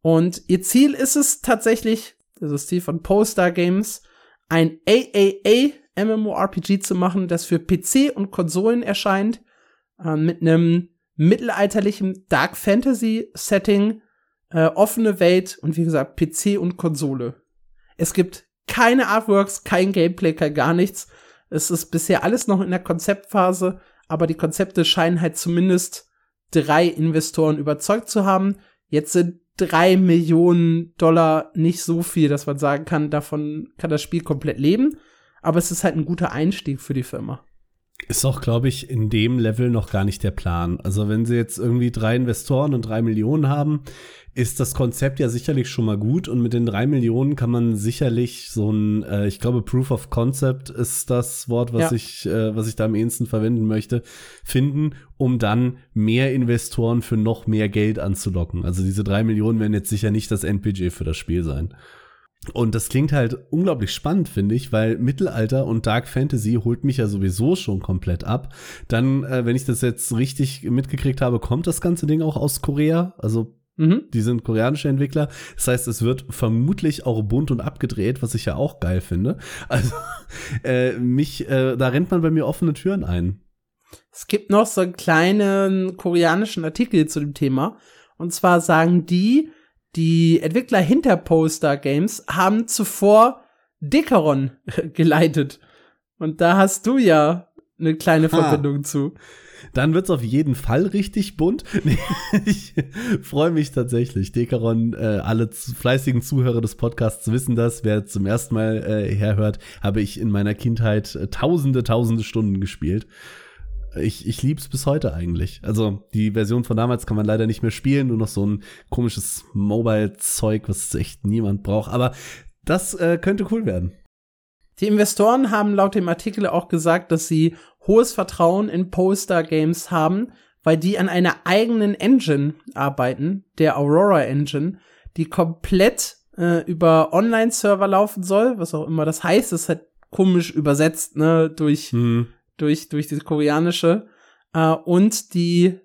Und ihr Ziel ist es tatsächlich, das Ziel von Polestar Games, ein A A A-MMORPG zu machen, das für P C und Konsolen erscheint, äh, mit einem mittelalterlichen Dark Fantasy Setting, äh, offene Welt und wie gesagt P C und Konsole. Es gibt keine Artworks, kein Gameplay, kein gar nichts. Es ist bisher alles noch in der Konzeptphase, aber die Konzepte scheinen halt zumindest drei Investoren überzeugt zu haben. Jetzt sind drei Millionen Dollar nicht so viel, dass man sagen kann, davon kann das Spiel komplett leben. Aber es ist halt ein guter Einstieg für die Firma. Ist auch, glaube ich, in dem Level noch gar nicht der Plan. Also wenn sie jetzt irgendwie drei Investoren und drei Millionen haben, ist das Konzept ja sicherlich schon mal gut. Und mit den drei Millionen kann man sicherlich so ein, äh, ich glaube, Proof of Concept ist das Wort, was ja. ich, äh, was ich da am ehesten verwenden möchte, finden, um dann mehr Investoren für noch mehr Geld anzulocken. Also diese drei Millionen werden jetzt sicher nicht das Endbudget für das Spiel sein. Und das klingt halt unglaublich spannend, finde ich, weil Mittelalter und Dark Fantasy holt mich ja sowieso schon komplett ab. Dann, äh, wenn ich das jetzt richtig mitgekriegt habe, kommt das ganze Ding auch aus Korea. Also mhm. die sind koreanische Entwickler. Das heißt, es wird vermutlich auch bunt und abgedreht, was ich ja auch geil finde. Also äh, mich, äh, da rennt man bei mir offene Türen ein. Es gibt noch so einen kleinen koreanischen Artikel zu dem Thema. Und zwar sagen die, die Entwickler hinter Polestar Games haben zuvor Decaron geleitet. Und da hast du ja eine kleine ha. Verbindung zu. Dann wird's auf jeden Fall richtig bunt. Ich freue mich tatsächlich. Decaron, äh, alle zu, fleißigen Zuhörer des Podcasts wissen das. Wer zum ersten Mal äh, herhört, habe ich in meiner Kindheit äh, tausende, tausende Stunden gespielt. Ich, ich lieb's bis heute eigentlich. Also die Version von damals kann man leider nicht mehr spielen, nur noch so ein komisches Mobile-Zeug, was echt niemand braucht. Aber das äh, könnte cool werden. Die Investoren haben laut dem Artikel auch gesagt, dass sie hohes Vertrauen in Polestar Games haben, weil die an einer eigenen Engine arbeiten, der Aurora Engine, die komplett äh, über Online-Server laufen soll, was auch immer das heißt. Das ist halt komisch übersetzt, ne, durch hm. durch durch das Koreanische, äh, und die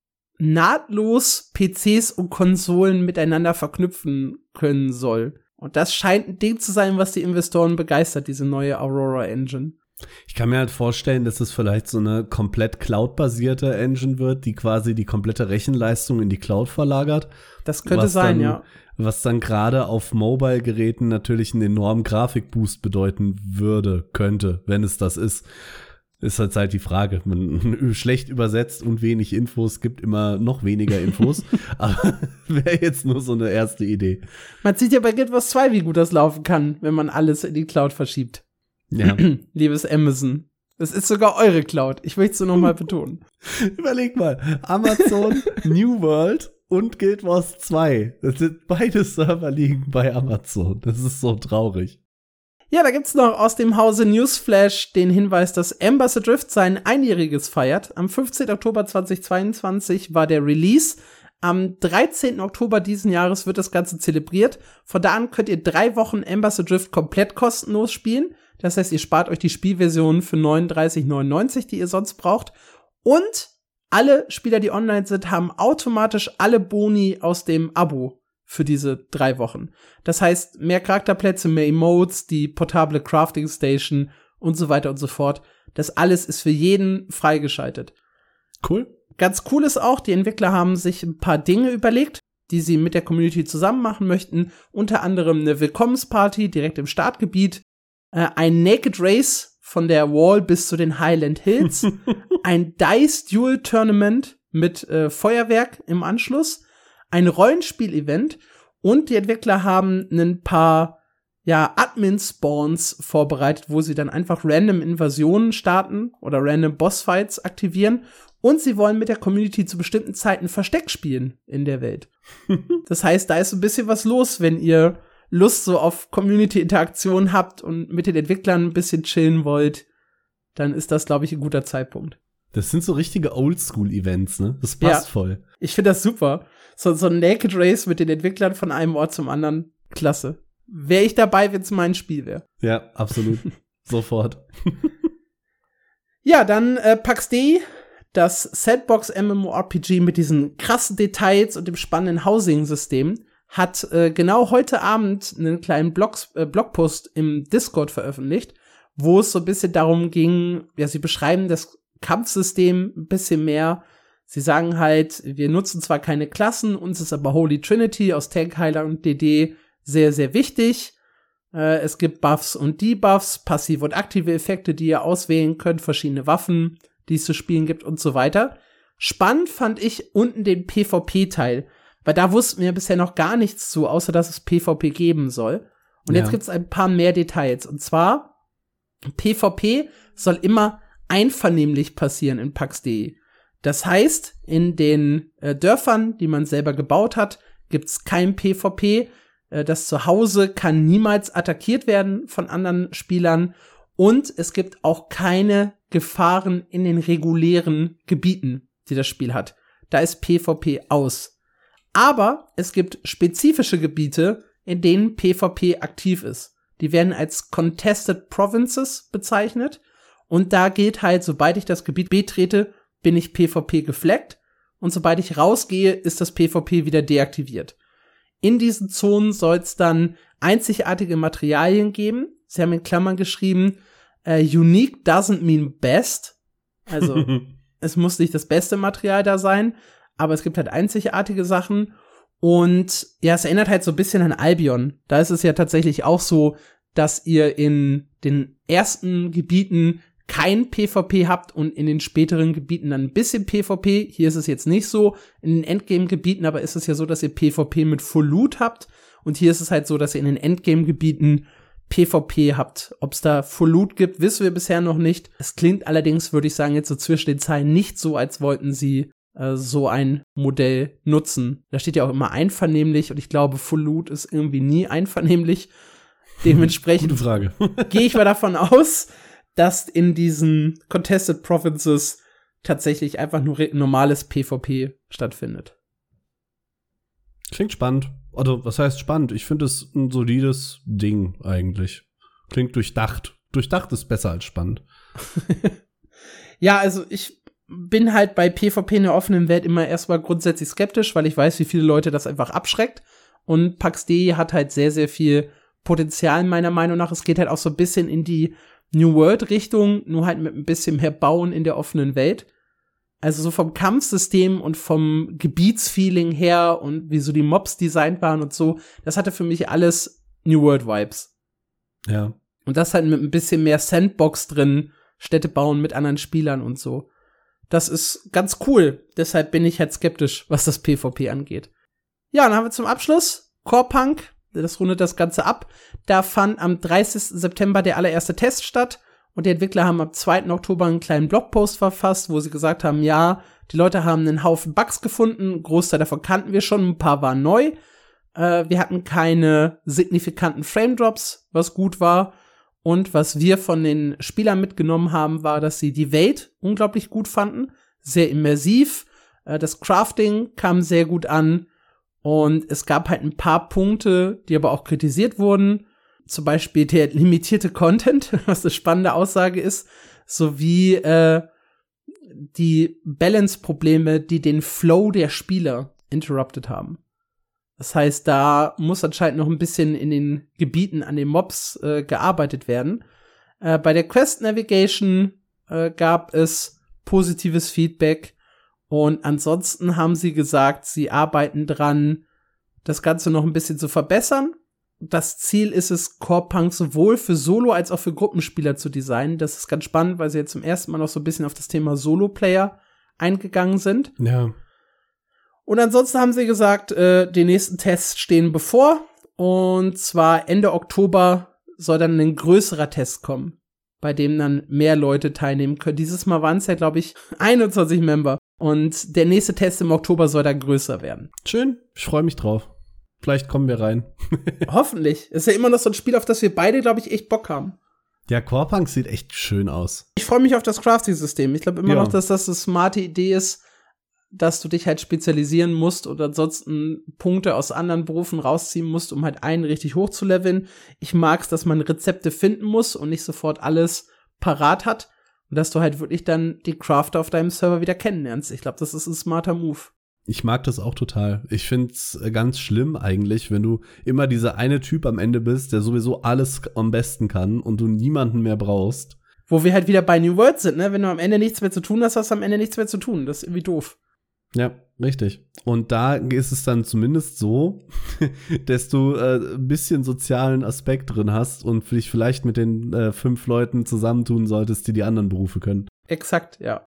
nahtlos P Cs und Konsolen miteinander verknüpfen können soll. Und das scheint ein Ding zu sein, was die Investoren begeistert, diese neue Aurora Engine. Ich kann mir halt vorstellen, dass es vielleicht so eine komplett Cloud-basierte Engine wird, die quasi die komplette Rechenleistung in die Cloud verlagert. Das könnte sein, dann, ja. Was dann gerade auf Mobile-Geräten natürlich einen enormen Grafikboost bedeuten würde, könnte, wenn es das ist. Ist halt halt die Frage. Man schlecht übersetzt und wenig Infos gibt immer noch weniger Infos. Aber wäre jetzt nur so eine erste Idee. Man sieht ja bei Guild Wars zwei, wie gut das laufen kann, wenn man alles in die Cloud verschiebt. Ja. Liebes Amazon. Es ist sogar eure Cloud. Ich möchte es nur noch mal betonen. Überleg mal. Amazon, New World und Guild Wars zwei. Das sind beide Server liegen bei Amazon. Das ist so traurig. Ja, da gibt's noch aus dem Hause Newsflash den Hinweis, dass Embassy Drift sein Einjähriges feiert. Am fünfzehnten Oktober zweitausendzweiundzwanzig war der Release. Am dreizehnten Oktober diesen Jahres wird das Ganze zelebriert. Von da an könnt ihr drei Wochen Embassy Drift komplett kostenlos spielen. Das heißt, ihr spart euch die Spielversion für neununddreißig neunundneunzig, die ihr sonst braucht. Und alle Spieler, die online sind, haben automatisch alle Boni aus dem Abo für diese drei Wochen. Das heißt, mehr Charakterplätze, mehr Emotes, die portable Crafting Station und so weiter und so fort. Das alles ist für jeden freigeschaltet. Cool. Ganz cool ist auch, die Entwickler haben sich ein paar Dinge überlegt, die sie mit der Community zusammen machen möchten. Unter anderem eine Willkommensparty direkt im Startgebiet, äh, ein Naked Race von der Wall bis zu den Highland Hills, ein Dice Duel Tournament mit äh, Feuerwerk im Anschluss, ein Rollenspiel-Event, und die Entwickler haben ein paar, ja, Admin-Spawns vorbereitet, wo sie dann einfach random Invasionen starten oder random Bossfights aktivieren, und sie wollen mit der Community zu bestimmten Zeiten Versteck spielen in der Welt. Das heißt, da ist ein bisschen was los, wenn ihr Lust so auf Community-Interaktion habt und mit den Entwicklern ein bisschen chillen wollt, dann ist das, glaube ich, ein guter Zeitpunkt. Das sind so richtige Oldschool-Events, ne? Das passt ja voll. Ich finde das super. So, so ein Naked Race mit den Entwicklern von einem Ort zum anderen. Klasse. Wäre ich dabei, wenn es mein Spiel wäre. Ja, absolut. Sofort. Ja, dann äh, Pax Dei, das Sandbox-MMORPG mit diesen krassen Details und dem spannenden Housing-System, hat äh, genau heute Abend einen kleinen Blogs, äh, Blogpost im Discord veröffentlicht, wo es so ein bisschen darum ging, ja, sie beschreiben das Kampfsystem ein bisschen mehr. Sie sagen halt, wir nutzen zwar keine Klassen, uns ist aber Holy Trinity aus Tank, Heiler und D D sehr, sehr wichtig. Äh, es gibt Buffs und Debuffs, passive und aktive Effekte, die ihr auswählen könnt, verschiedene Waffen, die es zu spielen gibt und so weiter. Spannend fand ich unten den PvP-Teil, weil da wussten wir bisher noch gar nichts zu, außer dass es PvP geben soll. Und ja. Jetzt gibt es ein paar mehr Details. Und zwar, PvP soll immer einvernehmlich passieren in Pax punkt de. Das heißt, in den äh, Dörfern, die man selber gebaut hat, gibt's kein PvP. Äh, das Zuhause kann niemals attackiert werden von anderen Spielern. Und es gibt auch keine Gefahren in den regulären Gebieten, die das Spiel hat. Da ist PvP aus. Aber es gibt spezifische Gebiete, in denen PvP aktiv ist. Die werden als Contested Provinces bezeichnet. Und da gilt halt, sobald ich das Gebiet betrete, bin ich PvP gefleckt. Und sobald ich rausgehe, ist das PvP wieder deaktiviert. In diesen Zonen soll es dann einzigartige Materialien geben. Sie haben in Klammern geschrieben, uh, unique doesn't mean best. Also, es muss nicht das beste Material da sein, aber es gibt halt einzigartige Sachen. Und ja, es erinnert halt so ein bisschen an Albion. Da ist es ja tatsächlich auch so, dass ihr in den ersten Gebieten kein PvP habt und in den späteren Gebieten dann ein bisschen PvP. Hier ist es jetzt nicht so. In den Endgame-Gebieten aber ist es ja so, dass ihr PvP mit Full Loot habt. Und hier ist es halt so, dass ihr in den Endgame-Gebieten PvP habt. Ob es da Full Loot gibt, wissen wir bisher noch nicht. Es klingt allerdings, würde ich sagen, jetzt so zwischen den Zeilen nicht so, als wollten sie äh, so ein Modell nutzen. Da steht ja auch immer einvernehmlich und ich glaube, Full Loot ist irgendwie nie einvernehmlich. Dementsprechend Gute Frage. gehe ich mal davon aus, dass in diesen Contested Provinces tatsächlich einfach nur normales PvP stattfindet. Klingt spannend. Also, was heißt spannend? Ich finde es ein solides Ding eigentlich. Klingt durchdacht. Durchdacht ist besser als spannend. Ja, also ich bin halt bei PvP in der offenen Welt immer erstmal grundsätzlich skeptisch, weil ich weiß, wie viele Leute das einfach abschreckt. Und Pax punkt de hat halt sehr, sehr viel Potenzial meiner Meinung nach. Es geht halt auch so ein bisschen in die New World-Richtung, nur halt mit ein bisschen mehr Bauen in der offenen Welt. Also so vom Kampfsystem und vom Gebietsfeeling her und wie so die Mobs designt waren und so, das hatte für mich alles New World-Vibes. Ja. Und das halt mit ein bisschen mehr Sandbox drin, Städte bauen mit anderen Spielern und so. Das ist ganz cool. Deshalb bin ich halt skeptisch, was das PvP angeht. Ja, dann haben wir zum Abschluss Core Punk. Das rundet das Ganze ab. Da fand am dreißigsten September der allererste Test statt und die Entwickler haben am zweiten Oktober einen kleinen Blogpost verfasst, wo sie gesagt haben, ja, die Leute haben einen Haufen Bugs gefunden, ein Großteil davon kannten wir schon, ein paar waren neu. Äh, wir hatten keine signifikanten Frame-Drops, was gut war. Und was wir von den Spielern mitgenommen haben, war, dass sie die Welt unglaublich gut fanden, sehr immersiv. Äh, das Crafting kam sehr gut an. Und es gab halt ein paar Punkte, die aber auch kritisiert wurden. Zum Beispiel der limitierte Content, was eine spannende Aussage ist, sowie äh, die Balance-Probleme, die den Flow der Spieler interrupted haben. Das heißt, da muss anscheinend noch ein bisschen in den Gebieten an den Mobs äh, gearbeitet werden. Äh, bei der Quest Navigation äh, gab es positives Feedback. Und ansonsten haben sie gesagt, sie arbeiten dran, das Ganze noch ein bisschen zu verbessern. Das Ziel ist es, Core Punk sowohl für Solo- als auch für Gruppenspieler zu designen. Das ist ganz spannend, weil sie jetzt zum ersten Mal noch so ein bisschen auf das Thema Solo-Player eingegangen sind. Ja. Und ansonsten haben sie gesagt, äh, die nächsten Tests stehen bevor. Und zwar Ende Oktober soll dann ein größerer Test kommen, bei dem dann mehr Leute teilnehmen können. Dieses Mal waren es ja, glaube ich, einundzwanzig Member. Und der nächste Test im Oktober soll dann größer werden. Schön, ich freue mich drauf. Vielleicht kommen wir rein. Hoffentlich. Ist ja immer noch so ein Spiel, auf das wir beide, glaube ich, echt Bock haben. Ja, Core Punk sieht echt schön aus. Ich freue mich auf das Crafting-System. Ich glaube immer ja. noch, dass das eine smarte Idee ist, dass du dich halt spezialisieren musst oder ansonsten Punkte aus anderen Berufen rausziehen musst, um halt einen richtig hoch zu leveln. Ich mag's, dass man Rezepte finden muss und nicht sofort alles parat hat. Und dass du halt wirklich dann die Crafter auf deinem Server wieder kennenlernst. Ich glaube, das ist ein smarter Move. Ich mag das auch total. Ich find's ganz schlimm eigentlich, wenn du immer dieser eine Typ am Ende bist, der sowieso alles am besten kann und du niemanden mehr brauchst. Wo wir halt wieder bei New World sind, ne? Wenn du am Ende nichts mehr zu tun hast, hast du am Ende nichts mehr zu tun. Das ist irgendwie doof. Ja, richtig. Und da ist es dann zumindest so, dass du äh, ein bisschen sozialen Aspekt drin hast und dich vielleicht mit den äh, fünf Leuten zusammentun solltest, die die anderen Berufe können. Exakt, ja.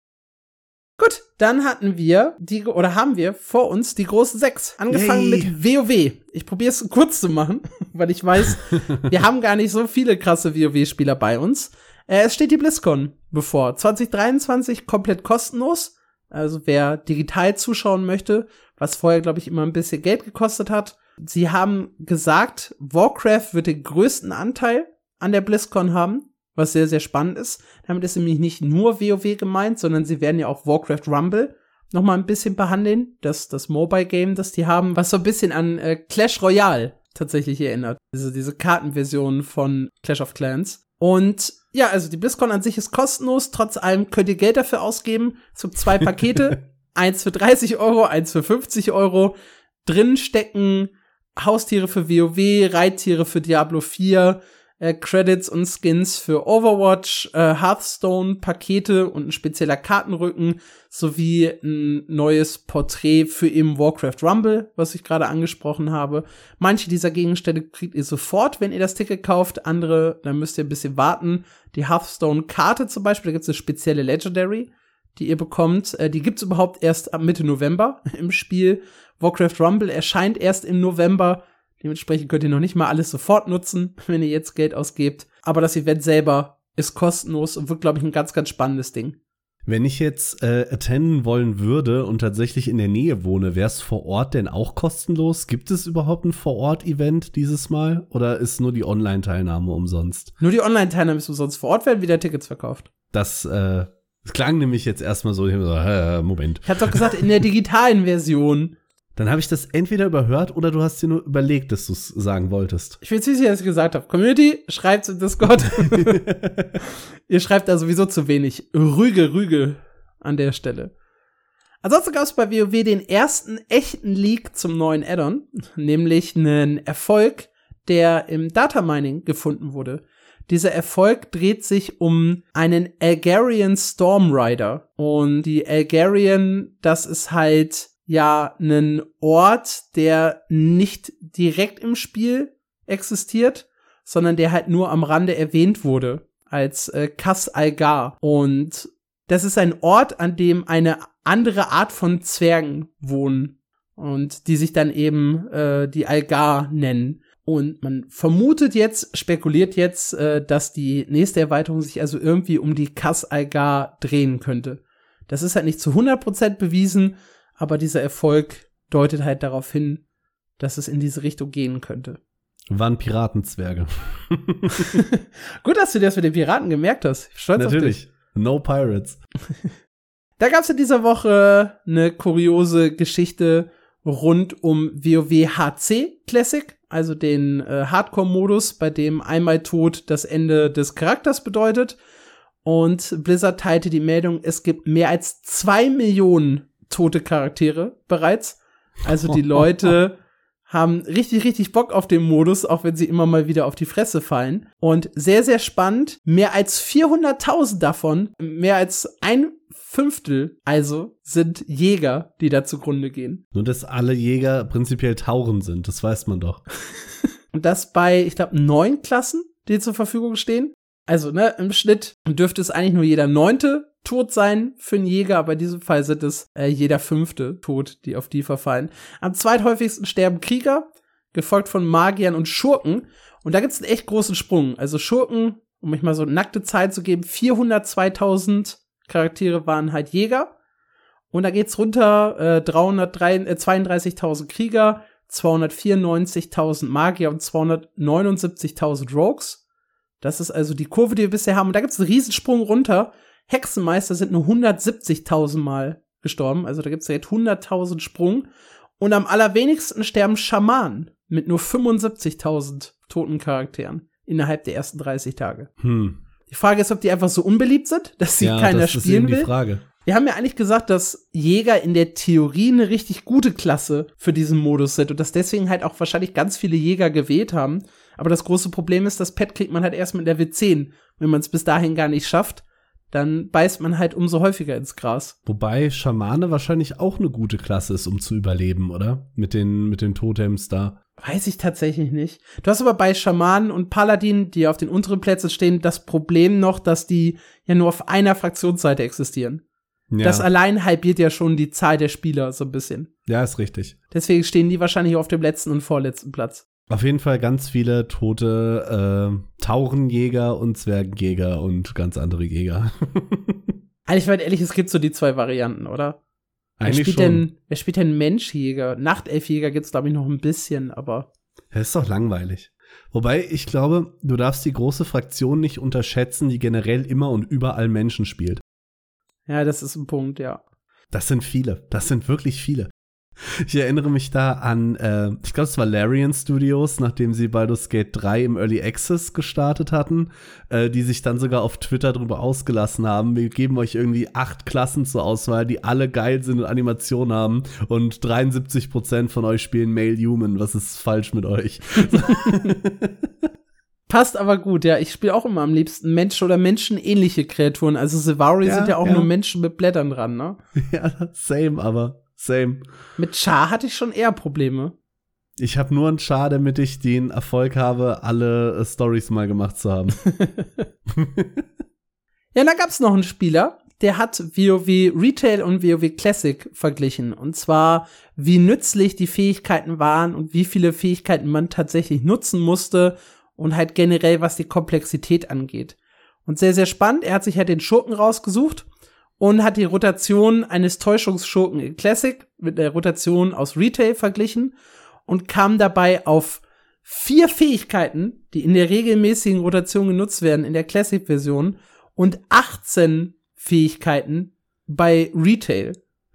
Gut, dann hatten wir, die oder haben wir vor uns die großen sechs. Angefangen Yay. mit WoW. Ich probiere es kurz zu machen, weil ich weiß, wir haben gar nicht so viele krasse WoW-Spieler bei uns. Äh, es steht die BlizzCon bevor. zwanzig dreiundzwanzig komplett kostenlos. Also wer digital zuschauen möchte, was vorher, glaube ich, immer ein bisschen Geld gekostet hat. Sie haben gesagt, Warcraft wird den größten Anteil an der BlizzCon haben, was sehr, sehr spannend ist. Damit ist nämlich nicht nur WoW gemeint, sondern sie werden ja auch Warcraft Rumble noch mal ein bisschen behandeln. Das, das Mobile-Game, das die haben, was so ein bisschen an äh, Clash Royale tatsächlich erinnert. Also diese Kartenversion von Clash of Clans. Und ja, also die BlizzCon an sich ist kostenlos. Trotz allem könnt ihr Geld dafür ausgeben. Es gibt zwei Pakete. Eins für dreißig Euro, eins für fünfzig Euro. Drin stecken Haustiere für WoW, Reittiere für Diablo vier, äh, Credits und Skins für Overwatch, äh, Hearthstone-Pakete und ein spezieller Kartenrücken sowie ein neues Porträt für eben Warcraft Rumble, was ich gerade angesprochen habe. Manche dieser Gegenstände kriegt ihr sofort, wenn ihr das Ticket kauft. Andere, da müsst ihr ein bisschen warten. Die Hearthstone-Karte zum Beispiel, da gibt es eine spezielle Legendary, die ihr bekommt. Äh, die gibt's überhaupt erst ab Mitte November im Spiel. Warcraft Rumble erscheint erst im November. Dementsprechend könnt ihr noch nicht mal alles sofort nutzen, wenn ihr jetzt Geld ausgebt. Aber das Event selber ist kostenlos und wird, glaube ich, ein ganz, ganz spannendes Ding. Wenn ich jetzt äh, attenden wollen würde und tatsächlich in der Nähe wohne, wäre es vor Ort denn auch kostenlos? Gibt es überhaupt ein Vor-Ort-Event dieses Mal? Oder ist nur die Online-Teilnahme umsonst? Nur die Online-Teilnahme ist umsonst. Vor Ort werden wieder Tickets verkauft. Das, äh, das klang nämlich jetzt erstmal so, äh, Moment. Ich hab doch gesagt, in der digitalen Version. Dann habe ich das entweder überhört oder du hast dir nur überlegt, dass du es sagen wolltest. Ich will sicher, dass ich gesagt habe. Community, schreibt's in Discord. Ihr schreibt da sowieso zu wenig. Rüge, Rüge an der Stelle. Ansonsten gab es bei WoW den ersten echten Leak zum neuen Add-on, nämlich einen Erfolg, der im Datamining gefunden wurde. Dieser Erfolg dreht sich um einen Algarian Stormrider. Und die Algarian, das ist halt ja einen Ort, der nicht direkt im Spiel existiert, sondern der halt nur am Rande erwähnt wurde als äh, Kas Algar. Und das ist ein Ort, an dem eine andere Art von Zwergen wohnen und die sich dann eben äh, die Algar nennen. Und man vermutet jetzt, spekuliert jetzt, äh, dass die nächste Erweiterung sich also irgendwie um die Kas Algar drehen könnte. Das ist halt nicht zu hundert Prozent bewiesen, aber dieser Erfolg deutet halt darauf hin, dass es in diese Richtung gehen könnte. Waren Piratenzwerge. Gut, dass du dir das mit den Piraten gemerkt hast. Ich stolz Natürlich. auf dich. No Pirates. Da gab es in dieser Woche eine kuriose Geschichte rund um WoW H C Classic, also den äh, Hardcore-Modus, bei dem einmal Tod das Ende des Charakters bedeutet. Und Blizzard teilte die Meldung, es gibt mehr als zwei Millionen tote Charaktere bereits. Also die Leute haben richtig, richtig Bock auf den Modus, auch wenn sie immer mal wieder auf die Fresse fallen. Und sehr, sehr spannend, mehr als vierhunderttausend davon, mehr als ein Fünftel also, sind Jäger, die da zugrunde gehen. Nur, dass alle Jäger prinzipiell Tauren sind, das weiß man doch. Und das bei, ich glaube, neun Klassen, die zur Verfügung stehen. Also, ne, im Schnitt dürfte es eigentlich nur jeder Neunte tot sein für einen Jäger, aber in diesem Fall sind es äh, jeder Fünfte tot, die auf die verfallen. Am zweithäufigsten sterben Krieger, gefolgt von Magiern und Schurken. Und da gibt es einen echt großen Sprung. Also Schurken, um mich mal so eine nackte Zahl zu geben, vierhundertzweitausend Charaktere waren halt Jäger. Und da geht's runter, äh, dreihundertzweiunddreißigtausend Krieger, zweihundertvierundneunzigtausend Magier und zweihundertneunundsiebzigtausend Rogues. Das ist also die Kurve, die wir bisher haben. Und da gibt's einen Riesensprung runter. Hexenmeister sind nur hundertsiebzigtausend Mal gestorben. Also da gibt's direkt hunderttausend Sprung. Und am allerwenigsten sterben Schamanen mit nur fünfundsiebzigtausend toten Charakteren innerhalb der ersten dreißig Tage. Hm. Die Frage ist, ob die einfach so unbeliebt sind, dass sie ja, keiner das spielen ist eben will. Die Frage. Wir haben ja eigentlich gesagt, dass Jäger in der Theorie eine richtig gute Klasse für diesen Modus sind und dass deswegen halt auch wahrscheinlich ganz viele Jäger gewählt haben. Aber das große Problem ist, das Pet kriegt man halt erst mit Level zehn. Wenn man es bis dahin gar nicht schafft, dann beißt man halt umso häufiger ins Gras. Wobei Schamane wahrscheinlich auch eine gute Klasse ist, um zu überleben, oder? Mit den, mit den Totems da. Weiß ich tatsächlich nicht. Du hast aber bei Schamanen und Paladinen, die auf den unteren Plätzen stehen, das Problem noch, dass die ja nur auf einer Fraktionsseite existieren. Ja. Das allein halbiert ja schon die Zahl der Spieler so ein bisschen. Ja, ist richtig. Deswegen stehen die wahrscheinlich auf dem letzten und vorletzten Platz. Auf jeden Fall ganz viele tote äh, Taurenjäger und Zwergenjäger und ganz andere Jäger. Also ich meine ehrlich, es gibt so die zwei Varianten, oder? Eigentlich wer spielt schon. Denn, wer spielt denn Menschjäger? Nachtelfjäger gibt's, glaube ich, noch ein bisschen, aber das ist doch langweilig. Wobei, ich glaube, du darfst die große Fraktion nicht unterschätzen, die generell immer und überall Menschen spielt. Ja, das ist ein Punkt, ja. Das sind viele. Das sind wirklich viele. Ich erinnere mich da an, äh, ich glaube, es war Larian Studios, nachdem sie Baldur's Gate drei im Early Access gestartet hatten, äh, die sich dann sogar auf Twitter drüber ausgelassen haben. Wir geben euch irgendwie acht Klassen zur Auswahl, die alle geil sind und Animation haben und dreiundsiebzig Prozent von euch spielen Male Human. Was ist falsch mit euch? Passt aber gut, ja. Ich spiele auch immer am liebsten Menschen oder menschenähnliche Kreaturen. Also Silvari ja, sind ja auch ja. nur Menschen mit Blättern dran, ne? Ja, same, aber same. Mit Char hatte ich schon eher Probleme. Ich habe nur einen Char, damit ich den Erfolg habe, alle äh, Storys mal gemacht zu haben. Ja, da gab's noch einen Spieler, der hat WoW Retail und WoW Classic verglichen. Und zwar, wie nützlich die Fähigkeiten waren und wie viele Fähigkeiten man tatsächlich nutzen musste und halt generell, was die Komplexität angeht. Und sehr, sehr spannend. Er hat sich halt den Schurken rausgesucht und hat die Rotation eines Täuschungsschurken in Classic mit der Rotation aus Retail verglichen und kam dabei auf vier Fähigkeiten, die in der regelmäßigen Rotation genutzt werden in der Classic-Version und achtzehn Fähigkeiten bei Retail.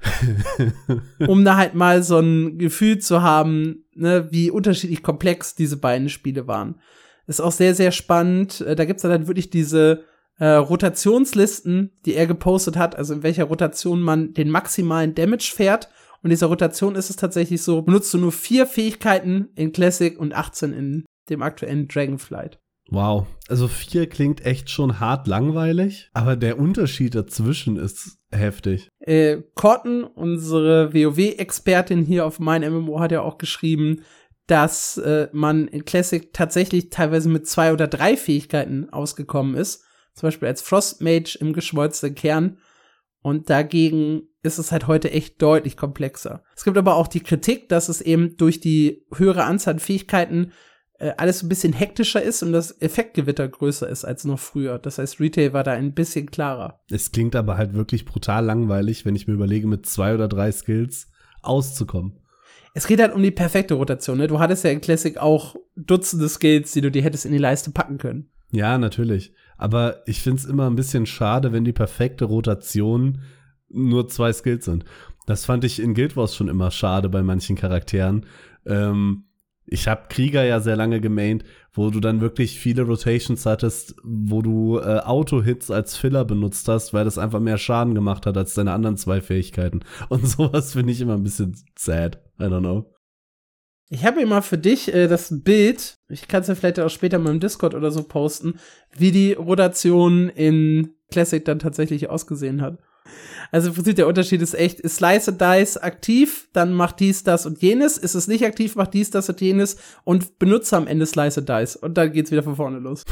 Um da halt mal so ein Gefühl zu haben, ne, wie unterschiedlich komplex diese beiden Spiele waren. Ist auch sehr, sehr spannend. Da gibt's dann halt wirklich diese äh, Rotationslisten, die er gepostet hat, also in welcher Rotation man den maximalen Damage fährt. Und in dieser Rotation ist es tatsächlich so, benutzt du nur vier Fähigkeiten in Classic und achtzehn in dem aktuellen Dragonflight. Wow, also vier klingt echt schon hart langweilig, aber der Unterschied dazwischen ist heftig. Äh, Corten, unsere WoW-Expertin hier auf mein M M O, hat ja auch geschrieben, dass äh, man in Classic tatsächlich teilweise mit zwei oder drei Fähigkeiten ausgekommen ist. Zum Beispiel als Frostmage im geschmolzenen Kern. Und dagegen ist es halt heute echt deutlich komplexer. Es gibt aber auch die Kritik, dass es eben durch die höhere Anzahl an Fähigkeiten äh, alles ein bisschen hektischer ist und das Effektgewitter größer ist als noch früher. Das heißt, Retail war da ein bisschen klarer. Es klingt aber halt wirklich brutal langweilig, wenn ich mir überlege, mit zwei oder drei Skills auszukommen. Es geht halt um die perfekte Rotation, ne? Du hattest ja in Classic auch Dutzende Skills, die du dir hättest in die Leiste packen können. Ja, natürlich. Aber ich find's immer ein bisschen schade, wenn die perfekte Rotation nur zwei Skills sind. Das fand ich in Guild Wars schon immer schade bei manchen Charakteren. Ähm, ich habe Krieger ja sehr lange gemaint, wo du dann wirklich viele Rotations hattest, wo du äh, Auto-Hits als Filler benutzt hast, weil das einfach mehr Schaden gemacht hat als deine anderen zwei Fähigkeiten. Und sowas finde ich immer ein bisschen sad. I don't know. Ich habe immer für dich äh, das Bild, ich kann es ja vielleicht auch später mal im Discord oder so posten, wie die Rotation in Classic dann tatsächlich ausgesehen hat. Also im Prinzip der Unterschied ist echt, ist Slice and Dice aktiv, dann macht dies, das und jenes, ist es nicht aktiv, macht dies, das und jenes und benutze am Ende Slice and Dice und dann geht's wieder von vorne los.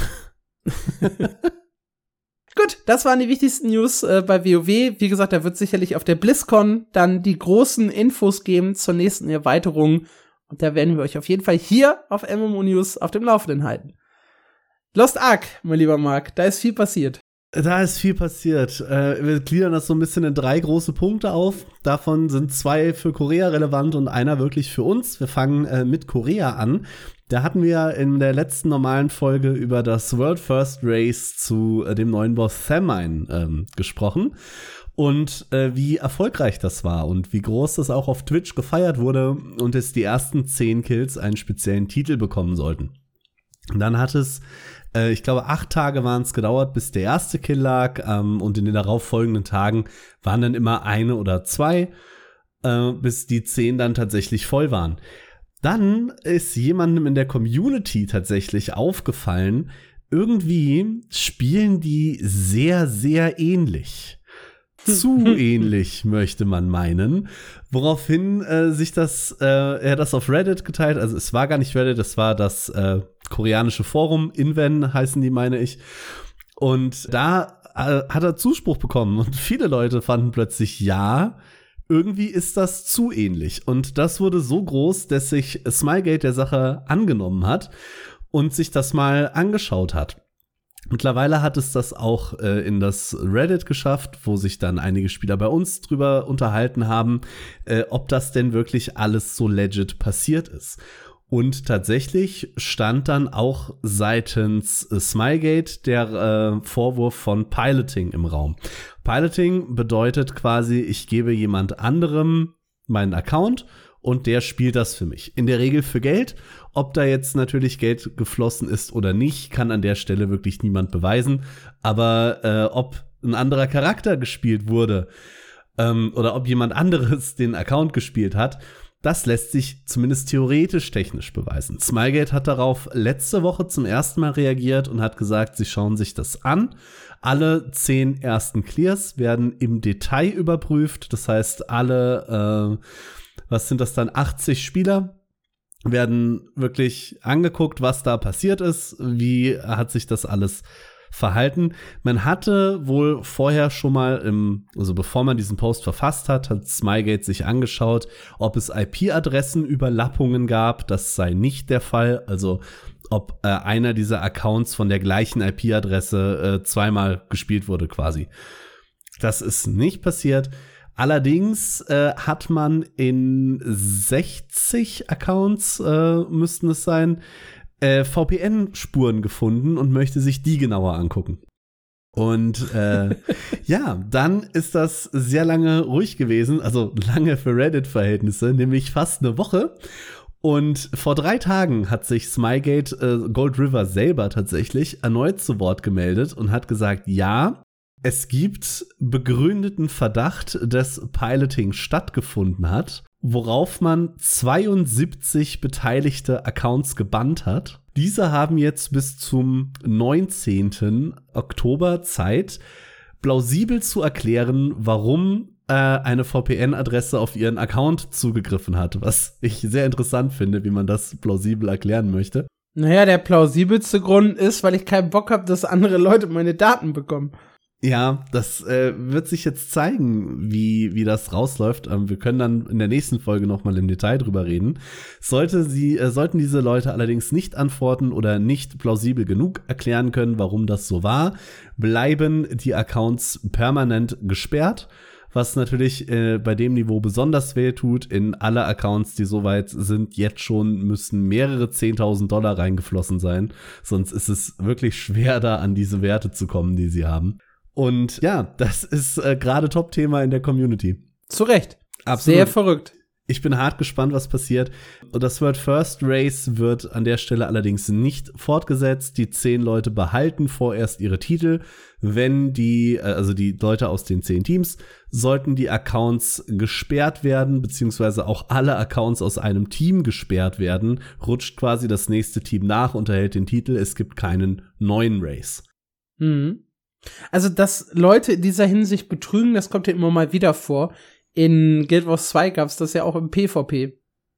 Gut, das waren die wichtigsten News äh, bei WoW. Wie gesagt, da wird sicherlich auf der BlizzCon dann die großen Infos geben zur nächsten Erweiterung. Und da werden wir euch auf jeden Fall hier auf M M O News auf dem Laufenden halten. Lost Ark, mein lieber Marc, da ist viel passiert. Da ist viel passiert. Äh, wir gliedern das so ein bisschen in drei große Punkte auf. Davon sind zwei für Korea relevant und einer wirklich für uns. Wir fangen äh, mit Korea an. Da hatten wir in der letzten normalen Folge über das World First Race zu äh, dem neuen Boss Thamine ähm, gesprochen. Und äh, wie erfolgreich das war und wie groß das auch auf Twitch gefeiert wurde und es die ersten zehn Kills einen speziellen Titel bekommen sollten. Dann hat es, äh, ich glaube, acht Tage waren es gedauert, bis der erste Kill lag. Ähm, und in den darauffolgenden Tagen waren dann immer eine oder zwei, äh, bis die zehn dann tatsächlich voll waren. Dann ist jemandem in der Community tatsächlich aufgefallen, irgendwie spielen die sehr, sehr ähnlich. Zu ähnlich, möchte man meinen. Woraufhin äh, sich das, äh, er das auf Reddit geteilt, also es war gar nicht Reddit, es war das äh, koreanische Forum, Inven heißen die, meine ich. Und da äh, hat er Zuspruch bekommen und viele Leute fanden plötzlich, ja, irgendwie ist das zu ähnlich. Und das wurde so groß, dass sich Smilegate der Sache angenommen hat und sich das mal angeschaut hat. Mittlerweile hat es das auch äh, in das Reddit geschafft, wo sich dann einige Spieler bei uns drüber unterhalten haben, äh, ob das denn wirklich alles so legit passiert ist. Und tatsächlich stand dann auch seitens äh, Smilegate der äh, Vorwurf von Piloting im Raum. Piloting bedeutet quasi, ich gebe jemand anderem meinen Account und der spielt das für mich. In der Regel für Geld. Ob da jetzt natürlich Geld geflossen ist oder nicht, kann an der Stelle wirklich niemand beweisen. Aber äh, ob ein anderer Charakter gespielt wurde ähm, oder ob jemand anderes den Account gespielt hat, das lässt sich zumindest theoretisch technisch beweisen. Smilegate hat darauf letzte Woche zum ersten Mal reagiert und hat gesagt, sie schauen sich das an. Alle zehn ersten Clears werden im Detail überprüft. Das heißt, alle äh, was sind das dann, achtzig Spieler werden wirklich angeguckt, was da passiert ist, wie hat sich das alles verhalten. Man hatte wohl vorher schon mal, im, also bevor man diesen Post verfasst hat, hat Smilegate sich angeschaut, ob es I P-Adressenüberlappungen gab. Das sei nicht der Fall, also ob äh, einer dieser Accounts von der gleichen I P-Adresse äh, zweimal gespielt wurde quasi. Das ist nicht passiert. Allerdings äh, hat man in sechzig Accounts, äh, müssten es sein, äh, V P N-Spuren gefunden und möchte sich die genauer angucken. Und äh, ja, dann ist das sehr lange ruhig gewesen, also lange für Reddit-Verhältnisse, nämlich fast eine Woche. Und vor drei Tagen hat sich Smilegate, äh, Gold River selber tatsächlich, erneut zu Wort gemeldet und hat gesagt, ja, es gibt begründeten Verdacht, dass Piloting stattgefunden hat, worauf man zweiundsiebzig beteiligte Accounts gebannt hat. Diese haben jetzt bis zum neunzehnten Oktober Zeit, plausibel zu erklären, warum äh, eine V P N-Adresse auf ihren Account zugegriffen hat, was ich sehr interessant finde, wie man das plausibel erklären möchte. Naja, der plausibelste Grund ist, weil ich keinen Bock habe, dass andere Leute meine Daten bekommen. Ja, das äh, wird sich jetzt zeigen, wie wie das rausläuft. Ähm, wir können dann in der nächsten Folge noch mal im Detail drüber reden. Sollte sie, äh, sollten diese Leute allerdings nicht antworten oder nicht plausibel genug erklären können, warum das so war, bleiben die Accounts permanent gesperrt, was natürlich äh, bei dem Niveau besonders weh tut. In alle Accounts, die soweit sind, jetzt schon müssen mehrere zehntausend Dollar reingeflossen sein. Sonst ist es wirklich schwer, da an diese Werte zu kommen, die sie haben. Und ja, das ist äh, gerade Top-Thema in der Community. Zu Recht. Absolut. Sehr verrückt. Ich bin hart gespannt, was passiert. Das World First Race wird an der Stelle allerdings nicht fortgesetzt. Die zehn Leute behalten vorerst ihre Titel. Wenn die, also die Leute aus den zehn Teams, sollten die Accounts gesperrt werden, beziehungsweise auch alle Accounts aus einem Team gesperrt werden, rutscht quasi das nächste Team nach und erhält den Titel. Es gibt keinen neuen Race. Mhm. Also, dass Leute in dieser Hinsicht betrügen, das kommt ja immer mal wieder vor. In Guild Wars zwei gab es das ja auch im PvP.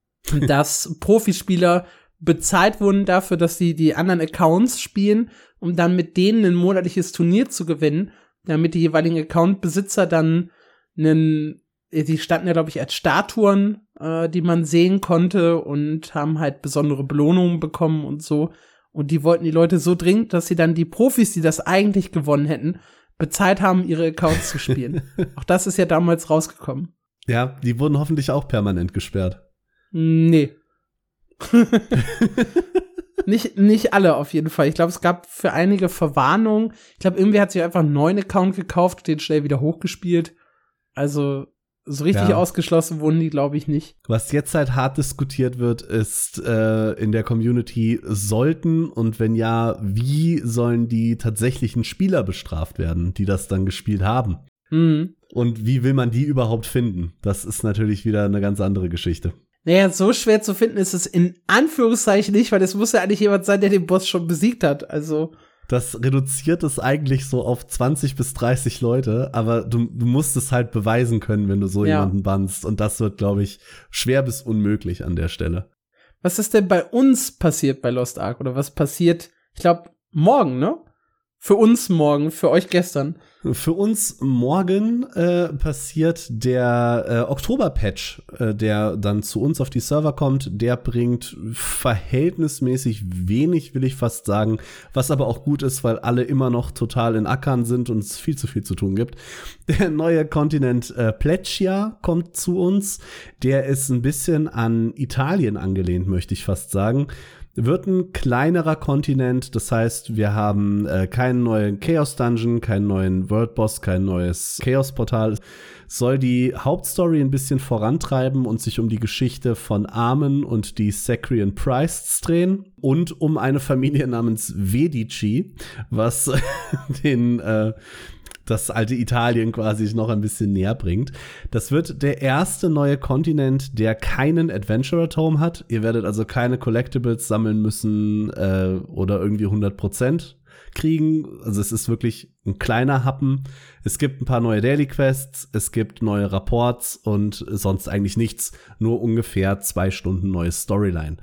Dass Profispieler bezahlt wurden dafür, dass sie die anderen Accounts spielen, um dann mit denen ein monatliches Turnier zu gewinnen, damit die jeweiligen Accountbesitzer dann einen, die standen ja, glaube ich, als Statuen, äh, die man sehen konnte und haben halt besondere Belohnungen bekommen und so. Und die wollten die Leute so dringend, dass sie dann die Profis, die das eigentlich gewonnen hätten, bezahlt haben, ihre Accounts zu spielen. Auch das ist ja damals rausgekommen. Ja, die wurden hoffentlich auch permanent gesperrt. Nee. nicht, nicht alle auf jeden Fall. Ich glaube, es gab für einige Verwarnungen. Ich glaube, irgendwie hat sich einfach einen neuen Account gekauft und den schnell wieder hochgespielt. Also, so richtig Ja. ausgeschlossen wurden die, glaube ich, nicht. Was jetzt halt hart diskutiert wird, ist äh, in der Community, sollten und wenn ja, wie sollen die tatsächlichen Spieler bestraft werden, die das dann gespielt haben? Mhm. Und wie will man die überhaupt finden? Das ist natürlich wieder eine ganz andere Geschichte. Naja, so schwer zu finden ist es in Anführungszeichen nicht, weil es muss ja eigentlich jemand sein, der den Boss schon besiegt hat. Also Das reduziert es eigentlich so auf zwanzig bis dreißig Leute, aber du, du musst es halt beweisen können, wenn du so Ja. jemanden bannst. Und das wird, glaube ich, schwer bis unmöglich an der Stelle. was ist denn bei uns passiert bei Lost Ark? Oder was passiert, ich glaube, morgen, ne? Für uns morgen, für euch gestern. Für uns morgen äh, passiert der äh, Oktober-Patch, äh, der dann zu uns auf die Server kommt. Der bringt verhältnismäßig wenig, will ich fast sagen, was aber auch gut ist, weil alle immer noch total in Ackern sind und es viel zu viel zu tun gibt. Der neue Kontinent äh, Plecia kommt zu uns. Der ist ein bisschen an Italien angelehnt, möchte ich fast sagen. Wird ein kleinerer Kontinent, das heißt, wir haben äh, keinen neuen Chaos-Dungeon, keinen neuen World-Boss, kein neues Chaos-Portal. Soll die Hauptstory ein bisschen vorantreiben und sich um die Geschichte von Armen und die Sacrian Priests drehen und um eine Familie namens Vedici, was den äh, das alte Italien quasi noch ein bisschen näher bringt. Das wird der erste neue Kontinent, der keinen Adventurer Tome hat. Ihr werdet also keine Collectibles sammeln müssen äh, oder irgendwie hundert Prozent kriegen. Also es ist wirklich ein kleiner Happen. Es gibt ein paar neue Daily Quests, es gibt neue Rapports und sonst eigentlich nichts. Nur ungefähr zwei Stunden neues Storyline.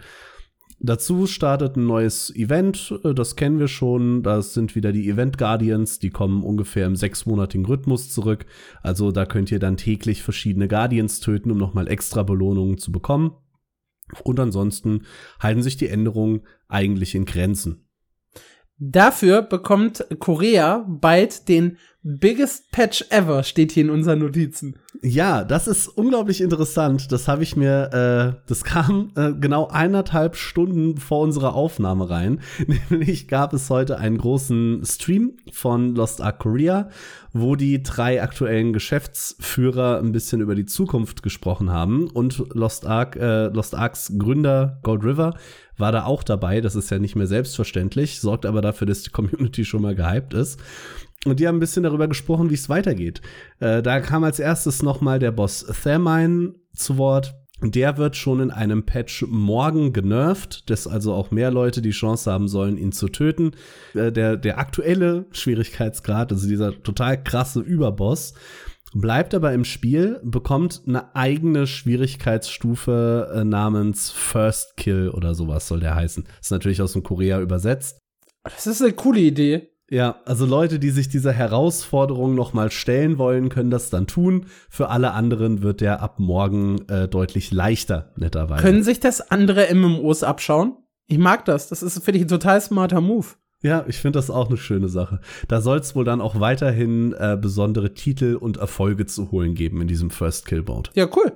Dazu startet ein neues Event, das kennen wir schon, das sind wieder die Event Guardians, die kommen ungefähr im sechsmonatigen Rhythmus zurück, also da könnt ihr dann täglich verschiedene Guardians töten, um nochmal extra Belohnungen zu bekommen und ansonsten halten sich die Änderungen eigentlich in Grenzen. Dafür bekommt Korea bald den biggest Patch ever, steht hier in unseren Notizen. Ja, das ist unglaublich interessant. Das habe ich mir, äh, das kam äh, genau eineinhalb Stunden vor unserer Aufnahme rein. Nämlich gab es heute einen großen Stream von Lost Ark Korea, wo die drei aktuellen Geschäftsführer ein bisschen über die Zukunft gesprochen haben. Und Lost Ark, äh, Lost Arks Gründer Gold River war da auch dabei. Das ist ja nicht mehr selbstverständlich, sorgt aber dafür, dass die Community schon mal gehypt ist. Und die haben ein bisschen darüber gesprochen, wie es weitergeht. Äh, da kam als erstes noch mal der Boss Thermine zu Wort. Der wird schon in einem Patch morgen genervt, dass also auch mehr Leute die Chance haben sollen, ihn zu töten. Äh, der, der aktuelle Schwierigkeitsgrad, also dieser total krasse Überboss, bleibt aber im Spiel, bekommt eine eigene Schwierigkeitsstufe äh, namens First Kill oder sowas soll der heißen. Ist natürlich aus dem Korea übersetzt. Das ist eine coole Idee. Ja, also Leute, die sich dieser Herausforderung noch mal stellen wollen, können das dann tun. Für alle anderen wird der ab morgen äh, deutlich leichter, netterweise. Können sich das andere M M Os abschauen? Ich mag das. Das ist, finde ich, ein total smarter Move. Ja, ich finde das auch eine schöne Sache. Da soll es wohl dann auch weiterhin äh, besondere Titel und Erfolge zu holen geben in diesem First Kill Mode. Ja, cool.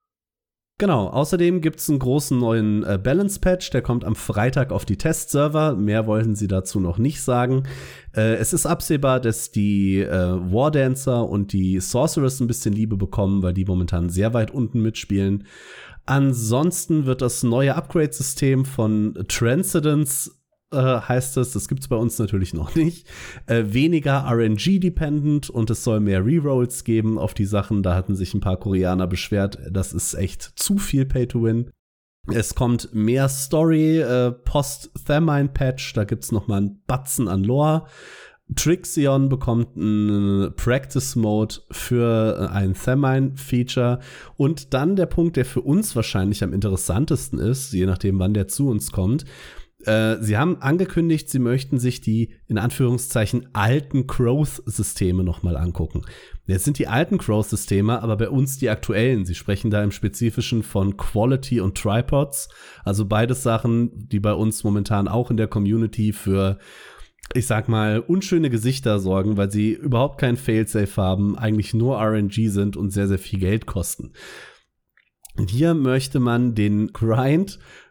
Genau, außerdem gibt's einen großen neuen äh, Balance-Patch, der kommt am Freitag auf die Testserver. Mehr wollten sie dazu noch nicht sagen. Äh, es ist absehbar, dass die äh, Wardancer und die Sorceress ein bisschen Liebe bekommen, weil die momentan sehr weit unten mitspielen. Ansonsten wird das neue Upgrade-System von Transcendence Äh, heißt es, das gibt's bei uns natürlich noch nicht, äh, weniger R N G-dependent und es soll mehr Rerolls geben auf die Sachen. Da hatten sich ein paar Koreaner beschwert, das ist echt zu viel Pay-to-Win. Es kommt mehr Story, äh, Post-Thermine-Patch, da gibt's noch mal einen Batzen an Lore. Trixion bekommt einen Practice-Mode für ein Thermine-Feature. Und dann der Punkt, der für uns wahrscheinlich am interessantesten ist, je nachdem, wann der zu uns kommt. Äh, sie haben angekündigt, sie möchten sich die, in Anführungszeichen, alten Growth-Systeme nochmal angucken. Jetzt sind die alten Growth-Systeme aber bei uns die aktuellen. Sie sprechen da im Spezifischen von Quality und Tripods. Also beides Sachen, die bei uns momentan auch in der Community für, ich sag mal, unschöne Gesichter sorgen, weil sie überhaupt kein Failsafe haben, eigentlich nur R N G sind und sehr, sehr viel Geld kosten. Und hier möchte man den Grind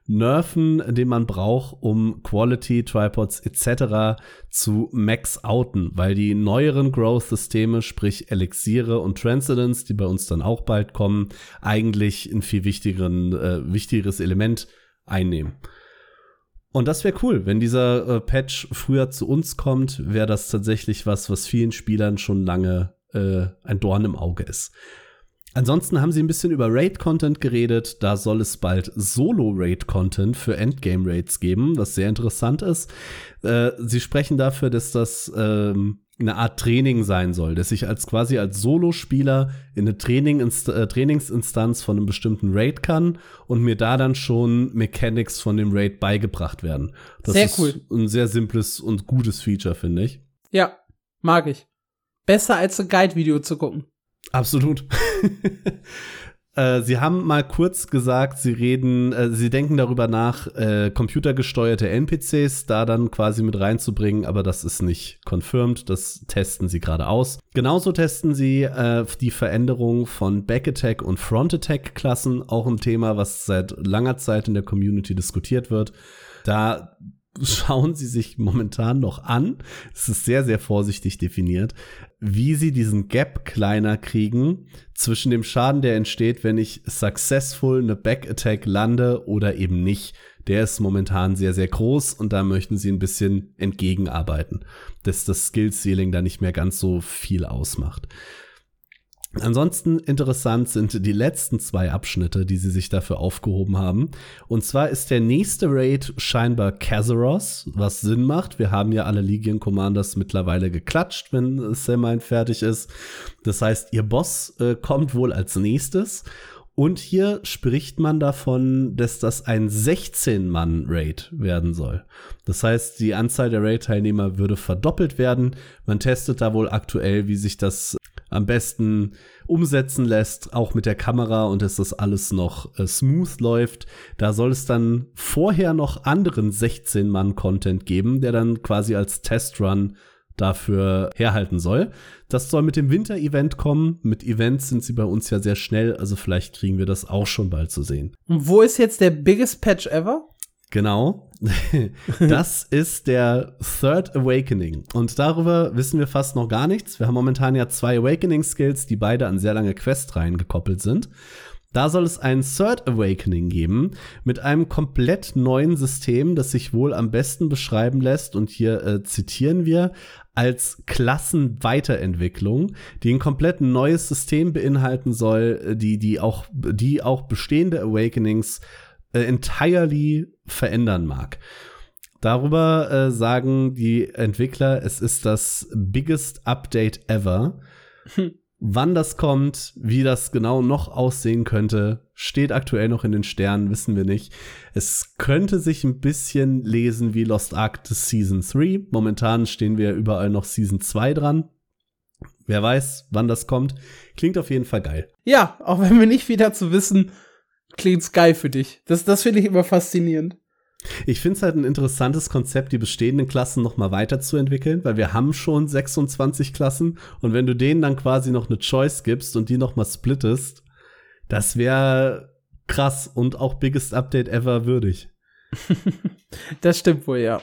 nerven, den man braucht, um Quality, Tripods et cetera zu max-outen, weil die neueren Growth-Systeme, sprich Elixiere und Transcendence, die bei uns dann auch bald kommen, eigentlich ein viel wichtigeren, äh, wichtigeres Element einnehmen. Und das wäre cool, wenn dieser äh, Patch früher zu uns kommt, wäre das tatsächlich was, was vielen Spielern schon lange äh, ein Dorn im Auge ist. Ansonsten haben sie ein bisschen über Raid-Content geredet. Da soll es bald Solo-Raid-Content für Endgame-Raids geben, was sehr interessant ist. Äh, sie sprechen dafür, dass das ähm, eine Art Training sein soll, dass ich als quasi als Solospieler in eine Training äh, Trainingsinstanz von einem bestimmten Raid kann und mir da dann schon Mechanics von dem Raid beigebracht werden. Das sehr ist cool. Ein sehr simples und gutes Feature, finde ich. Ja, mag ich. Besser als ein Guide-Video zu gucken. Absolut. äh, sie haben mal kurz gesagt, sie reden, äh, sie denken darüber nach, äh, computergesteuerte N P Cs da dann quasi mit reinzubringen, aber das ist nicht confirmed, das testen sie gerade aus. Genauso testen sie äh, die Veränderung von Back-Attack und Front-Attack-Klassen, auch ein Thema, was seit langer Zeit in der Community diskutiert wird. Da schauen sie sich momentan noch an, es ist sehr, sehr vorsichtig definiert, wie sie diesen Gap kleiner kriegen zwischen dem Schaden, der entsteht, wenn ich successful eine Back-Attack lande oder eben nicht. Der ist momentan sehr, sehr groß und da möchten sie ein bisschen entgegenarbeiten, dass das Skill-Ceiling da nicht mehr ganz so viel ausmacht. Ansonsten interessant sind die letzten zwei Abschnitte, die sie sich dafür aufgehoben haben. Und zwar ist der nächste Raid scheinbar Kazaros, was Sinn macht. Wir haben ja alle Legion Commanders mittlerweile geklatscht, wenn Samhain fertig ist. Das heißt, ihr Boss äh, kommt wohl als nächstes. Und hier spricht man davon, dass das ein sechzehn-Mann-Raid werden soll. Das heißt, die Anzahl der Raid-Teilnehmer würde verdoppelt werden. Man testet da wohl aktuell, wie sich das am besten umsetzen lässt, auch mit der Kamera und dass das alles noch äh, smooth läuft. Da soll es dann vorher noch anderen sechzehn-Mann-Content geben, der dann quasi als Testrun dafür herhalten soll. Das soll mit dem Winter-Event kommen. Mit Events sind sie bei uns ja sehr schnell, also vielleicht kriegen wir das auch schon bald zu sehen. Und wo ist jetzt der biggest Patch ever? Genau. Das ist der Third Awakening. Und darüber wissen wir fast noch gar nichts. Wir haben momentan ja zwei Awakening-Skills, die beide an sehr lange Questreihen gekoppelt sind. Da soll es ein Third Awakening geben mit einem komplett neuen System, das sich wohl am besten beschreiben lässt. Und hier äh, zitieren wir als Klassenweiterentwicklung, die ein komplett neues System beinhalten soll, die, die auch, die auch bestehende Awakenings äh, entirely verändern mag. Darüber äh, sagen die Entwickler, es ist das biggest update ever. Hm. Wann das kommt, wie das genau noch aussehen könnte, steht aktuell noch in den Sternen, wissen wir nicht. Es könnte sich ein bisschen lesen wie Lost Ark Season drei. Momentan stehen wir überall noch Season zwei dran. Wer weiß, wann das kommt. Klingt auf jeden Fall geil. Ja, auch wenn wir nicht viel dazu wissen, klingt's geil für dich. Das, das finde ich immer faszinierend. Ich finde es halt ein interessantes Konzept, die bestehenden Klassen noch mal weiterzuentwickeln, weil wir haben schon sechsundzwanzig Klassen und wenn du denen dann quasi noch eine Choice gibst und die noch mal splittest, das wäre krass und auch biggest update ever würdig. Das stimmt wohl, ja.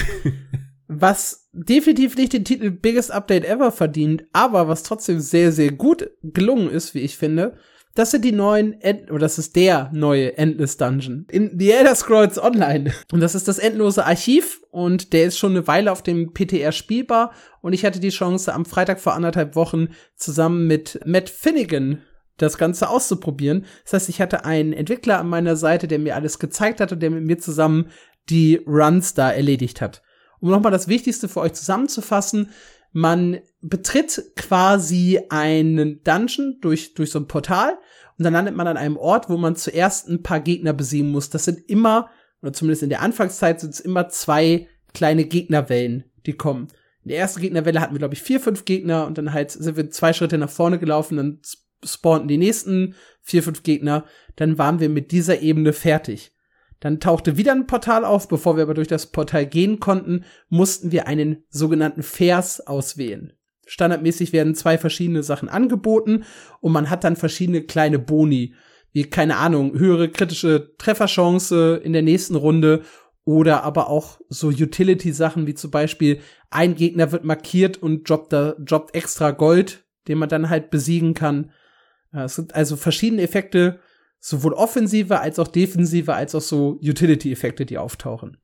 Was definitiv nicht den Titel biggest update ever verdient, aber was trotzdem sehr, sehr gut gelungen ist, wie ich finde, das sind die neuen, End- oder das ist der neue Endless Dungeon in The Elder Scrolls Online. Und das ist das endlose Archiv und der ist schon eine Weile auf dem P T R spielbar und ich hatte die Chance, am Freitag vor anderthalb Wochen zusammen mit Matt Finnegan das Ganze auszuprobieren. Das heißt, ich hatte einen Entwickler an meiner Seite, der mir alles gezeigt hat und der mit mir zusammen die Runs da erledigt hat. Um nochmal das Wichtigste für euch zusammenzufassen: Man betritt quasi einen Dungeon durch, durch so ein Portal und dann landet man an einem Ort, wo man zuerst ein paar Gegner besiegen muss. Das sind immer, oder zumindest in der Anfangszeit, sind es immer zwei kleine Gegnerwellen, die kommen. In der ersten Gegnerwelle hatten wir, glaube ich, vier, fünf Gegner und dann halt sind wir zwei Schritte nach vorne gelaufen, dann spawnten die nächsten vier, fünf Gegner. Dann waren wir mit dieser Ebene fertig. Dann tauchte wieder ein Portal auf. Bevor wir aber durch das Portal gehen konnten, mussten wir einen sogenannten Vers auswählen. Standardmäßig werden zwei verschiedene Sachen angeboten und man hat dann verschiedene kleine Boni. wie, keine Ahnung, höhere kritische Trefferchance in der nächsten Runde oder aber auch so Utility-Sachen wie zum Beispiel ein Gegner wird markiert und droppt, da, droppt extra Gold, den man dann halt besiegen kann. Es sind also verschiedene Effekte, sowohl offensive als auch defensive, als auch so Utility-Effekte, die auftauchen.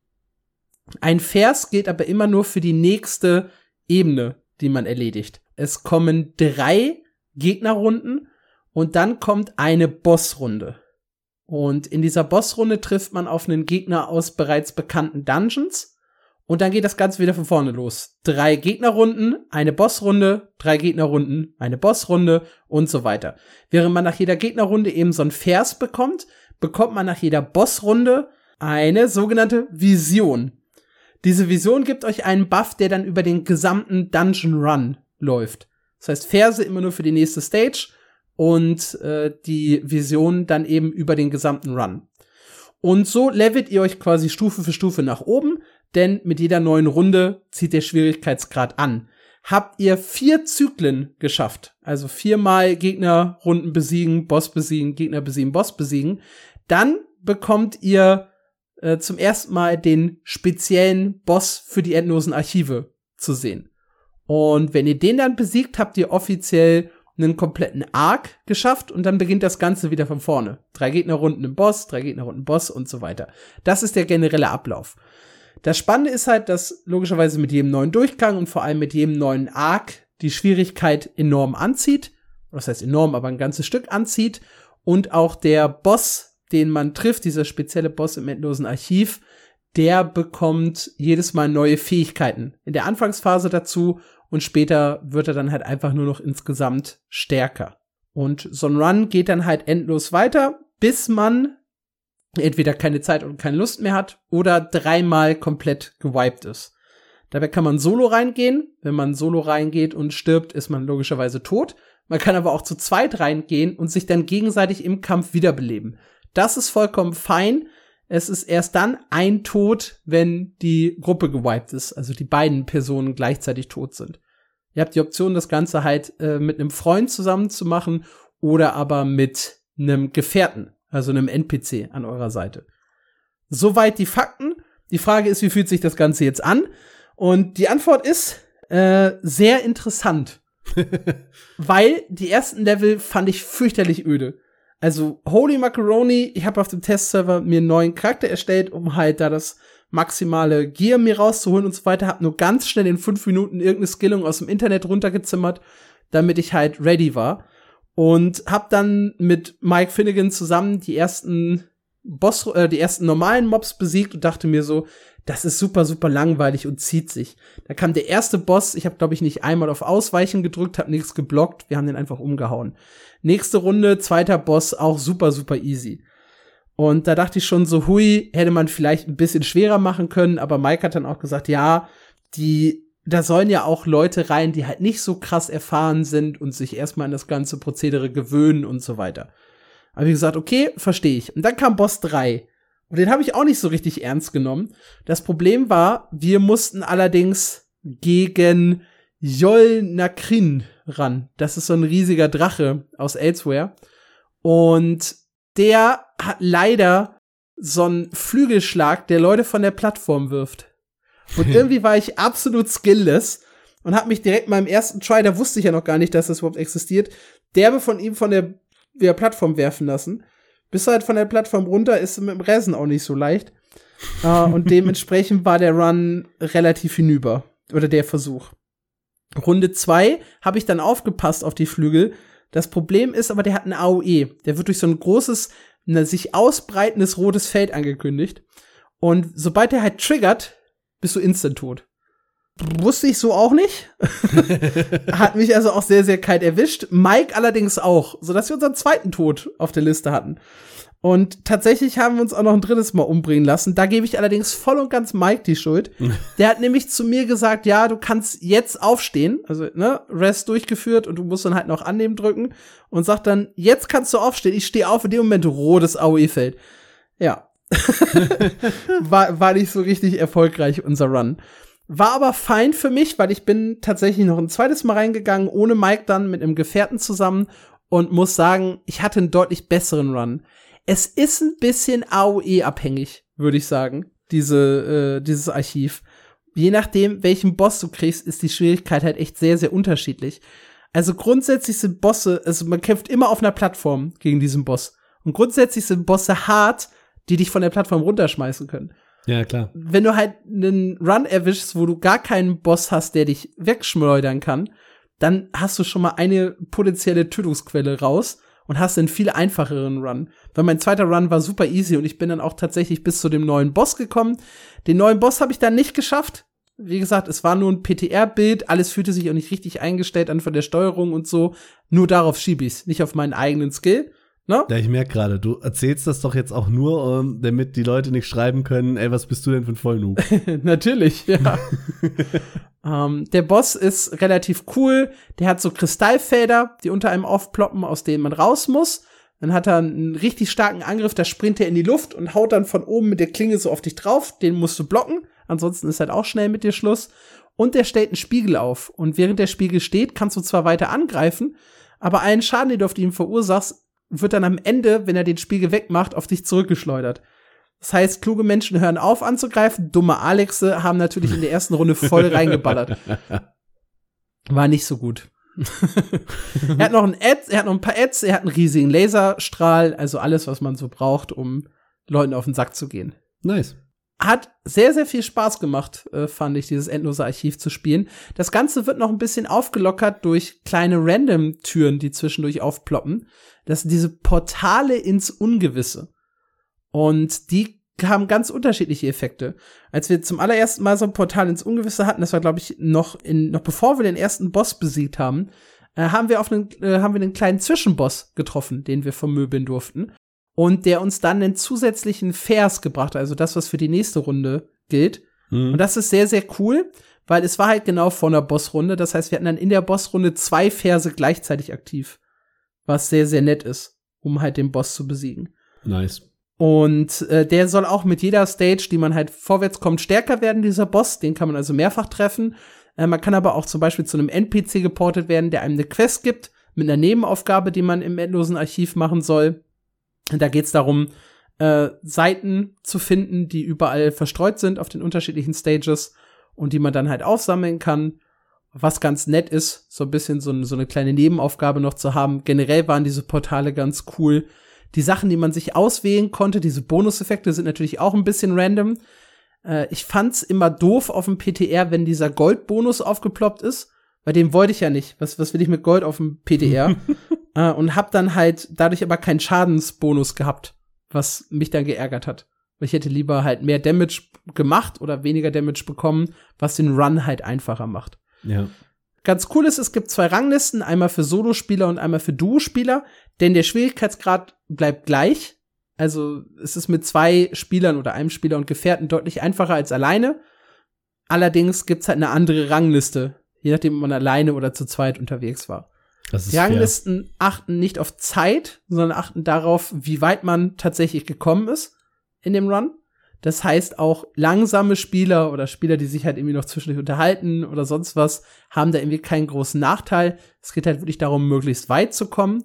Ein Vers gilt aber immer nur für die nächste Ebene, die man erledigt. Es kommen drei Gegnerrunden und dann kommt eine Bossrunde. Und in dieser Bossrunde trifft man auf einen Gegner aus bereits bekannten Dungeons und dann geht das Ganze wieder von vorne los. Drei Gegnerrunden, eine Bossrunde, drei Gegnerrunden, eine Bossrunde und so weiter. Während man nach jeder Gegnerrunde eben so ein Vers bekommt, bekommt man nach jeder Bossrunde eine sogenannte Vision. Diese Vision gibt euch einen Buff, der dann über den gesamten Dungeon Run läuft. Das heißt, Verse immer nur für die nächste Stage und äh, die Vision dann eben über den gesamten Run. Und so levelt ihr euch quasi Stufe für Stufe nach oben, denn mit jeder neuen Runde zieht der Schwierigkeitsgrad an. Habt ihr vier Zyklen geschafft, also viermal Gegnerrunden besiegen, Boss besiegen, Gegner besiegen, Boss besiegen, dann bekommt ihr äh, zum ersten Mal den speziellen Boss für die endlosen Archive zu sehen. Und wenn ihr den dann besiegt, habt ihr offiziell einen kompletten Arc geschafft und dann beginnt das Ganze wieder von vorne. Drei Gegnerrunden im Boss, drei Gegnerrunden Boss und so weiter. Das ist der generelle Ablauf. Das Spannende ist halt, dass logischerweise mit jedem neuen Durchgang und vor allem mit jedem neuen Arc die Schwierigkeit enorm anzieht. Das heißt enorm, aber ein ganzes Stück anzieht. Und auch der Boss, den man trifft, dieser spezielle Boss im endlosen Archiv, der bekommt jedes Mal neue Fähigkeiten in der Anfangsphase dazu und später wird er dann halt einfach nur noch insgesamt stärker. Und so ein Run geht dann halt endlos weiter, bis man entweder keine Zeit und keine Lust mehr hat oder dreimal komplett gewiped ist. Dabei kann man solo reingehen. Wenn man solo reingeht und stirbt, ist man logischerweise tot. Man kann aber auch zu zweit reingehen und sich dann gegenseitig im Kampf wiederbeleben. Das ist vollkommen fein. Es ist erst dann ein Tod, wenn die Gruppe gewiped ist, also die beiden Personen gleichzeitig tot sind. Ihr habt die Option, das Ganze halt äh, mit einem Freund zusammen zu machen oder aber mit einem Gefährten, also einem N P C an eurer Seite. Soweit die Fakten. Die Frage ist, wie fühlt sich das Ganze jetzt an? Und die Antwort ist äh, sehr interessant. Weil die ersten Level fand ich fürchterlich öde. Also, Holy Macaroni, ich habe auf dem Testserver mir einen neuen Charakter erstellt, um halt da das maximale Gear mir rauszuholen und so weiter. Hab nur ganz schnell in fünf Minuten irgendeine Skillung aus dem Internet runtergezimmert, damit ich halt ready war. Und hab dann mit Mike Finnegan zusammen die ersten Boss, äh, die ersten normalen Mobs besiegt und dachte mir so, das ist super, super langweilig und zieht sich. Da kam der erste Boss, ich habe glaube ich nicht einmal auf Ausweichen gedrückt, habe nichts geblockt, wir haben den einfach umgehauen. Nächste Runde, zweiter Boss, auch super, super easy. Und da dachte ich schon so, hui, hätte man vielleicht ein bisschen schwerer machen können, aber Mike hat dann auch gesagt, ja, die, da sollen ja auch Leute rein, die halt nicht so krass erfahren sind und sich erstmal an das ganze Prozedere gewöhnen und so weiter. Habe ich gesagt, okay, verstehe ich. Und dann kam Boss drei. Und den habe ich auch nicht so richtig ernst genommen. Das Problem war, wir mussten allerdings gegen Jol Nakrin ran. Das ist so ein riesiger Drache aus Elsewhere. Und der hat leider so einen Flügelschlag, der Leute von der Plattform wirft. Und irgendwie war ich absolut skillless und habe mich direkt mal im ersten Try, da wusste ich ja noch gar nicht, dass das überhaupt existiert, derbe von ihm von der, der Plattform werfen lassen. Bis halt von der Plattform runter ist mit dem Reisen auch nicht so leicht. uh, und dementsprechend war der Run relativ hinüber. Oder der Versuch. Runde zwei habe ich dann aufgepasst auf die Flügel. Das Problem ist aber, der hat ein A O E. Der wird durch so ein großes, ne, sich ausbreitendes rotes Feld angekündigt. Und sobald der halt triggert, bist du instant tot. Wusste ich so auch nicht. Hat mich also auch sehr, sehr kalt erwischt. Mike allerdings auch, sodass wir unseren zweiten Tod auf der Liste hatten. Und tatsächlich haben wir uns auch noch ein drittes Mal umbringen lassen. Da gebe ich allerdings voll und ganz Mike die Schuld. Der hat nämlich zu mir gesagt, ja, du kannst jetzt aufstehen. Also, ne, Rest durchgeführt und du musst dann halt noch annehmen drücken. Und sagt dann, jetzt kannst du aufstehen. Ich stehe auf, in dem Moment rotes A O E-Feld. Ja. war, war nicht so richtig erfolgreich, unser Run. War aber fein für mich, weil ich bin tatsächlich noch ein zweites Mal reingegangen, ohne Mike dann, mit einem Gefährten zusammen. und muss sagen, ich hatte einen deutlich besseren Run. Es ist ein bisschen A O E-abhängig, würde ich sagen, diese, äh, dieses Archiv. Je nachdem, welchen Boss du kriegst, ist die Schwierigkeit halt echt sehr, sehr unterschiedlich. Also grundsätzlich sind Bosse, also man kämpft immer auf einer Plattform gegen diesen Boss. Und grundsätzlich sind Bosse hart, die dich von der Plattform runterschmeißen können. Ja, klar. Wenn du halt einen Run erwischst, wo du gar keinen Boss hast, der dich wegschleudern kann, dann hast du schon mal eine potenzielle Tötungsquelle raus und hast einen viel einfacheren Run. Weil mein zweiter Run war super easy und ich bin dann auch tatsächlich bis zu dem neuen Boss gekommen. Den neuen Boss habe ich dann nicht geschafft. Wie gesagt, es war nur ein P T R-Bild, alles fühlte sich auch nicht richtig eingestellt an von der Steuerung und so. Nur darauf schieb ich's, nicht auf meinen eigenen Skill. Ne? Ja, ich merke gerade, du erzählst das doch jetzt auch nur, um, damit die Leute nicht schreiben können, ey, was bist du denn für ein Vollnoob? Natürlich, ja. ähm, der Boss ist relativ cool. Der hat so Kristallfelder, die unter einem aufploppen, aus denen man raus muss. Dann hat er einen richtig starken Angriff, da sprintet er in die Luft und haut dann von oben mit der Klinge so auf dich drauf. Den musst du blocken. Ansonsten ist halt auch schnell mit dir Schluss. Und der stellt einen Spiegel auf. Und während der Spiegel steht, kannst du zwar weiter angreifen, aber allen Schaden, den du auf ihm verursachst, wird dann am Ende, wenn er den Spiegel wegmacht, auf dich zurückgeschleudert. Das heißt, kluge Menschen hören auf anzugreifen. Dumme Alexe haben natürlich in der ersten Runde voll reingeballert. War nicht so gut. er hat noch ein Ad, er hat noch ein paar Ads, er hat einen riesigen Laserstrahl, also alles, was man so braucht, um Leuten auf den Sack zu gehen. Nice. Hat sehr, sehr viel Spaß gemacht, äh, fand ich, dieses endlose Archiv zu spielen. Das Ganze wird noch ein bisschen aufgelockert durch kleine Random-Türen, die zwischendurch aufploppen. Das sind diese Portale ins Ungewisse. Und die haben ganz unterschiedliche Effekte. Als wir zum allerersten Mal so ein Portal ins Ungewisse hatten, das war, glaube ich, noch in, noch bevor wir den ersten Boss besiegt haben, äh, haben wir auf einen, äh, haben wir einen kleinen Zwischenboss getroffen, den wir vermöbeln durften. Und der uns dann einen zusätzlichen Vers gebracht hat, also das, was für die nächste Runde gilt. Mhm. Und das ist sehr, sehr cool, weil es war halt genau vor einer Bossrunde. Das heißt, wir hatten dann in der Bossrunde zwei Verse gleichzeitig aktiv. Was sehr, sehr nett ist, um halt den Boss zu besiegen. Nice. Und äh, der soll auch mit jeder Stage, die man halt vorwärts kommt, stärker werden, dieser Boss. Den kann man also mehrfach treffen. Äh, man kann aber auch zum Beispiel zu einem N P C geportet werden, der einem eine Quest gibt, mit einer Nebenaufgabe, die man im endlosen Archiv machen soll. Da geht's darum, äh, Seiten zu finden, die überall verstreut sind auf den unterschiedlichen Stages und die man dann halt aufsammeln kann. Was ganz nett ist, so ein bisschen so, so eine kleine Nebenaufgabe noch zu haben. Generell waren diese Portale ganz cool. Die Sachen, die man sich auswählen konnte, diese Bonuseffekte sind natürlich auch ein bisschen random. Äh, ich fand's immer doof auf dem P T R, wenn dieser Goldbonus aufgeploppt ist. Bei dem wollte ich ja nicht. Was, was will ich mit Gold auf dem P T R? äh, und hab dann halt dadurch aber keinen Schadensbonus gehabt, was mich dann geärgert hat. Weil ich hätte lieber halt mehr Damage gemacht oder weniger Damage bekommen, was den Run halt einfacher macht. Ja. Ganz cool ist, es gibt zwei Ranglisten, einmal für Solospieler und einmal für Duo-Spieler, denn der Schwierigkeitsgrad bleibt gleich. Also es ist mit zwei Spielern oder einem Spieler und Gefährten deutlich einfacher als alleine. Allerdings gibt's halt eine andere Rangliste, je nachdem, ob man alleine oder zu zweit unterwegs war. Das ist Die Ranglisten fair. Achten nicht auf Zeit, sondern achten darauf, wie weit man tatsächlich gekommen ist in dem Run. Das heißt, auch langsame Spieler oder Spieler, die sich halt irgendwie noch zwischendurch unterhalten oder sonst was, haben da irgendwie keinen großen Nachteil. Es geht halt wirklich darum, möglichst weit zu kommen.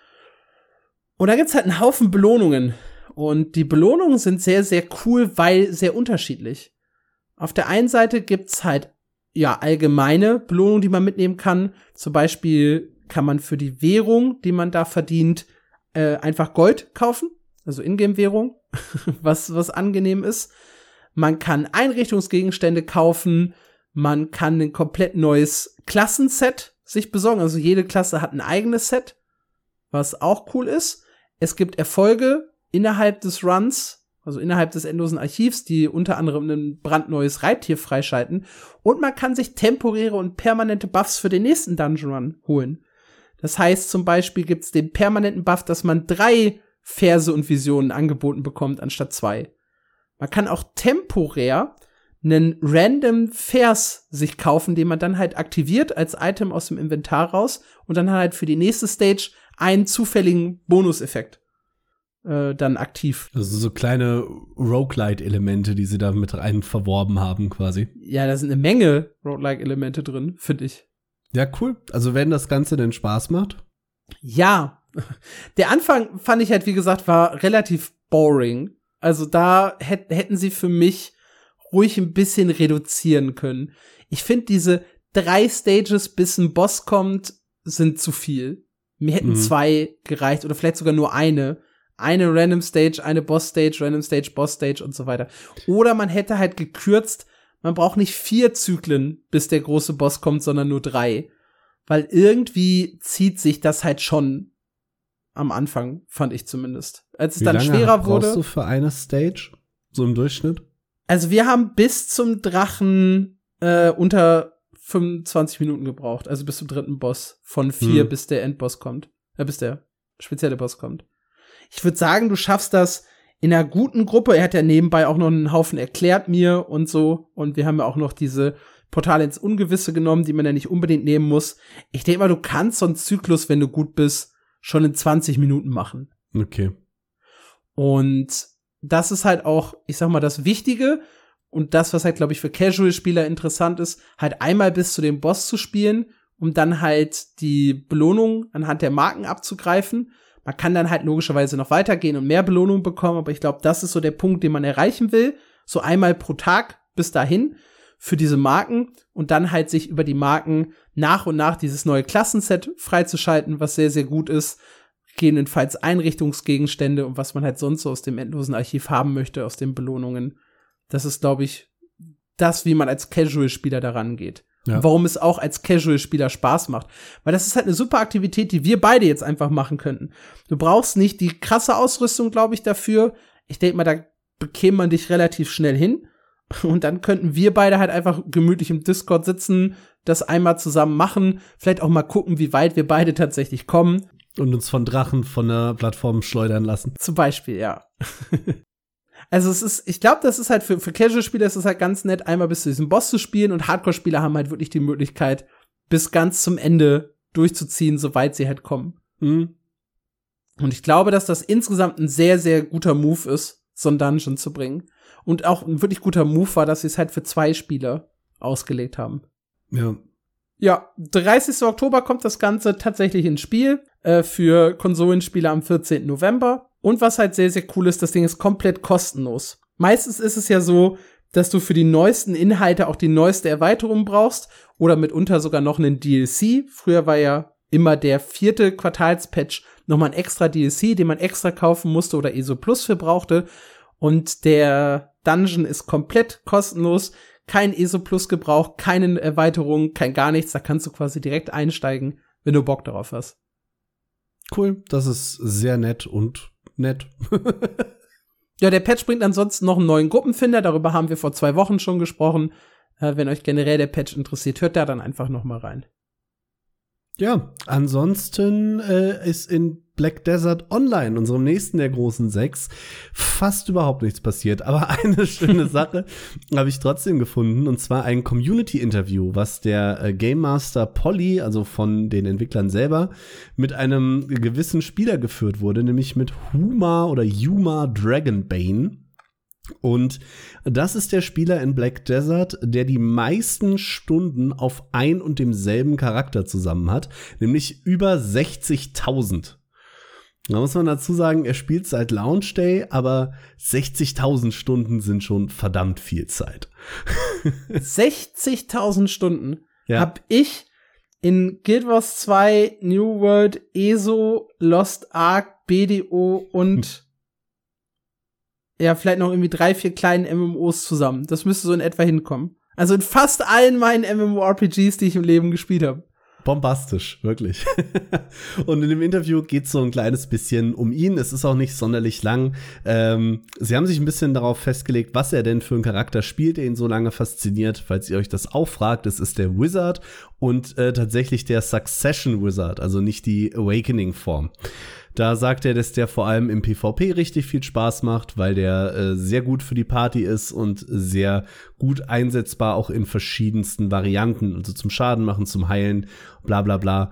Und da gibt's halt einen Haufen Belohnungen. Und die Belohnungen sind sehr, sehr cool, weil sehr unterschiedlich. Auf der einen Seite gibt's halt, ja, allgemeine Belohnungen, die man mitnehmen kann. Zum Beispiel kann man für die Währung, die man da verdient, äh, einfach Gold kaufen. Also Ingame-Währung, was, was angenehm ist. Man kann Einrichtungsgegenstände kaufen. Man kann ein komplett neues Klassenset sich besorgen. Also jede Klasse hat ein eigenes Set, was auch cool ist. Es gibt Erfolge innerhalb des Runs, also innerhalb des endlosen Archivs, die unter anderem ein brandneues Reittier freischalten. Und man kann sich temporäre und permanente Buffs für den nächsten Dungeon Run holen. Das heißt, zum Beispiel gibt es den permanenten Buff, dass man drei Verse und Visionen angeboten bekommt, anstatt zwei. Man kann auch temporär einen random Vers sich kaufen, den man dann halt aktiviert als Item aus dem Inventar raus und dann halt für die nächste Stage einen zufälligen Bonuseffekt äh, dann aktiv. Also so kleine Roguelite-Elemente, die sie da mit rein verworben haben quasi. Ja, da sind eine Menge Roguelike-Elemente drin, finde ich. Ja, cool. Also wenn das Ganze denn Spaß macht. Ja, der Anfang fand ich halt, wie gesagt, war relativ boring. Also da hätt, hätten sie für mich ruhig ein bisschen reduzieren können. Ich finde, diese drei Stages, bis ein Boss kommt, sind zu viel. Mir hätten mhm. zwei gereicht oder vielleicht sogar nur eine. Eine Random Stage, eine Boss Stage, Random Stage, Boss Stage und so weiter. Oder man hätte halt gekürzt, man braucht nicht vier Zyklen, bis der große Boss kommt, sondern nur drei. Weil irgendwie zieht sich das halt schon am Anfang, fand ich zumindest. Als es Wie dann lange schwerer wurde. brauchst du für eine Stage? So im Durchschnitt? Also wir haben bis zum Drachen äh, unter fünfundzwanzig Minuten gebraucht. Also bis zum dritten Boss. Von vier, hm. bis der Endboss kommt. Äh, bis der spezielle Boss kommt. Ich würde sagen, du schaffst das in einer guten Gruppe. Er hat ja nebenbei auch noch einen Haufen erklärt mir und so. Und wir haben ja auch noch diese Portale ins Ungewisse genommen, die man ja nicht unbedingt nehmen muss. Ich denke mal, du kannst so einen Zyklus, wenn du gut bist, schon in zwanzig Minuten machen. Okay. Und das ist halt auch, ich sag mal, das Wichtige und das, was halt, glaube ich, für Casual-Spieler interessant ist, halt einmal bis zu dem Boss zu spielen, um dann halt die Belohnung anhand der Marken abzugreifen. Man kann dann halt logischerweise noch weitergehen und mehr Belohnung bekommen, aber ich glaube, das ist so der Punkt, den man erreichen will. So einmal pro Tag bis dahin für diese Marken und dann halt sich über die Marken nach und nach dieses neue Klassenset freizuschalten, was sehr, sehr gut ist. Gegebenenfalls Einrichtungsgegenstände und was man halt sonst so aus dem endlosen Archiv haben möchte, aus den Belohnungen. Das ist, glaube ich, das, wie man als Casual-Spieler daran geht. Ja. Und warum es auch als Casual-Spieler Spaß macht. Weil das ist halt eine super Aktivität, die wir beide jetzt einfach machen könnten. Du brauchst nicht die krasse Ausrüstung, glaube ich, dafür. Ich denke mal, da bekäme man dich relativ schnell hin. Und dann könnten wir beide halt einfach gemütlich im Discord sitzen, das einmal zusammen machen, vielleicht auch mal gucken, wie weit wir beide tatsächlich kommen. Und uns von Drachen von der Plattform schleudern lassen. Zum Beispiel, ja. Also es ist, ich glaube, das ist halt für, für Casual-Spieler ist es halt ganz nett, einmal bis zu diesem Boss zu spielen und Hardcore-Spieler haben halt wirklich die Möglichkeit, bis ganz zum Ende durchzuziehen, soweit sie halt kommen. Mhm. Und ich glaube, dass das insgesamt ein sehr, sehr guter Move ist, so ein Dungeon zu bringen. Und auch ein wirklich guter Move war, dass sie es halt für zwei Spieler ausgelegt haben. Ja. Ja, dreißigsten Oktober kommt das Ganze tatsächlich ins Spiel, äh, für Konsolenspieler am vierzehnten November. Und was halt sehr, sehr cool ist, das Ding ist komplett kostenlos. Meistens ist es ja so, dass du für die neuesten Inhalte auch die neueste Erweiterung brauchst oder mitunter sogar noch einen D L C. Früher war ja immer der vierte Quartalspatch nochmal ein extra D L C, den man extra kaufen musste oder E S O Plus für brauchte. Und der Dungeon ist komplett kostenlos. Kein E S O Plus gebraucht, keine Erweiterung, kein gar nichts. Da kannst du quasi direkt einsteigen, wenn du Bock darauf hast. Cool, das ist sehr nett und nett. Ja, der Patch bringt ansonsten noch einen neuen Gruppenfinder. Darüber haben wir vor zwei Wochen schon gesprochen. Äh, wenn euch generell der Patch interessiert, hört da dann einfach noch mal rein. Ja, ansonsten äh, ist in Black Desert Online, unserem nächsten der großen sechs, fast überhaupt nichts passiert. Aber eine schöne Sache habe ich trotzdem gefunden, und zwar ein Community-Interview, was der äh, Game Master Polly, also von den Entwicklern selber, mit einem gewissen Spieler geführt wurde, nämlich mit Huma oder Yuma Dragonbane. Und das ist der Spieler in Black Desert, der die meisten Stunden auf ein und demselben Charakter zusammen hat, nämlich über sechzigtausend. Da muss man dazu sagen, er spielt seit Launch Day, aber sechzigtausend Stunden sind schon verdammt viel Zeit. sechzigtausend Stunden ja. Hab ich in Guild Wars zwei, New World, E S O, Lost Ark, B D O und hm. ja, vielleicht noch irgendwie drei, vier kleinen M M Os zusammen. Das müsste so in etwa hinkommen. Also in fast allen meinen MMORPGs, die ich im Leben gespielt habe. Bombastisch, wirklich. Und in dem Interview geht es so ein kleines bisschen um ihn. Es ist auch nicht sonderlich lang. Ähm, sie haben sich ein bisschen darauf festgelegt, was er denn für einen Charakter spielt, der ihn so lange fasziniert. Falls ihr euch das auch fragt, es ist der Wizard und äh, tatsächlich der Succession Wizard, also nicht die Awakening-Form. Da sagt er, dass der vor allem im PvP richtig viel Spaß macht, weil der äh, sehr gut für die Party ist und sehr gut einsetzbar auch in verschiedensten Varianten, also zum Schaden machen, zum Heilen, bla bla bla.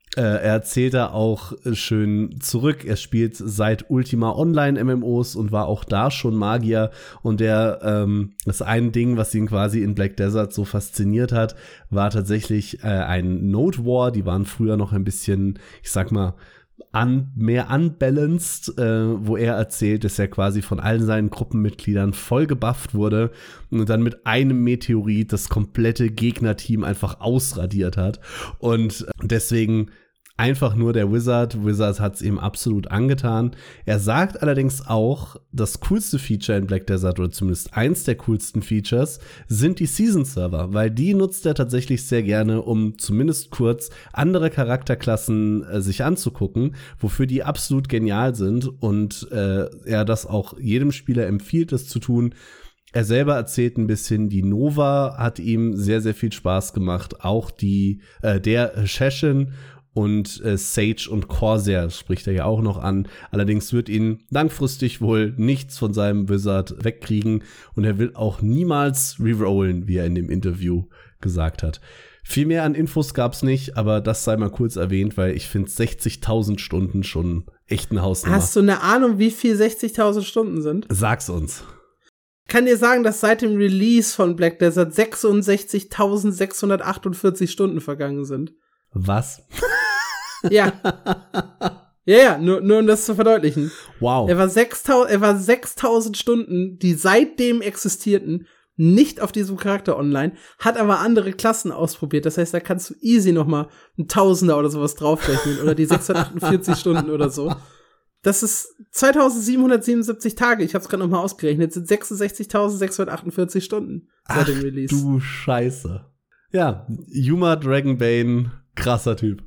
Äh, er erzählt da auch schön zurück. Er spielt seit Ultima Online M M Os und war auch da schon Magier. Und der, ähm, das ein Ding, was ihn quasi in Black Desert so fasziniert hat, war tatsächlich äh, ein Node War. Die waren früher noch ein bisschen, ich sag mal, Un, mehr unbalanced, äh, wo er erzählt, dass er quasi von allen seinen Gruppenmitgliedern voll gebufft wurde und dann mit einem Meteorit das komplette Gegnerteam einfach ausradiert hat. Und deswegen einfach nur der Wizard. Wizard hat es ihm absolut angetan. Er sagt allerdings auch, das coolste Feature in Black Desert, oder zumindest eins der coolsten Features, sind die Season-Server, weil die nutzt er tatsächlich sehr gerne, um zumindest kurz andere Charakterklassen äh, sich anzugucken, wofür die absolut genial sind und äh, er das auch jedem Spieler empfiehlt, das zu tun. Er selber erzählt ein bisschen, die Nova hat ihm sehr, sehr viel Spaß gemacht, auch die äh, der Shashin und äh, Sage und Corsair spricht er ja auch noch an. Allerdings wird ihn langfristig wohl nichts von seinem Wizard wegkriegen und er will auch niemals rerollen, wie er in dem Interview gesagt hat. Viel mehr an Infos gab's nicht, aber das sei mal kurz erwähnt, weil ich finde sechzigtausend Stunden schon echt eine Hausnummer. Hast du eine Ahnung, wie viel sechzigtausend Stunden sind? Sag's uns. Ich kann dir sagen, dass seit dem Release von Black Desert sechsundsechzigtausendsechshundertachtundvierzig Stunden vergangen sind. Was? Ja. Ja, ja, nur, nur um das zu verdeutlichen. Wow. Er war sechstausend, er war sechstausend Stunden, die seitdem existierten, nicht auf diesem Charakter online, hat aber andere Klassen ausprobiert. Das heißt, da kannst du easy noch mal ein Tausender oder sowas draufrechnen oder die sechshundertachtundvierzig Stunden oder so. Das ist zweitausendsiebenhundertsiebenundsiebzig Tage, ich hab's gerade noch mal ausgerechnet, sind sechsundsechzigtausendsechshundertachtundvierzig Stunden seit Ach, dem Release. Du Scheiße. Ja, Yuma Dragonbane, krasser Typ.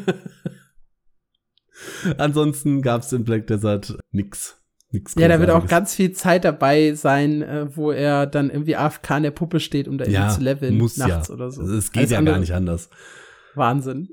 Ansonsten gab's in Black Desert nix. nix Ja, da wird auch ganz viel Zeit dabei sein, äh, wo er dann irgendwie A F K in der Puppe steht, um da irgendwie ja, zu leveln muss nachts ja. oder so. Es geht Alles ja andere. gar nicht anders. Wahnsinn.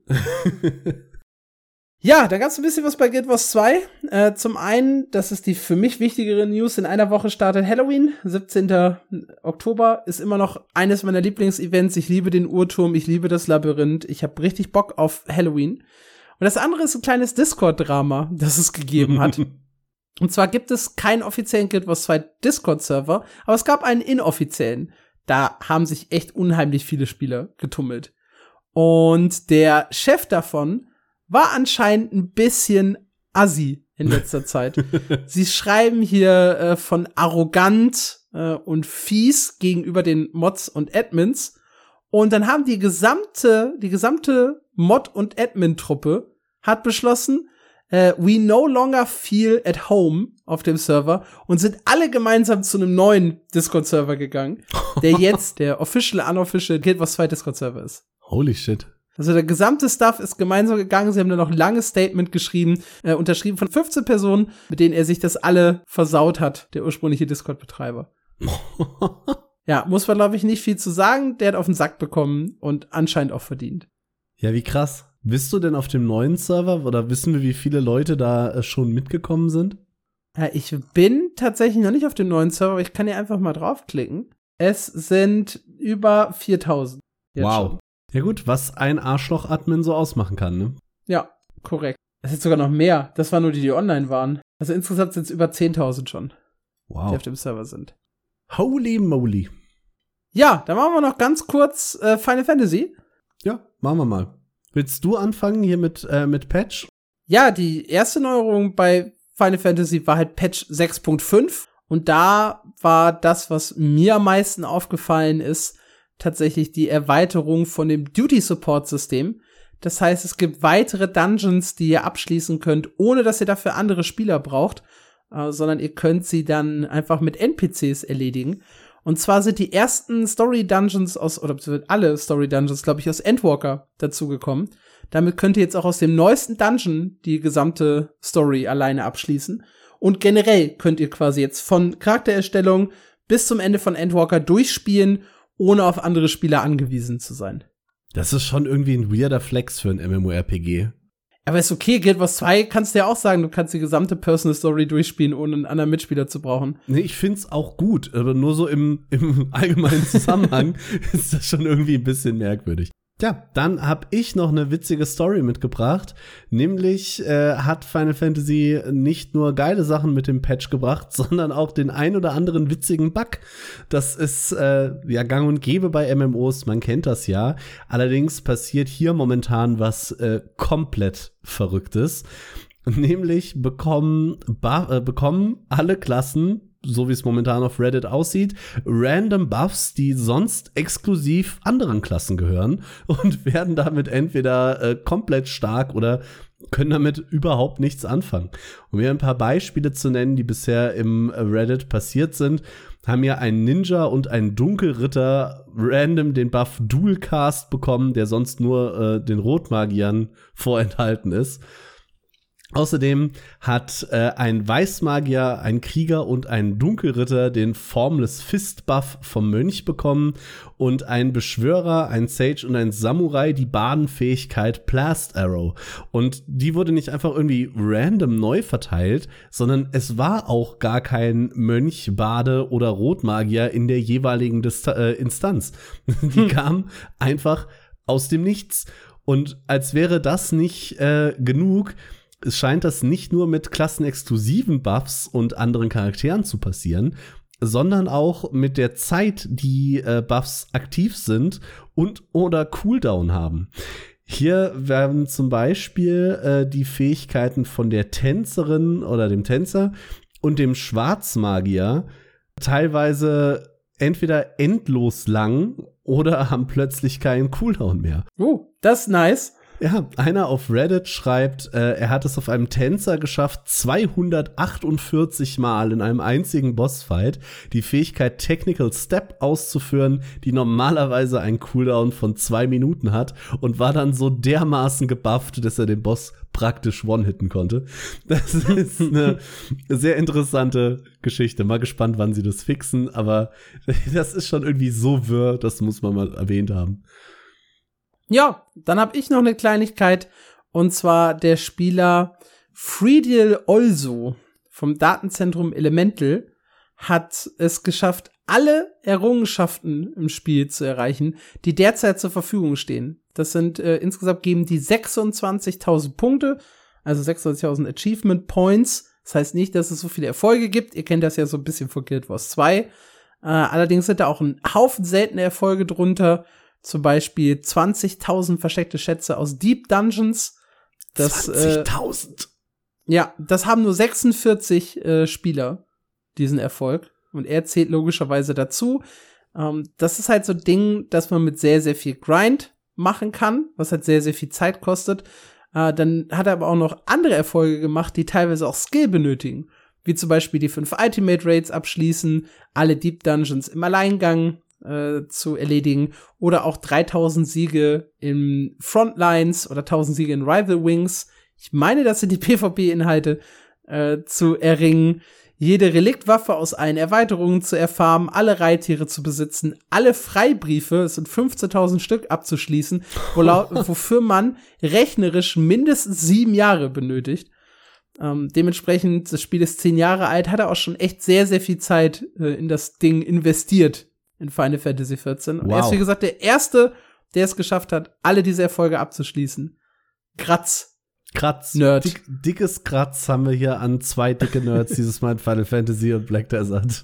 Ja, da gab's ein bisschen was bei Guild Wars zwei. Äh, zum einen, das ist die für mich wichtigere News, in einer Woche startet Halloween, siebzehnten Oktober, ist immer noch eines meiner Lieblingsevents. Ich liebe den Uhrturm, ich liebe das Labyrinth, ich habe richtig Bock auf Halloween. Und das andere ist ein kleines Discord-Drama, das es gegeben hat. Und zwar gibt es keinen offiziellen Guild Wars zwei Discord-Server, aber es gab einen inoffiziellen. Da haben sich echt unheimlich viele Spieler getummelt. Und der Chef davon war anscheinend ein bisschen assi in letzter Zeit. Sie schreiben hier äh, von arrogant äh, und fies gegenüber den Mods und Admins. Und dann haben die gesamte, die gesamte Mod- und Admin-Truppe hat beschlossen, äh, we no longer feel at home auf dem Server und sind alle gemeinsam zu einem neuen Discord-Server gegangen, der jetzt der official, unofficial Guild Wars zwei Discord-Server ist. Holy shit. Also der gesamte Staff ist gemeinsam gegangen. Sie haben dann noch ein langes Statement geschrieben, äh, unterschrieben von fünfzehn Personen, mit denen er sich das alle versaut hat, der ursprüngliche Discord-Betreiber. Ja, muss man, glaube ich, nicht viel zu sagen. Der hat auf den Sack bekommen und anscheinend auch verdient. Ja, wie krass. Bist du denn auf dem neuen Server oder wissen wir, wie viele Leute da äh, schon mitgekommen sind? Ja, ich bin tatsächlich noch nicht auf dem neuen Server, aber ich kann hier einfach mal draufklicken. Es sind über viertausend. Wow. Schon. Ja gut, was ein Arschloch-Admin so ausmachen kann, ne? Ja, korrekt. Es sind sogar noch mehr. Das waren nur die, die online waren. Also insgesamt sind es über zehntausend schon, Wow. die auf dem Server sind. Holy moly. Ja, dann machen wir noch ganz kurz äh, Final Fantasy. Ja, machen wir mal. Willst du anfangen hier mit, äh, mit Patch? Ja, die erste Neuerung bei Final Fantasy war halt Patch sechs Punkt fünf. Und da war das, was mir am meisten aufgefallen ist, tatsächlich die Erweiterung von dem Duty-Support-System. Das heißt, es gibt weitere Dungeons, die ihr abschließen könnt, ohne dass ihr dafür andere Spieler braucht, äh, sondern ihr könnt sie dann einfach mit N P Cs erledigen. Und zwar sind die ersten Story-Dungeons aus, oder alle Story-Dungeons, glaube ich, aus Endwalker dazugekommen. Damit könnt ihr jetzt auch aus dem neuesten Dungeon die gesamte Story alleine abschließen. Und generell könnt ihr quasi jetzt von Charaktererstellung bis zum Ende von Endwalker durchspielen, ohne auf andere Spieler angewiesen zu sein. Das ist schon irgendwie ein weirder Flex für ein MMORPG. Aber ist okay, Guild Wars zwei kannst du ja auch sagen, du kannst die gesamte Personal Story durchspielen, ohne einen anderen Mitspieler zu brauchen. Nee, ich find's auch gut, aber nur so im, im allgemeinen Zusammenhang ist das schon irgendwie ein bisschen merkwürdig. Ja, dann habe ich noch eine witzige Story mitgebracht, nämlich äh, hat Final Fantasy nicht nur geile Sachen mit dem Patch gebracht, sondern auch den ein oder anderen witzigen Bug. Das ist äh, ja gang und gäbe bei M M Os, man kennt das ja. Allerdings passiert hier momentan was äh, komplett Verrücktes. Nämlich bekommen, äh, bekommen alle Klassen, so wie es momentan auf Reddit aussieht, random Buffs, die sonst exklusiv anderen Klassen gehören und werden damit entweder äh, komplett stark oder können damit überhaupt nichts anfangen. Um hier ein paar Beispiele zu nennen, die bisher im Reddit passiert sind, haben ja ein Ninja und ein Dunkelritter random den Buff Dualcast bekommen, der sonst nur äh, den Rotmagiern vorenthalten ist. Außerdem hat äh, ein Weißmagier, ein Krieger und ein Dunkelritter den Formless Fist Buff vom Mönch bekommen und ein Beschwörer, ein Sage und ein Samurai die Badenfähigkeit Blast Arrow. Und die wurde nicht einfach irgendwie random neu verteilt, sondern es war auch gar kein Mönch, Bade oder Rotmagier in der jeweiligen Dista- äh, Instanz. Die kam einfach aus dem Nichts. Und als wäre das nicht äh, genug, es scheint das nicht nur mit klassenexklusiven Buffs und anderen Charakteren zu passieren, sondern auch mit der Zeit, die äh, Buffs aktiv sind und oder Cooldown haben. Hier werden zum Beispiel äh, die Fähigkeiten von der Tänzerin oder dem Tänzer und dem Schwarzmagier teilweise entweder endlos lang oder haben plötzlich keinen Cooldown mehr. Oh, das ist nice. Ja, einer auf Reddit schreibt, äh, er hat es auf einem Tänzer geschafft, zweihundertachtundvierzig Mal in einem einzigen Bossfight die Fähigkeit Technical Step auszuführen, die normalerweise einen Cooldown von zwei Minuten hat und war dann so dermaßen gebufft, dass er den Boss praktisch one-hitten konnte. Das ist eine sehr interessante Geschichte. Mal gespannt, wann sie das fixen, aber das ist schon irgendwie so wirr, das muss man mal erwähnt haben. Ja, dann habe ich noch eine Kleinigkeit, und zwar der Spieler Friedel Olso vom Datenzentrum Elemental hat es geschafft, alle Errungenschaften im Spiel zu erreichen, die derzeit zur Verfügung stehen. Das sind äh, insgesamt geben die sechsundzwanzigtausend Punkte, also sechsundzwanzigtausend Achievement Points. Das heißt nicht, dass es so viele Erfolge gibt. Ihr kennt das ja so ein bisschen von Guild Wars zwei. Äh, allerdings sind da auch ein Haufen seltene Erfolge drunter. Zum Beispiel zwanzigtausend versteckte Schätze aus Deep Dungeons. zwanzigtausend? Äh, ja, das haben nur sechsundvierzig äh, Spieler, diesen Erfolg. Und er zählt logischerweise dazu. Ähm, das ist halt so ein Ding, dass man mit sehr, sehr viel Grind machen kann, was halt sehr, sehr viel Zeit kostet. Äh, dann hat er aber auch noch andere Erfolge gemacht, die teilweise auch Skill benötigen. Wie zum Beispiel die fünf Ultimate Raids abschließen, alle Deep Dungeons im Alleingang Äh, zu erledigen oder auch dreitausend Siege in Frontlines oder tausend Siege in Rival Wings. Ich meine, das sind die PvP-Inhalte äh, zu erringen, jede Reliktwaffe aus allen Erweiterungen zu erfarmen, alle Reittiere zu besitzen, alle Freibriefe, es sind fünfzehntausend Stück, abzuschließen, wofür man rechnerisch mindestens sieben Jahre benötigt. Ähm, dementsprechend, das Spiel ist zehn Jahre alt, hat er auch schon echt sehr, sehr viel Zeit äh, in das Ding investiert. In Final Fantasy vierzehn. Und wow. Er ist, wie gesagt, der Erste, der es geschafft hat, alle diese Erfolge abzuschließen. Kratz. Kratz. Nerd. Dick, dickes Kratz haben wir hier an zwei dicke Nerds, dieses Mal in Final Fantasy und Black Desert.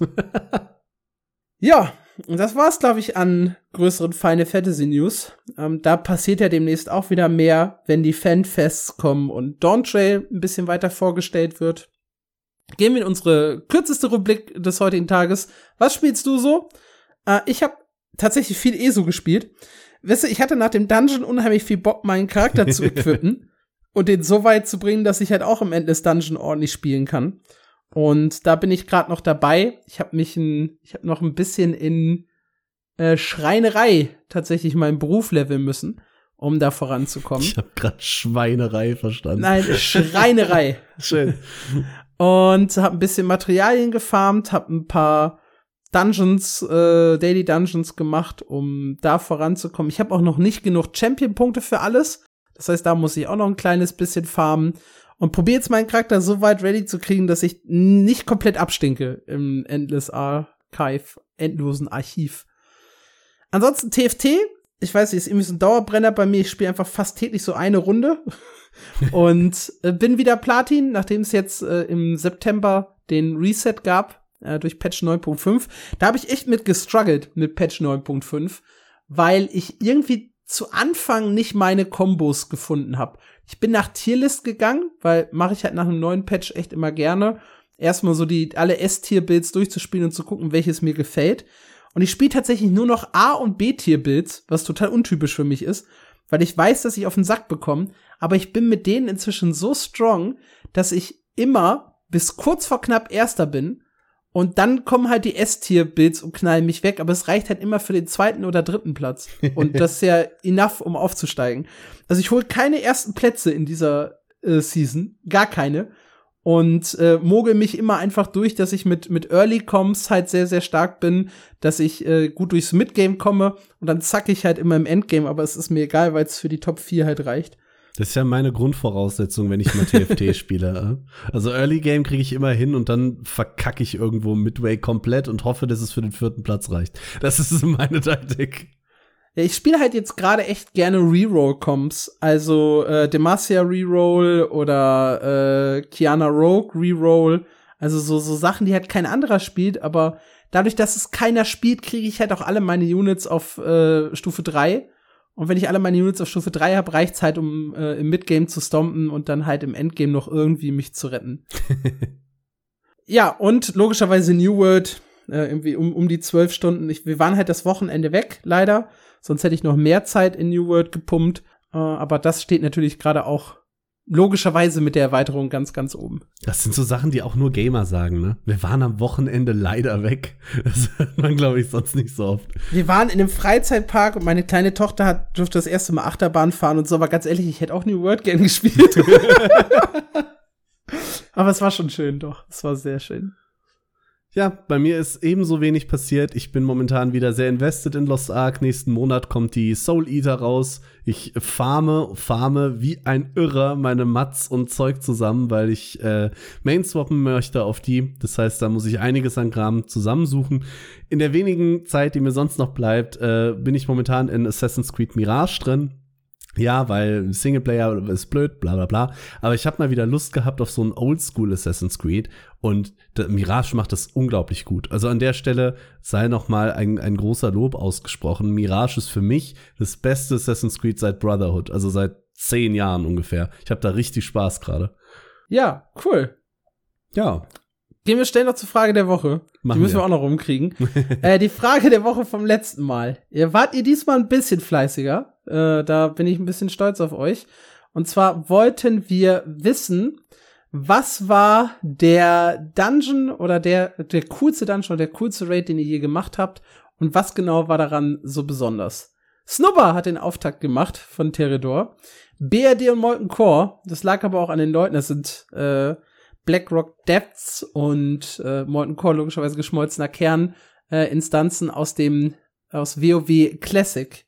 Ja, und das war's, glaube ich, an größeren Final Fantasy News. Ähm, da passiert ja demnächst auch wieder mehr, wenn die Fanfests kommen und Dawn Trail ein bisschen weiter vorgestellt wird. Gehen wir in unsere kürzeste Rubrik des heutigen Tages. Was spielst du so? Ich habe tatsächlich viel E S O gespielt. Weißt du, ich hatte nach dem Dungeon unheimlich viel Bock, meinen Charakter zu equippen und den so weit zu bringen, dass ich halt auch im Endless Dungeon ordentlich spielen kann. Und da bin ich gerade noch dabei. Ich habe mich ein, ich habe noch ein bisschen in äh, Schreinerei tatsächlich meinen Beruf leveln müssen, um da voranzukommen. Ich habe gerade Schweinerei verstanden. Nein, Schreinerei. Schön. Und habe ein bisschen Materialien gefarmt, habe ein paar Dungeons, äh, Daily Dungeons gemacht, um da voranzukommen. Ich habe auch noch nicht genug Champion-Punkte für alles. Das heißt, da muss ich auch noch ein kleines bisschen farmen. Und probiere jetzt meinen Charakter so weit ready zu kriegen, dass ich nicht komplett abstinke im Endless Archive, endlosen Archiv. Ansonsten T F T ich weiß nicht, ist irgendwie so ein Dauerbrenner bei mir. Ich spiele einfach fast täglich so eine Runde und äh, bin wieder Platin, nachdem es jetzt äh, im September den Reset gab äh, durch Patch neun Punkt fünf. Da habe ich echt mit gestruggelt mit Patch neun Punkt fünf, weil ich irgendwie zu Anfang nicht meine Kombos gefunden habe. Ich bin nach Tierlist gegangen, weil mache ich halt nach einem neuen Patch echt immer gerne. Erstmal so die alle S-Tier-Builds durchzuspielen und zu gucken, welches mir gefällt. Und ich spiele tatsächlich nur noch A- und B-Tier-Builds, was total untypisch für mich ist, weil ich weiß, dass ich auf den Sack bekomme. Aber ich bin mit denen inzwischen so strong, dass ich immer bis kurz vor knapp Erster bin. Und dann kommen halt die S-Tier-Builds und knallen mich weg. Aber es reicht halt immer für den zweiten oder dritten Platz. Und das ist ja enough, um aufzusteigen. Also ich hole keine ersten Plätze in dieser äh, Season. Gar keine. Und äh, mogel mich immer einfach durch, dass ich mit mit Early Coms halt sehr, sehr stark bin, dass ich äh, gut durchs Midgame komme und dann zack ich halt immer im Endgame, aber es ist mir egal, weil es für die Top vier halt reicht. Das ist ja meine Grundvoraussetzung, wenn ich mal T F T spiele. Also Early Game kriege ich immer hin und dann verkacke ich irgendwo Midway komplett und hoffe, dass es für den vierten Platz reicht. Das ist meine Taktik. Ja, ich spiele halt jetzt gerade echt gerne Reroll-Comps, also äh, Demacia Reroll oder äh, Kiana Rogue Reroll, also so so Sachen, die halt kein anderer spielt, aber dadurch, dass es keiner spielt, kriege ich halt auch alle meine Units auf äh, Stufe drei. Und wenn ich alle meine Units auf Stufe drei habe, reicht's halt, um äh, im Midgame zu stompen und dann halt im Endgame noch irgendwie mich zu retten. Ja, und logischerweise New World, äh, irgendwie um, um die zwölf Stunden. Ich, wir waren halt das Wochenende weg, leider. Sonst hätte ich noch mehr Zeit in New World gepumpt. Äh, aber das steht natürlich gerade auch logischerweise mit der Erweiterung ganz, ganz oben. Das sind so Sachen, die auch nur Gamer sagen, ne? Wir waren am Wochenende leider weg. Das hört man, glaube ich, sonst nicht so oft. Wir waren in einem Freizeitpark und meine kleine Tochter hat, durfte das erste Mal Achterbahn fahren und so. Aber ganz ehrlich, ich hätte auch New World gern gespielt. Aber es war schon schön, doch. Es war sehr schön. Ja, bei mir ist ebenso wenig passiert. Ich bin momentan wieder sehr invested in Lost Ark. Nächsten Monat kommt die Soul Eater raus. Ich farme, farme wie ein Irrer meine Mats und Zeug zusammen, weil ich äh, Main swappen möchte auf die. Das heißt, da muss ich einiges an Kram zusammensuchen. In der wenigen Zeit, die mir sonst noch bleibt, äh, bin ich momentan in Assassin's Creed Mirage drin. Ja, weil Singleplayer ist blöd, bla bla bla. Aber ich habe mal wieder Lust gehabt auf so ein Oldschool Assassin's Creed. Und der Mirage macht das unglaublich gut. Also an der Stelle sei noch mal ein, ein großer Lob ausgesprochen. Mirage ist für mich das beste Assassin's Creed seit Brotherhood. Also seit zehn Jahren ungefähr. Ich habe da richtig Spaß gerade. Ja, cool. Ja. Gehen wir schnell noch zur Frage der Woche. Machen die müssen wir wir auch noch rumkriegen. äh, die Frage der Woche vom letzten Mal. Ihr wart ihr diesmal ein bisschen fleißiger. Äh, da bin ich ein bisschen stolz auf euch. Und zwar wollten wir wissen, was war der Dungeon oder der, der coolste Dungeon oder der coolste Raid, den ihr je gemacht habt? Und was genau war daran so besonders? Snubber hat den Auftakt gemacht von Teredor. B R D und Molten Core, das lag aber auch an den Leuten, das sind äh, Blackrock Depths und äh, Molten Core, logischerweise geschmolzener Kern, äh, Instanzen aus dem, aus WoW Classic.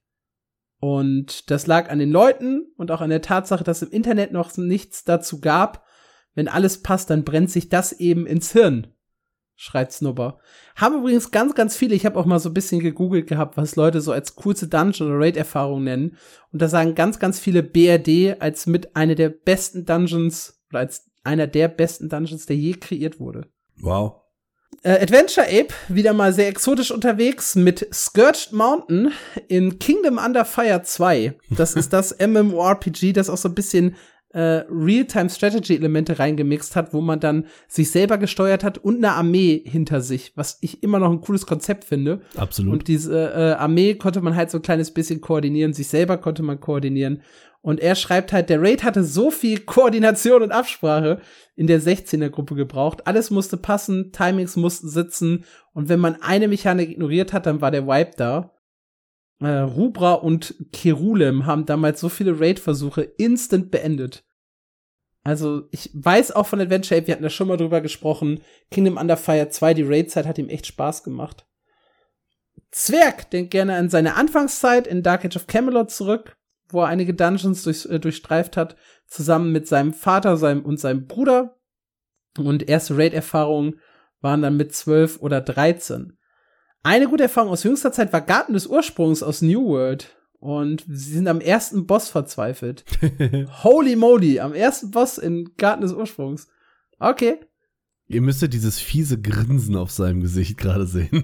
Und das lag an den Leuten und auch an der Tatsache, dass im Internet noch nichts dazu gab. Wenn alles passt, dann brennt sich das eben ins Hirn, schreit Snubber. Haben übrigens ganz, ganz viele, ich habe auch mal so ein bisschen gegoogelt gehabt, was Leute so als coolste Dungeon- oder Raid-Erfahrung nennen. Und da sagen ganz, ganz viele B R D als mit einer der besten Dungeons oder als einer der besten Dungeons, der je kreiert wurde. Wow. Äh, Adventure Ape, wieder mal sehr exotisch unterwegs mit Scourged Mountain in Kingdom Under Fire zwei. Das ist das MMORPG, das auch so ein bisschen äh, Real-Time-Strategy-Elemente reingemixt hat, wo man dann sich selber gesteuert hat und eine Armee hinter sich, was ich immer noch ein cooles Konzept finde. Absolut. Und diese äh, Armee konnte man halt so ein kleines bisschen koordinieren, sich selber konnte man koordinieren. Und er schreibt halt, der Raid hatte so viel Koordination und Absprache in der sechzehner-Gruppe gebraucht. Alles musste passen, Timings mussten sitzen. Und wenn man eine Mechanik ignoriert hat, dann war der Wipe da. Äh, Rubra und Kerulem haben damals so viele Raid-Versuche instant beendet. Also ich weiß auch von Adventure Ape, wir hatten da schon mal drüber gesprochen, Kingdom Under Fire zwei, die Raid-Zeit hat ihm echt Spaß gemacht. Zwerg denkt gerne an seine Anfangszeit in Dark Age of Camelot zurück, wo er einige Dungeons durch, äh, durchstreift hat, zusammen mit seinem Vater seinem, und seinem Bruder. Und erste Raid-Erfahrungen waren dann mit zwölf oder dreizehn. Eine gute Erfahrung aus jüngster Zeit war Garten des Ursprungs aus New World. Und sie sind am ersten Boss verzweifelt. Holy moly, am ersten Boss in Garten des Ursprungs. Okay. Ihr müsstet dieses fiese Grinsen auf seinem Gesicht gerade sehen.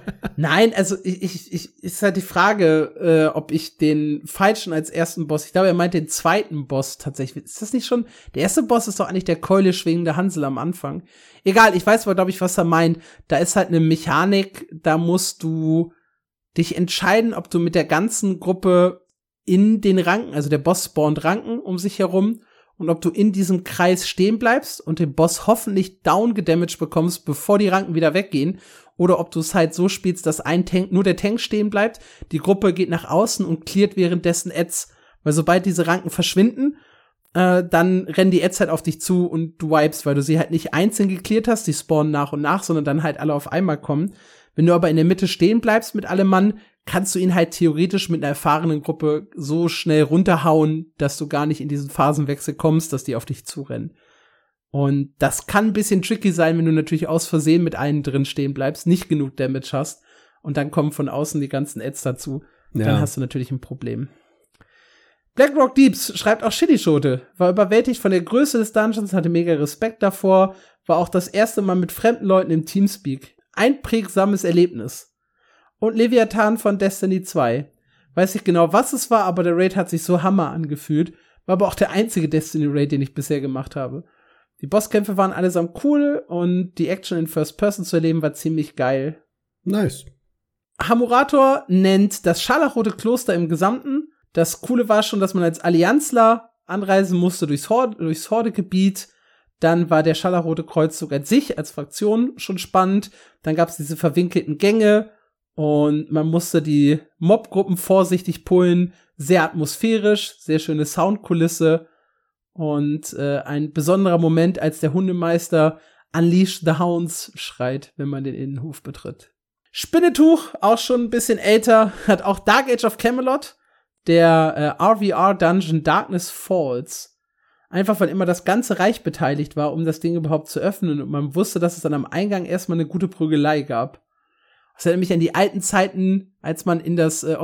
Nein, also ich, ich, ich, ist halt die Frage, äh, ob ich den falschen als ersten Boss, ich glaube, er meint den zweiten Boss tatsächlich. Ist das nicht schon, der erste Boss ist doch eigentlich der Keule schwingende Hansel am Anfang. Egal, ich weiß aber, glaube ich, was er meint. Da ist halt eine Mechanik, da musst du dich entscheiden, ob du mit der ganzen Gruppe in den Ranken, also der Boss spawnt Ranken um sich herum, und ob du in diesem Kreis stehen bleibst und den Boss hoffentlich down gedamaged bekommst, bevor die Ranken wieder weggehen, oder ob du es halt so spielst, dass ein Tank, nur der Tank stehen bleibt, die Gruppe geht nach außen und cleart währenddessen Ads, weil sobald diese Ranken verschwinden, äh, dann rennen die Ads halt auf dich zu und du wipest, weil du sie halt nicht einzeln gecleart hast, die spawnen nach und nach, sondern dann halt alle auf einmal kommen. Wenn du aber in der Mitte stehen bleibst mit allem Mann, kannst du ihn halt theoretisch mit einer erfahrenen Gruppe so schnell runterhauen, dass du gar nicht in diesen Phasenwechsel kommst, dass die auf dich zurennen. Und das kann ein bisschen tricky sein, wenn du natürlich aus Versehen mit einem drin stehen bleibst, nicht genug Damage hast und dann kommen von außen die ganzen Ads dazu. Ja. Dann hast du natürlich ein Problem. Blackrock Deeps schreibt auch Shitty-Schote, war überwältigt von der Größe des Dungeons, hatte mega Respekt davor, war auch das erste Mal mit fremden Leuten im Teamspeak. Ein prägsames Erlebnis. Und Leviathan von Destiny zwei. Weiß nicht genau, was es war, aber der Raid hat sich so Hammer angefühlt. War aber auch der einzige Destiny-Raid, den ich bisher gemacht habe. Die Bosskämpfe waren allesamt cool und die Action in First Person zu erleben war ziemlich geil. Nice. Hamurator nennt das Scharlachrote Kloster im Gesamten. Das Coole war schon, dass man als Allianzler anreisen musste durchs, Horde, durchs Horde-Gebiet. Dann war der Scharlachrote Kreuzzug an sich als Fraktion schon spannend. Dann gab es diese verwinkelten Gänge. Und man musste die Mobgruppen vorsichtig pullen, sehr atmosphärisch, sehr schöne Soundkulisse und äh, ein besonderer Moment, als der Hundemeister Unleash the Hounds schreit, wenn man den Innenhof betritt. Spinnetuch, auch schon ein bisschen älter, hat auch Dark Age of Camelot, der äh, R V R-Dungeon Darkness Falls. Einfach, weil immer das ganze Reich beteiligt war, um das Ding überhaupt zu öffnen und man wusste, dass es dann am Eingang erstmal eine gute Prügelei gab. Das erinnert mich an die alten Zeiten, als man in das äh,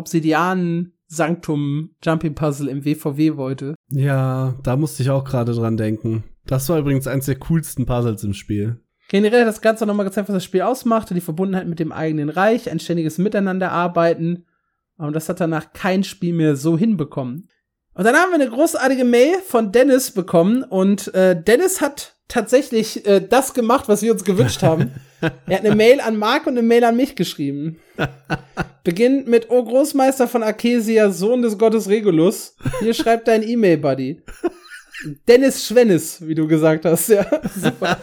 Obsidian-Sanktum-Jumping-Puzzle im W V W wollte. Ja, da musste ich auch gerade dran denken. Das war übrigens eins der coolsten Puzzles im Spiel. Generell hat das Ganze nochmal gezeigt, was das Spiel ausmachte, die Verbundenheit mit dem eigenen Reich, ein ständiges Miteinanderarbeiten. Und das hat danach kein Spiel mehr so hinbekommen. Und dann haben wir eine großartige Mail von Dennis bekommen. Und äh, Dennis hat tatsächlich äh, das gemacht, was wir uns gewünscht haben. Er hat eine Mail an Marc und eine Mail an mich geschrieben. Beginnt mit: O Großmeister von Arkesia, Sohn des Gottes Regulus. Hier schreibt dein E-Mail-Buddy. Dennis Schwennis, wie du gesagt hast. Ja, super.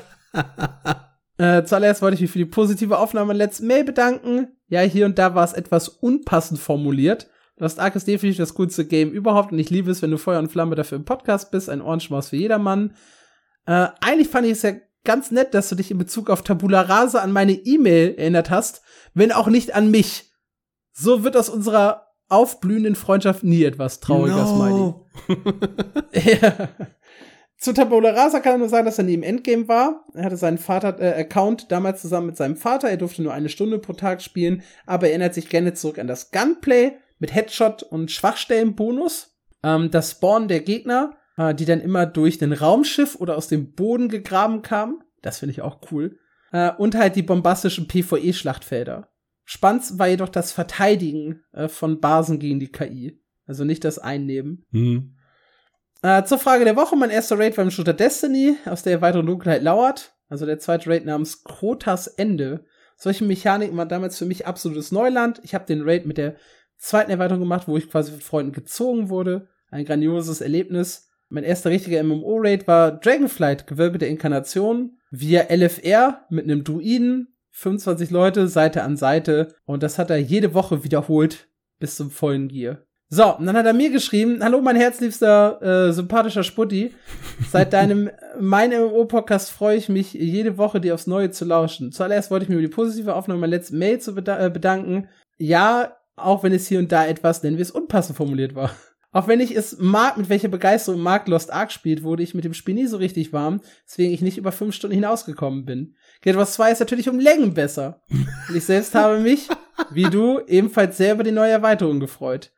äh, zuallererst wollte ich mich für die positive Aufnahme der letzten Mail bedanken. Ja, hier und da war es etwas unpassend formuliert. Lost Ark ist definitiv das coolste Game überhaupt und ich liebe es, wenn du Feuer und Flamme dafür im Podcast bist. Ein Ohrenschmaus für jedermann. Äh, eigentlich fand ich es ja ganz nett, dass du dich in Bezug auf Tabula Rasa an meine E-Mail erinnert hast, wenn auch nicht an mich. So wird aus unserer aufblühenden Freundschaft nie etwas trauriger, no. Smiley. Ja. Zu Tabula Rasa kann er nur sagen, dass er nie im Endgame war. Er hatte seinen Vater, äh, Account damals zusammen mit seinem Vater. Er durfte nur eine Stunde pro Tag spielen, aber er erinnert sich gerne zurück an das Gunplay mit Headshot und Schwachstellenbonus. Ähm, das Spawn der Gegner, äh, die dann immer durch ein Raumschiff oder aus dem Boden gegraben kamen. Das finde ich auch cool. Äh, und halt die bombastischen PvE-Schlachtfelder. Spannend war jedoch das Verteidigen äh, von Basen gegen die K I. Also nicht das Einnehmen. Mhm. Äh, zur Frage der Woche. Mein erster Raid war im Shooter Destiny, aus der weitere Dunkelheit lauert. Also der zweite Raid namens Krotas Ende. Solche Mechaniken waren damals für mich absolutes Neuland. Ich habe den Raid mit der zweiten Erweiterung gemacht, wo ich quasi mit Freunden gezogen wurde. Ein grandioses Erlebnis. Mein erster richtiger M M O-Raid war Dragonflight, Gewölbe der Inkarnation, via L F R mit einem Druiden, fünfundzwanzig Leute, Seite an Seite. Und das hat er jede Woche wiederholt bis zum vollen Gear. So, und dann hat er mir geschrieben: Hallo, mein herzliebster, äh, sympathischer Sputti. Seit deinem Mein M M O-Podcast freue ich mich, jede Woche dir aufs Neue zu lauschen. Zuallererst wollte ich mir über die positive Aufnahme meiner letzten Mail zu beda- äh, bedanken. Ja, auch wenn es hier und da etwas, nennen wir es, unpassend formuliert war. Auch wenn ich es mag, mit welcher Begeisterung Marc Lost Ark spielt, wurde ich mit dem Spiel nie so richtig warm, weswegen ich nicht über fünf Stunden hinausgekommen bin. Guild Wars zwei ist natürlich um Längen besser. Und ich selbst habe mich, wie du, ebenfalls sehr über die neue Erweiterung gefreut.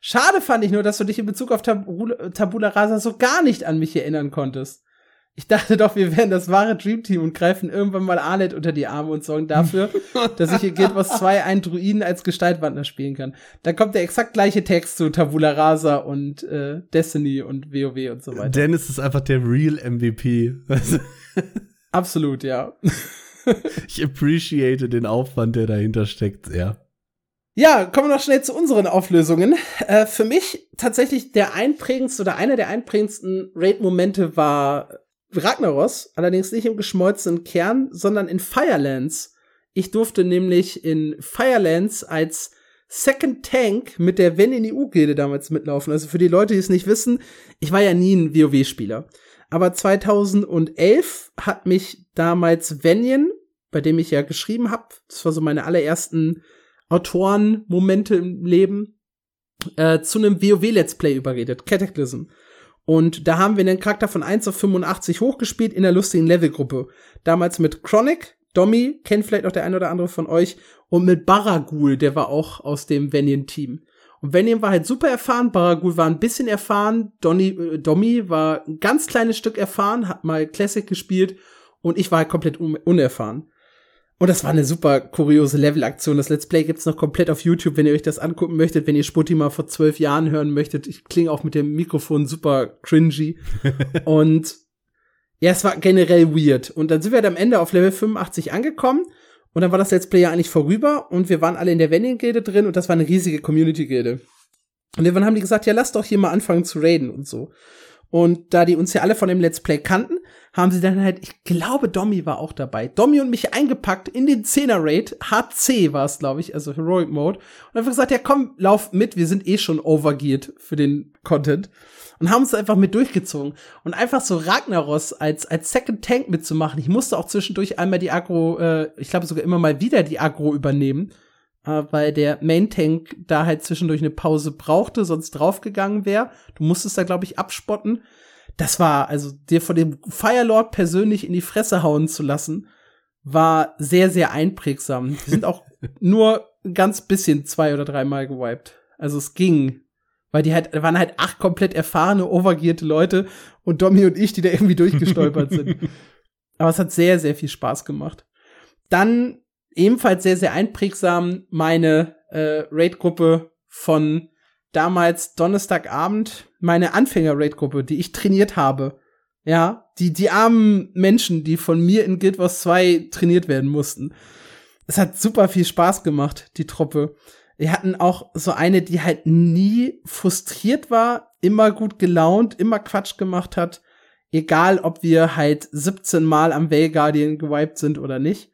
Schade fand ich nur, dass du dich in Bezug auf Tabula, Tabula Rasa so gar nicht an mich erinnern konntest. Ich dachte doch, wir wären das wahre Dreamteam und greifen irgendwann mal Arlet unter die Arme und sorgen dafür, dass ich in Guild Wars zwei einen Druiden als Gestaltwandler spielen kann. Da kommt der exakt gleiche Text zu Tabula Rasa und äh, Destiny und WoW und so weiter. Dennis ist einfach der Real M V P. Absolut, ja. Ich appreciate den Aufwand, der dahinter steckt, sehr. Ja, kommen wir noch schnell zu unseren Auflösungen. Äh, für mich tatsächlich der einprägendste oder einer der einprägendsten Raid-Momente war Ragnaros, allerdings nicht im geschmolzenen Kern, sondern in Firelands. Ich durfte nämlich in Firelands als Second Tank mit der Wen in E U-Gilde damals mitlaufen. Also für die Leute, die es nicht wissen, ich war ja nie ein WoW-Spieler. Aber zweitausendelf hat mich damals Venjen, bei dem ich ja geschrieben habe, das war so meine allerersten Autorenmomente im Leben, äh, zu einem WoW-Let's Play überredet, Cataclysm. Und da haben wir einen Charakter von eins auf fünfundachtzig hochgespielt in der lustigen Levelgruppe. Damals mit Chronic, Domi, kennt vielleicht auch der ein oder andere von euch, und mit Baragul, der war auch aus dem Venjen-Team. Und Venjen war halt super erfahren, Baragul war ein bisschen erfahren, Donny, äh, Domi war ein ganz kleines Stück erfahren, hat mal Classic gespielt und ich war halt komplett un- unerfahren. Und das war eine super kuriose Levelaktion. Das Let's Play gibt's noch komplett auf YouTube, wenn ihr euch das angucken möchtet, wenn ihr Sputti mal vor zwölf Jahren hören möchtet. Ich klinge auch mit dem Mikrofon super cringy. Und ja, es war generell weird. Und dann sind wir halt am Ende auf Level fünfundachtzig angekommen. Und dann war das Let's Play ja eigentlich vorüber. Und wir waren alle in der Venjen-Gilde drin. Und das war eine riesige Community-Gilde. Und irgendwann haben die gesagt, ja, lass doch hier mal anfangen zu raiden und so. Und da die uns ja alle von dem Let's Play kannten, haben sie dann halt, ich glaube, Domi war auch dabei, Domi und mich eingepackt in den Zehner-Raid, H C war es, glaube ich, also Heroic Mode, und einfach gesagt, ja komm, lauf mit, wir sind eh schon overgeared für den Content. Und haben uns einfach mit durchgezogen. Und einfach so Ragnaros als, als Second Tank mitzumachen. Ich musste auch zwischendurch einmal die Aggro, äh, ich glaube sogar immer mal wieder die Aggro übernehmen, äh, weil der Main Tank da halt zwischendurch eine Pause brauchte, sonst draufgegangen wäre. Du musstest da, glaube ich, abspotten. Das war, also dir von dem Firelord persönlich in die Fresse hauen zu lassen, war sehr, sehr einprägsam. Wir sind auch nur ein ganz bisschen zwei oder dreimal gewiped. Also es ging. Weil die halt, waren halt acht komplett erfahrene, overgeared Leute und Domi und ich, die da irgendwie durchgestolpert sind. Aber es hat sehr, sehr viel Spaß gemacht. Dann ebenfalls sehr, sehr einprägsam meine äh, Raid-Gruppe von damals Donnerstagabend, meine Anfänger-Raid-Gruppe, die ich trainiert habe. Ja, die, die armen Menschen, die von mir in Guild Wars zwei trainiert werden mussten. Es hat super viel Spaß gemacht, die Truppe. Wir hatten auch so eine, die halt nie frustriert war, immer gut gelaunt, immer Quatsch gemacht hat, egal ob wir halt siebzehn Mal am Veil Guardian gewiped sind oder nicht.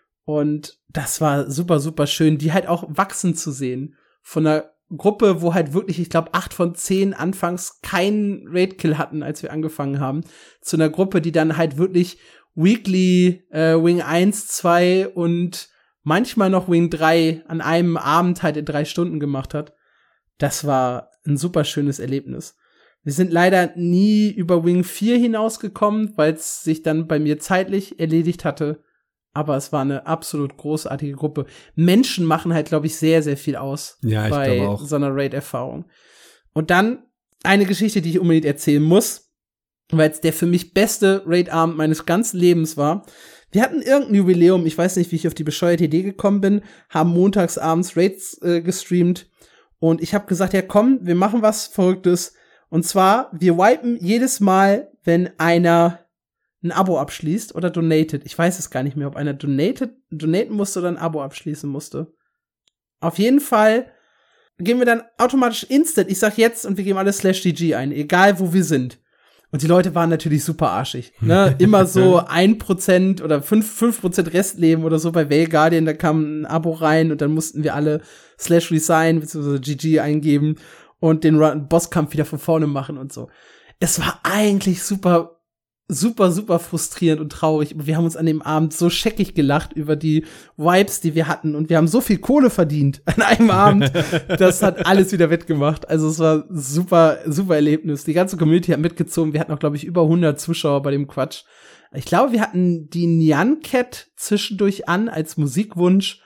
Und das war super, super schön, die halt auch wachsen zu sehen. Von einer Gruppe, wo halt wirklich, ich glaube, acht von zehn anfangs keinen Raid-Kill hatten, als wir angefangen haben, zu einer Gruppe, die dann halt wirklich weekly äh, Wing eins, zwei und manchmal noch Wing drei an einem Abend halt in drei Stunden gemacht hat. Das war ein super schönes Erlebnis. Wir sind leider nie über Wing vier hinausgekommen, weil es sich dann bei mir zeitlich erledigt hatte. Aber es war eine absolut großartige Gruppe. Menschen machen halt, glaube ich, sehr, sehr viel aus ja, ich bei auch. so einer Raid-Erfahrung. Und dann eine Geschichte, die ich unbedingt erzählen muss, weil es der für mich beste Raid-Abend meines ganzen Lebens war. Wir hatten irgendein Jubiläum, ich weiß nicht, wie ich auf die bescheuerte Idee gekommen bin, haben montags abends Raids äh, gestreamt und ich habe gesagt, ja komm, wir machen was Verrücktes. Und zwar, wir wipen jedes Mal, wenn einer ein Abo abschließt oder donatet. Ich weiß es gar nicht mehr, ob einer donated, donaten musste oder ein Abo abschließen musste. Auf jeden Fall gehen wir dann automatisch instant, ich sag jetzt, und wir geben alle slash G G ein, egal wo wir sind. Und die Leute waren natürlich super arschig, ne? Immer so ein Prozent oder fünf Prozent Restleben oder so bei Veil Guardian, da kam ein Abo rein und dann mussten wir alle slash resign bzw. G G eingeben und den Run- Bosskampf wieder von vorne machen und so. Es war eigentlich super super, super frustrierend und traurig. Wir haben uns an dem Abend so scheckig gelacht über die Vibes, die wir hatten. Und wir haben so viel Kohle verdient an einem Abend. Das hat alles wieder wettgemacht. Also es war super, super Erlebnis. Die ganze Community hat mitgezogen. Wir hatten auch, glaube ich, über hundert Zuschauer bei dem Quatsch. Ich glaube, wir hatten die Nyan Cat zwischendurch an als Musikwunsch.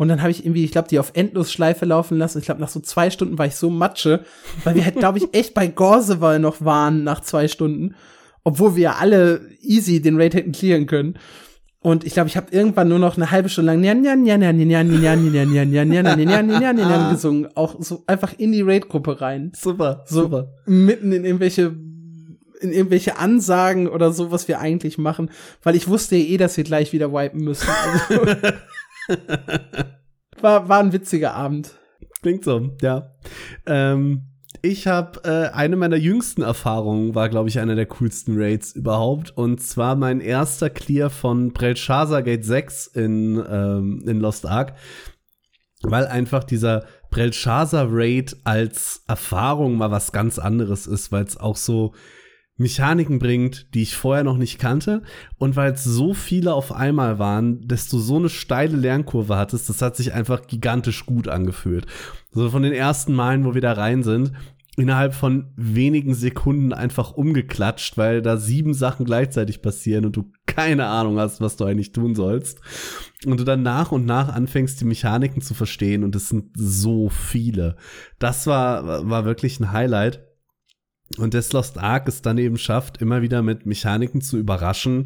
Und dann habe ich irgendwie, ich glaube, die auf Endlosschleife laufen lassen. Ich glaube, nach so zwei Stunden war ich so Matsche, weil wir halt, glaube ich, echt bei Gorzeval noch waren nach zwei Stunden. Obwohl wir alle easy den Raid hätten clearen können. Und ich glaube, ich habe irgendwann nur noch eine halbe Stunde lang nyan, nyan, nyan, nyan, nyan, nyan, nyan, nyan, nyan, nyan, nyan, nyan, nyan gesungen. Auch so einfach in die Raid-Gruppe rein. Super, so super. Mitten in irgendwelche in irgendwelche Ansagen oder so, was wir eigentlich machen. Weil ich wusste ja eh, dass wir gleich wieder wipen müssen. Also war, war ein witziger Abend. Klingt so, ja. Ähm, ich habe äh, eine meiner jüngsten Erfahrungen, war, glaube ich, einer der coolsten Raids überhaupt. Und zwar mein erster Clear von Brelshazzar Gate sechs in, ähm, in Lost Ark. Weil einfach dieser Brelshazzar Raid als Erfahrung mal was ganz anderes ist, weil es auch so Mechaniken bringt, die ich vorher noch nicht kannte, und weil es so viele auf einmal waren, dass du so eine steile Lernkurve hattest, das hat sich einfach gigantisch gut angefühlt. So von den ersten Malen, wo wir da rein sind, innerhalb von wenigen Sekunden einfach umgeklatscht, weil da sieben Sachen gleichzeitig passieren und du keine Ahnung hast, was du eigentlich tun sollst. Und du dann nach und nach anfängst, die Mechaniken zu verstehen, und es sind so viele. Das war, war wirklich ein Highlight. Und das Lost Ark es dann eben schafft, immer wieder mit Mechaniken zu überraschen,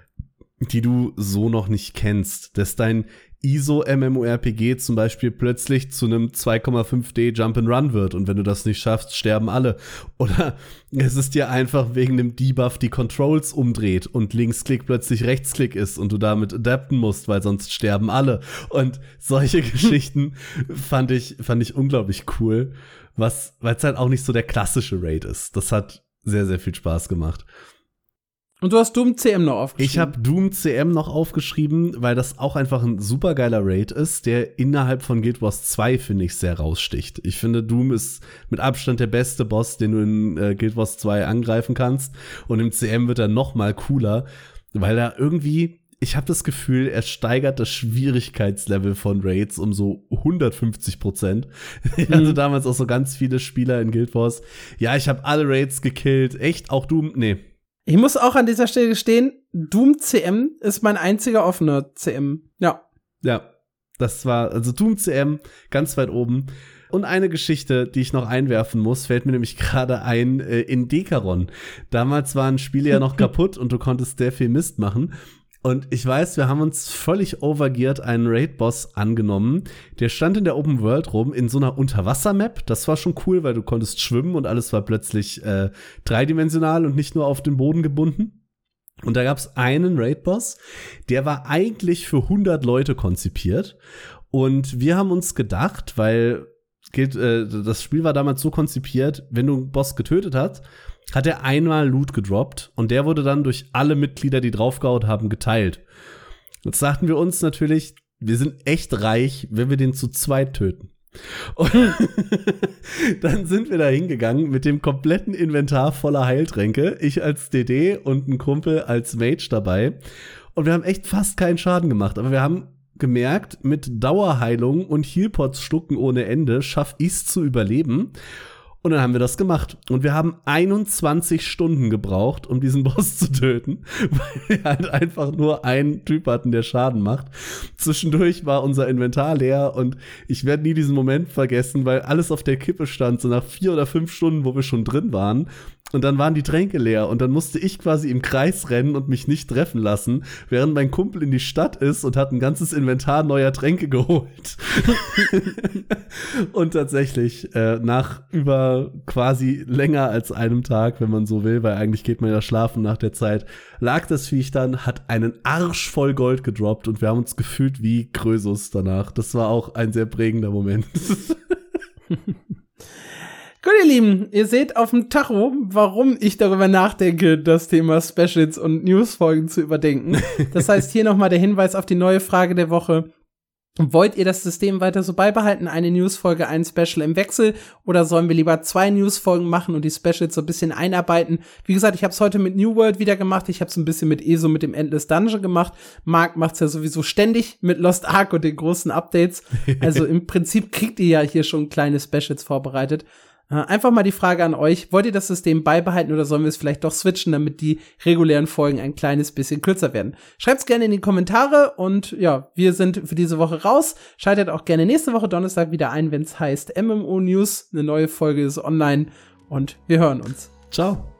die du so noch nicht kennst. Dass dein I S O-MMORPG zum Beispiel plötzlich zu einem zwei Komma fünf D Jump'n'Run wird, und wenn du das nicht schaffst, sterben alle. Oder es ist dir einfach wegen dem Debuff die Controls umdreht und Linksklick plötzlich Rechtsklick ist und du damit adapten musst, weil sonst sterben alle. Und solche Geschichten fand ich, fand ich unglaublich cool. Was, weil es halt auch nicht so der klassische Raid ist. Das hat sehr, sehr viel Spaß gemacht. Und du hast Doom C M noch aufgeschrieben. Ich habe Doom C M noch aufgeschrieben, weil das auch einfach ein supergeiler Raid ist, der innerhalb von Guild Wars zwei, finde ich, sehr raussticht. Ich finde, Doom ist mit Abstand der beste Boss, den du in äh, Guild Wars zwei angreifen kannst. Und im C M wird er noch mal cooler, weil er irgendwie, ich habe das Gefühl, er steigert das Schwierigkeitslevel von Raids um so hundertfünfzig Prozent. Ich hatte mhm. damals auch so ganz viele Spieler in Guild Wars. Ja, ich habe alle Raids gekillt. Echt? Auch Doom? Nee. Ich muss auch an dieser Stelle gestehen, Doom C M ist mein einziger offener C M. Ja. Ja, das war, also Doom C M ganz weit oben. Und eine Geschichte, die ich noch einwerfen muss, fällt mir nämlich gerade ein, äh, in Dekaron. Damals waren Spiele ja noch kaputt und du konntest sehr viel Mist machen. Und ich weiß, wir haben uns völlig overgeared einen Raid-Boss angenommen. Der stand in der Open World rum, in so einer Unterwasser-Map. Das war schon cool, weil du konntest schwimmen und alles war plötzlich äh, dreidimensional und nicht nur auf den Boden gebunden. Und da gab es einen Raid-Boss, der war eigentlich für hundert Leute konzipiert. Und wir haben uns gedacht, weil geht, äh, das Spiel war damals so konzipiert, wenn du einen Boss getötet hast, hat er einmal Loot gedroppt und der wurde dann durch alle Mitglieder, die draufgehauen haben, geteilt. Jetzt sagten wir uns natürlich, wir sind echt reich, wenn wir den zu zweit töten. Und dann sind wir da hingegangen mit dem kompletten Inventar voller Heiltränke, ich als D D und ein Kumpel als Mage dabei. Und wir haben echt fast keinen Schaden gemacht, aber wir haben gemerkt, mit Dauerheilung und Healpots schlucken ohne Ende schaff ich's zu überleben. Und dann haben wir das gemacht. Und wir haben einundzwanzig Stunden gebraucht, um diesen Boss zu töten, weil wir halt einfach nur einen Typ hatten, der Schaden macht. Zwischendurch war unser Inventar leer und ich werde nie diesen Moment vergessen, weil alles auf der Kippe stand, so nach vier oder fünf Stunden, wo wir schon drin waren. Und dann waren die Tränke leer und dann musste ich quasi im Kreis rennen und mich nicht treffen lassen, während mein Kumpel in die Stadt ist und hat ein ganzes Inventar neuer Tränke geholt. Und tatsächlich, äh, nach über quasi länger als einem Tag, wenn man so will, weil eigentlich geht man ja schlafen nach der Zeit, lag das Viech dann, hat einen Arsch voll Gold gedroppt und wir haben uns gefühlt wie Krösus danach. Das war auch ein sehr prägender Moment. Gut, ihr Lieben, ihr seht auf dem Tacho, warum ich darüber nachdenke, das Thema Specials und Newsfolgen zu überdenken. Das heißt, hier nochmal der Hinweis auf die neue Frage der Woche. Wollt ihr das System weiter so beibehalten, eine Newsfolge, ein Special im Wechsel, oder sollen wir lieber zwei Newsfolgen machen und die Specials so ein bisschen einarbeiten? Wie gesagt, ich habe es heute mit New World wieder gemacht, ich habe es ein bisschen mit E S O, mit dem Endless Dungeon gemacht. Marc macht's ja sowieso ständig mit Lost Ark und den großen Updates. Also im Prinzip kriegt ihr ja hier schon kleine Specials vorbereitet. Einfach mal die Frage an euch, wollt ihr das System beibehalten oder sollen wir es vielleicht doch switchen, damit die regulären Folgen ein kleines bisschen kürzer werden? Schreibt's gerne in die Kommentare und ja, wir sind für diese Woche raus. Schaltet auch gerne nächste Woche Donnerstag wieder ein, wenn es heißt M M O News. Eine neue Folge ist online und wir hören uns. Ciao.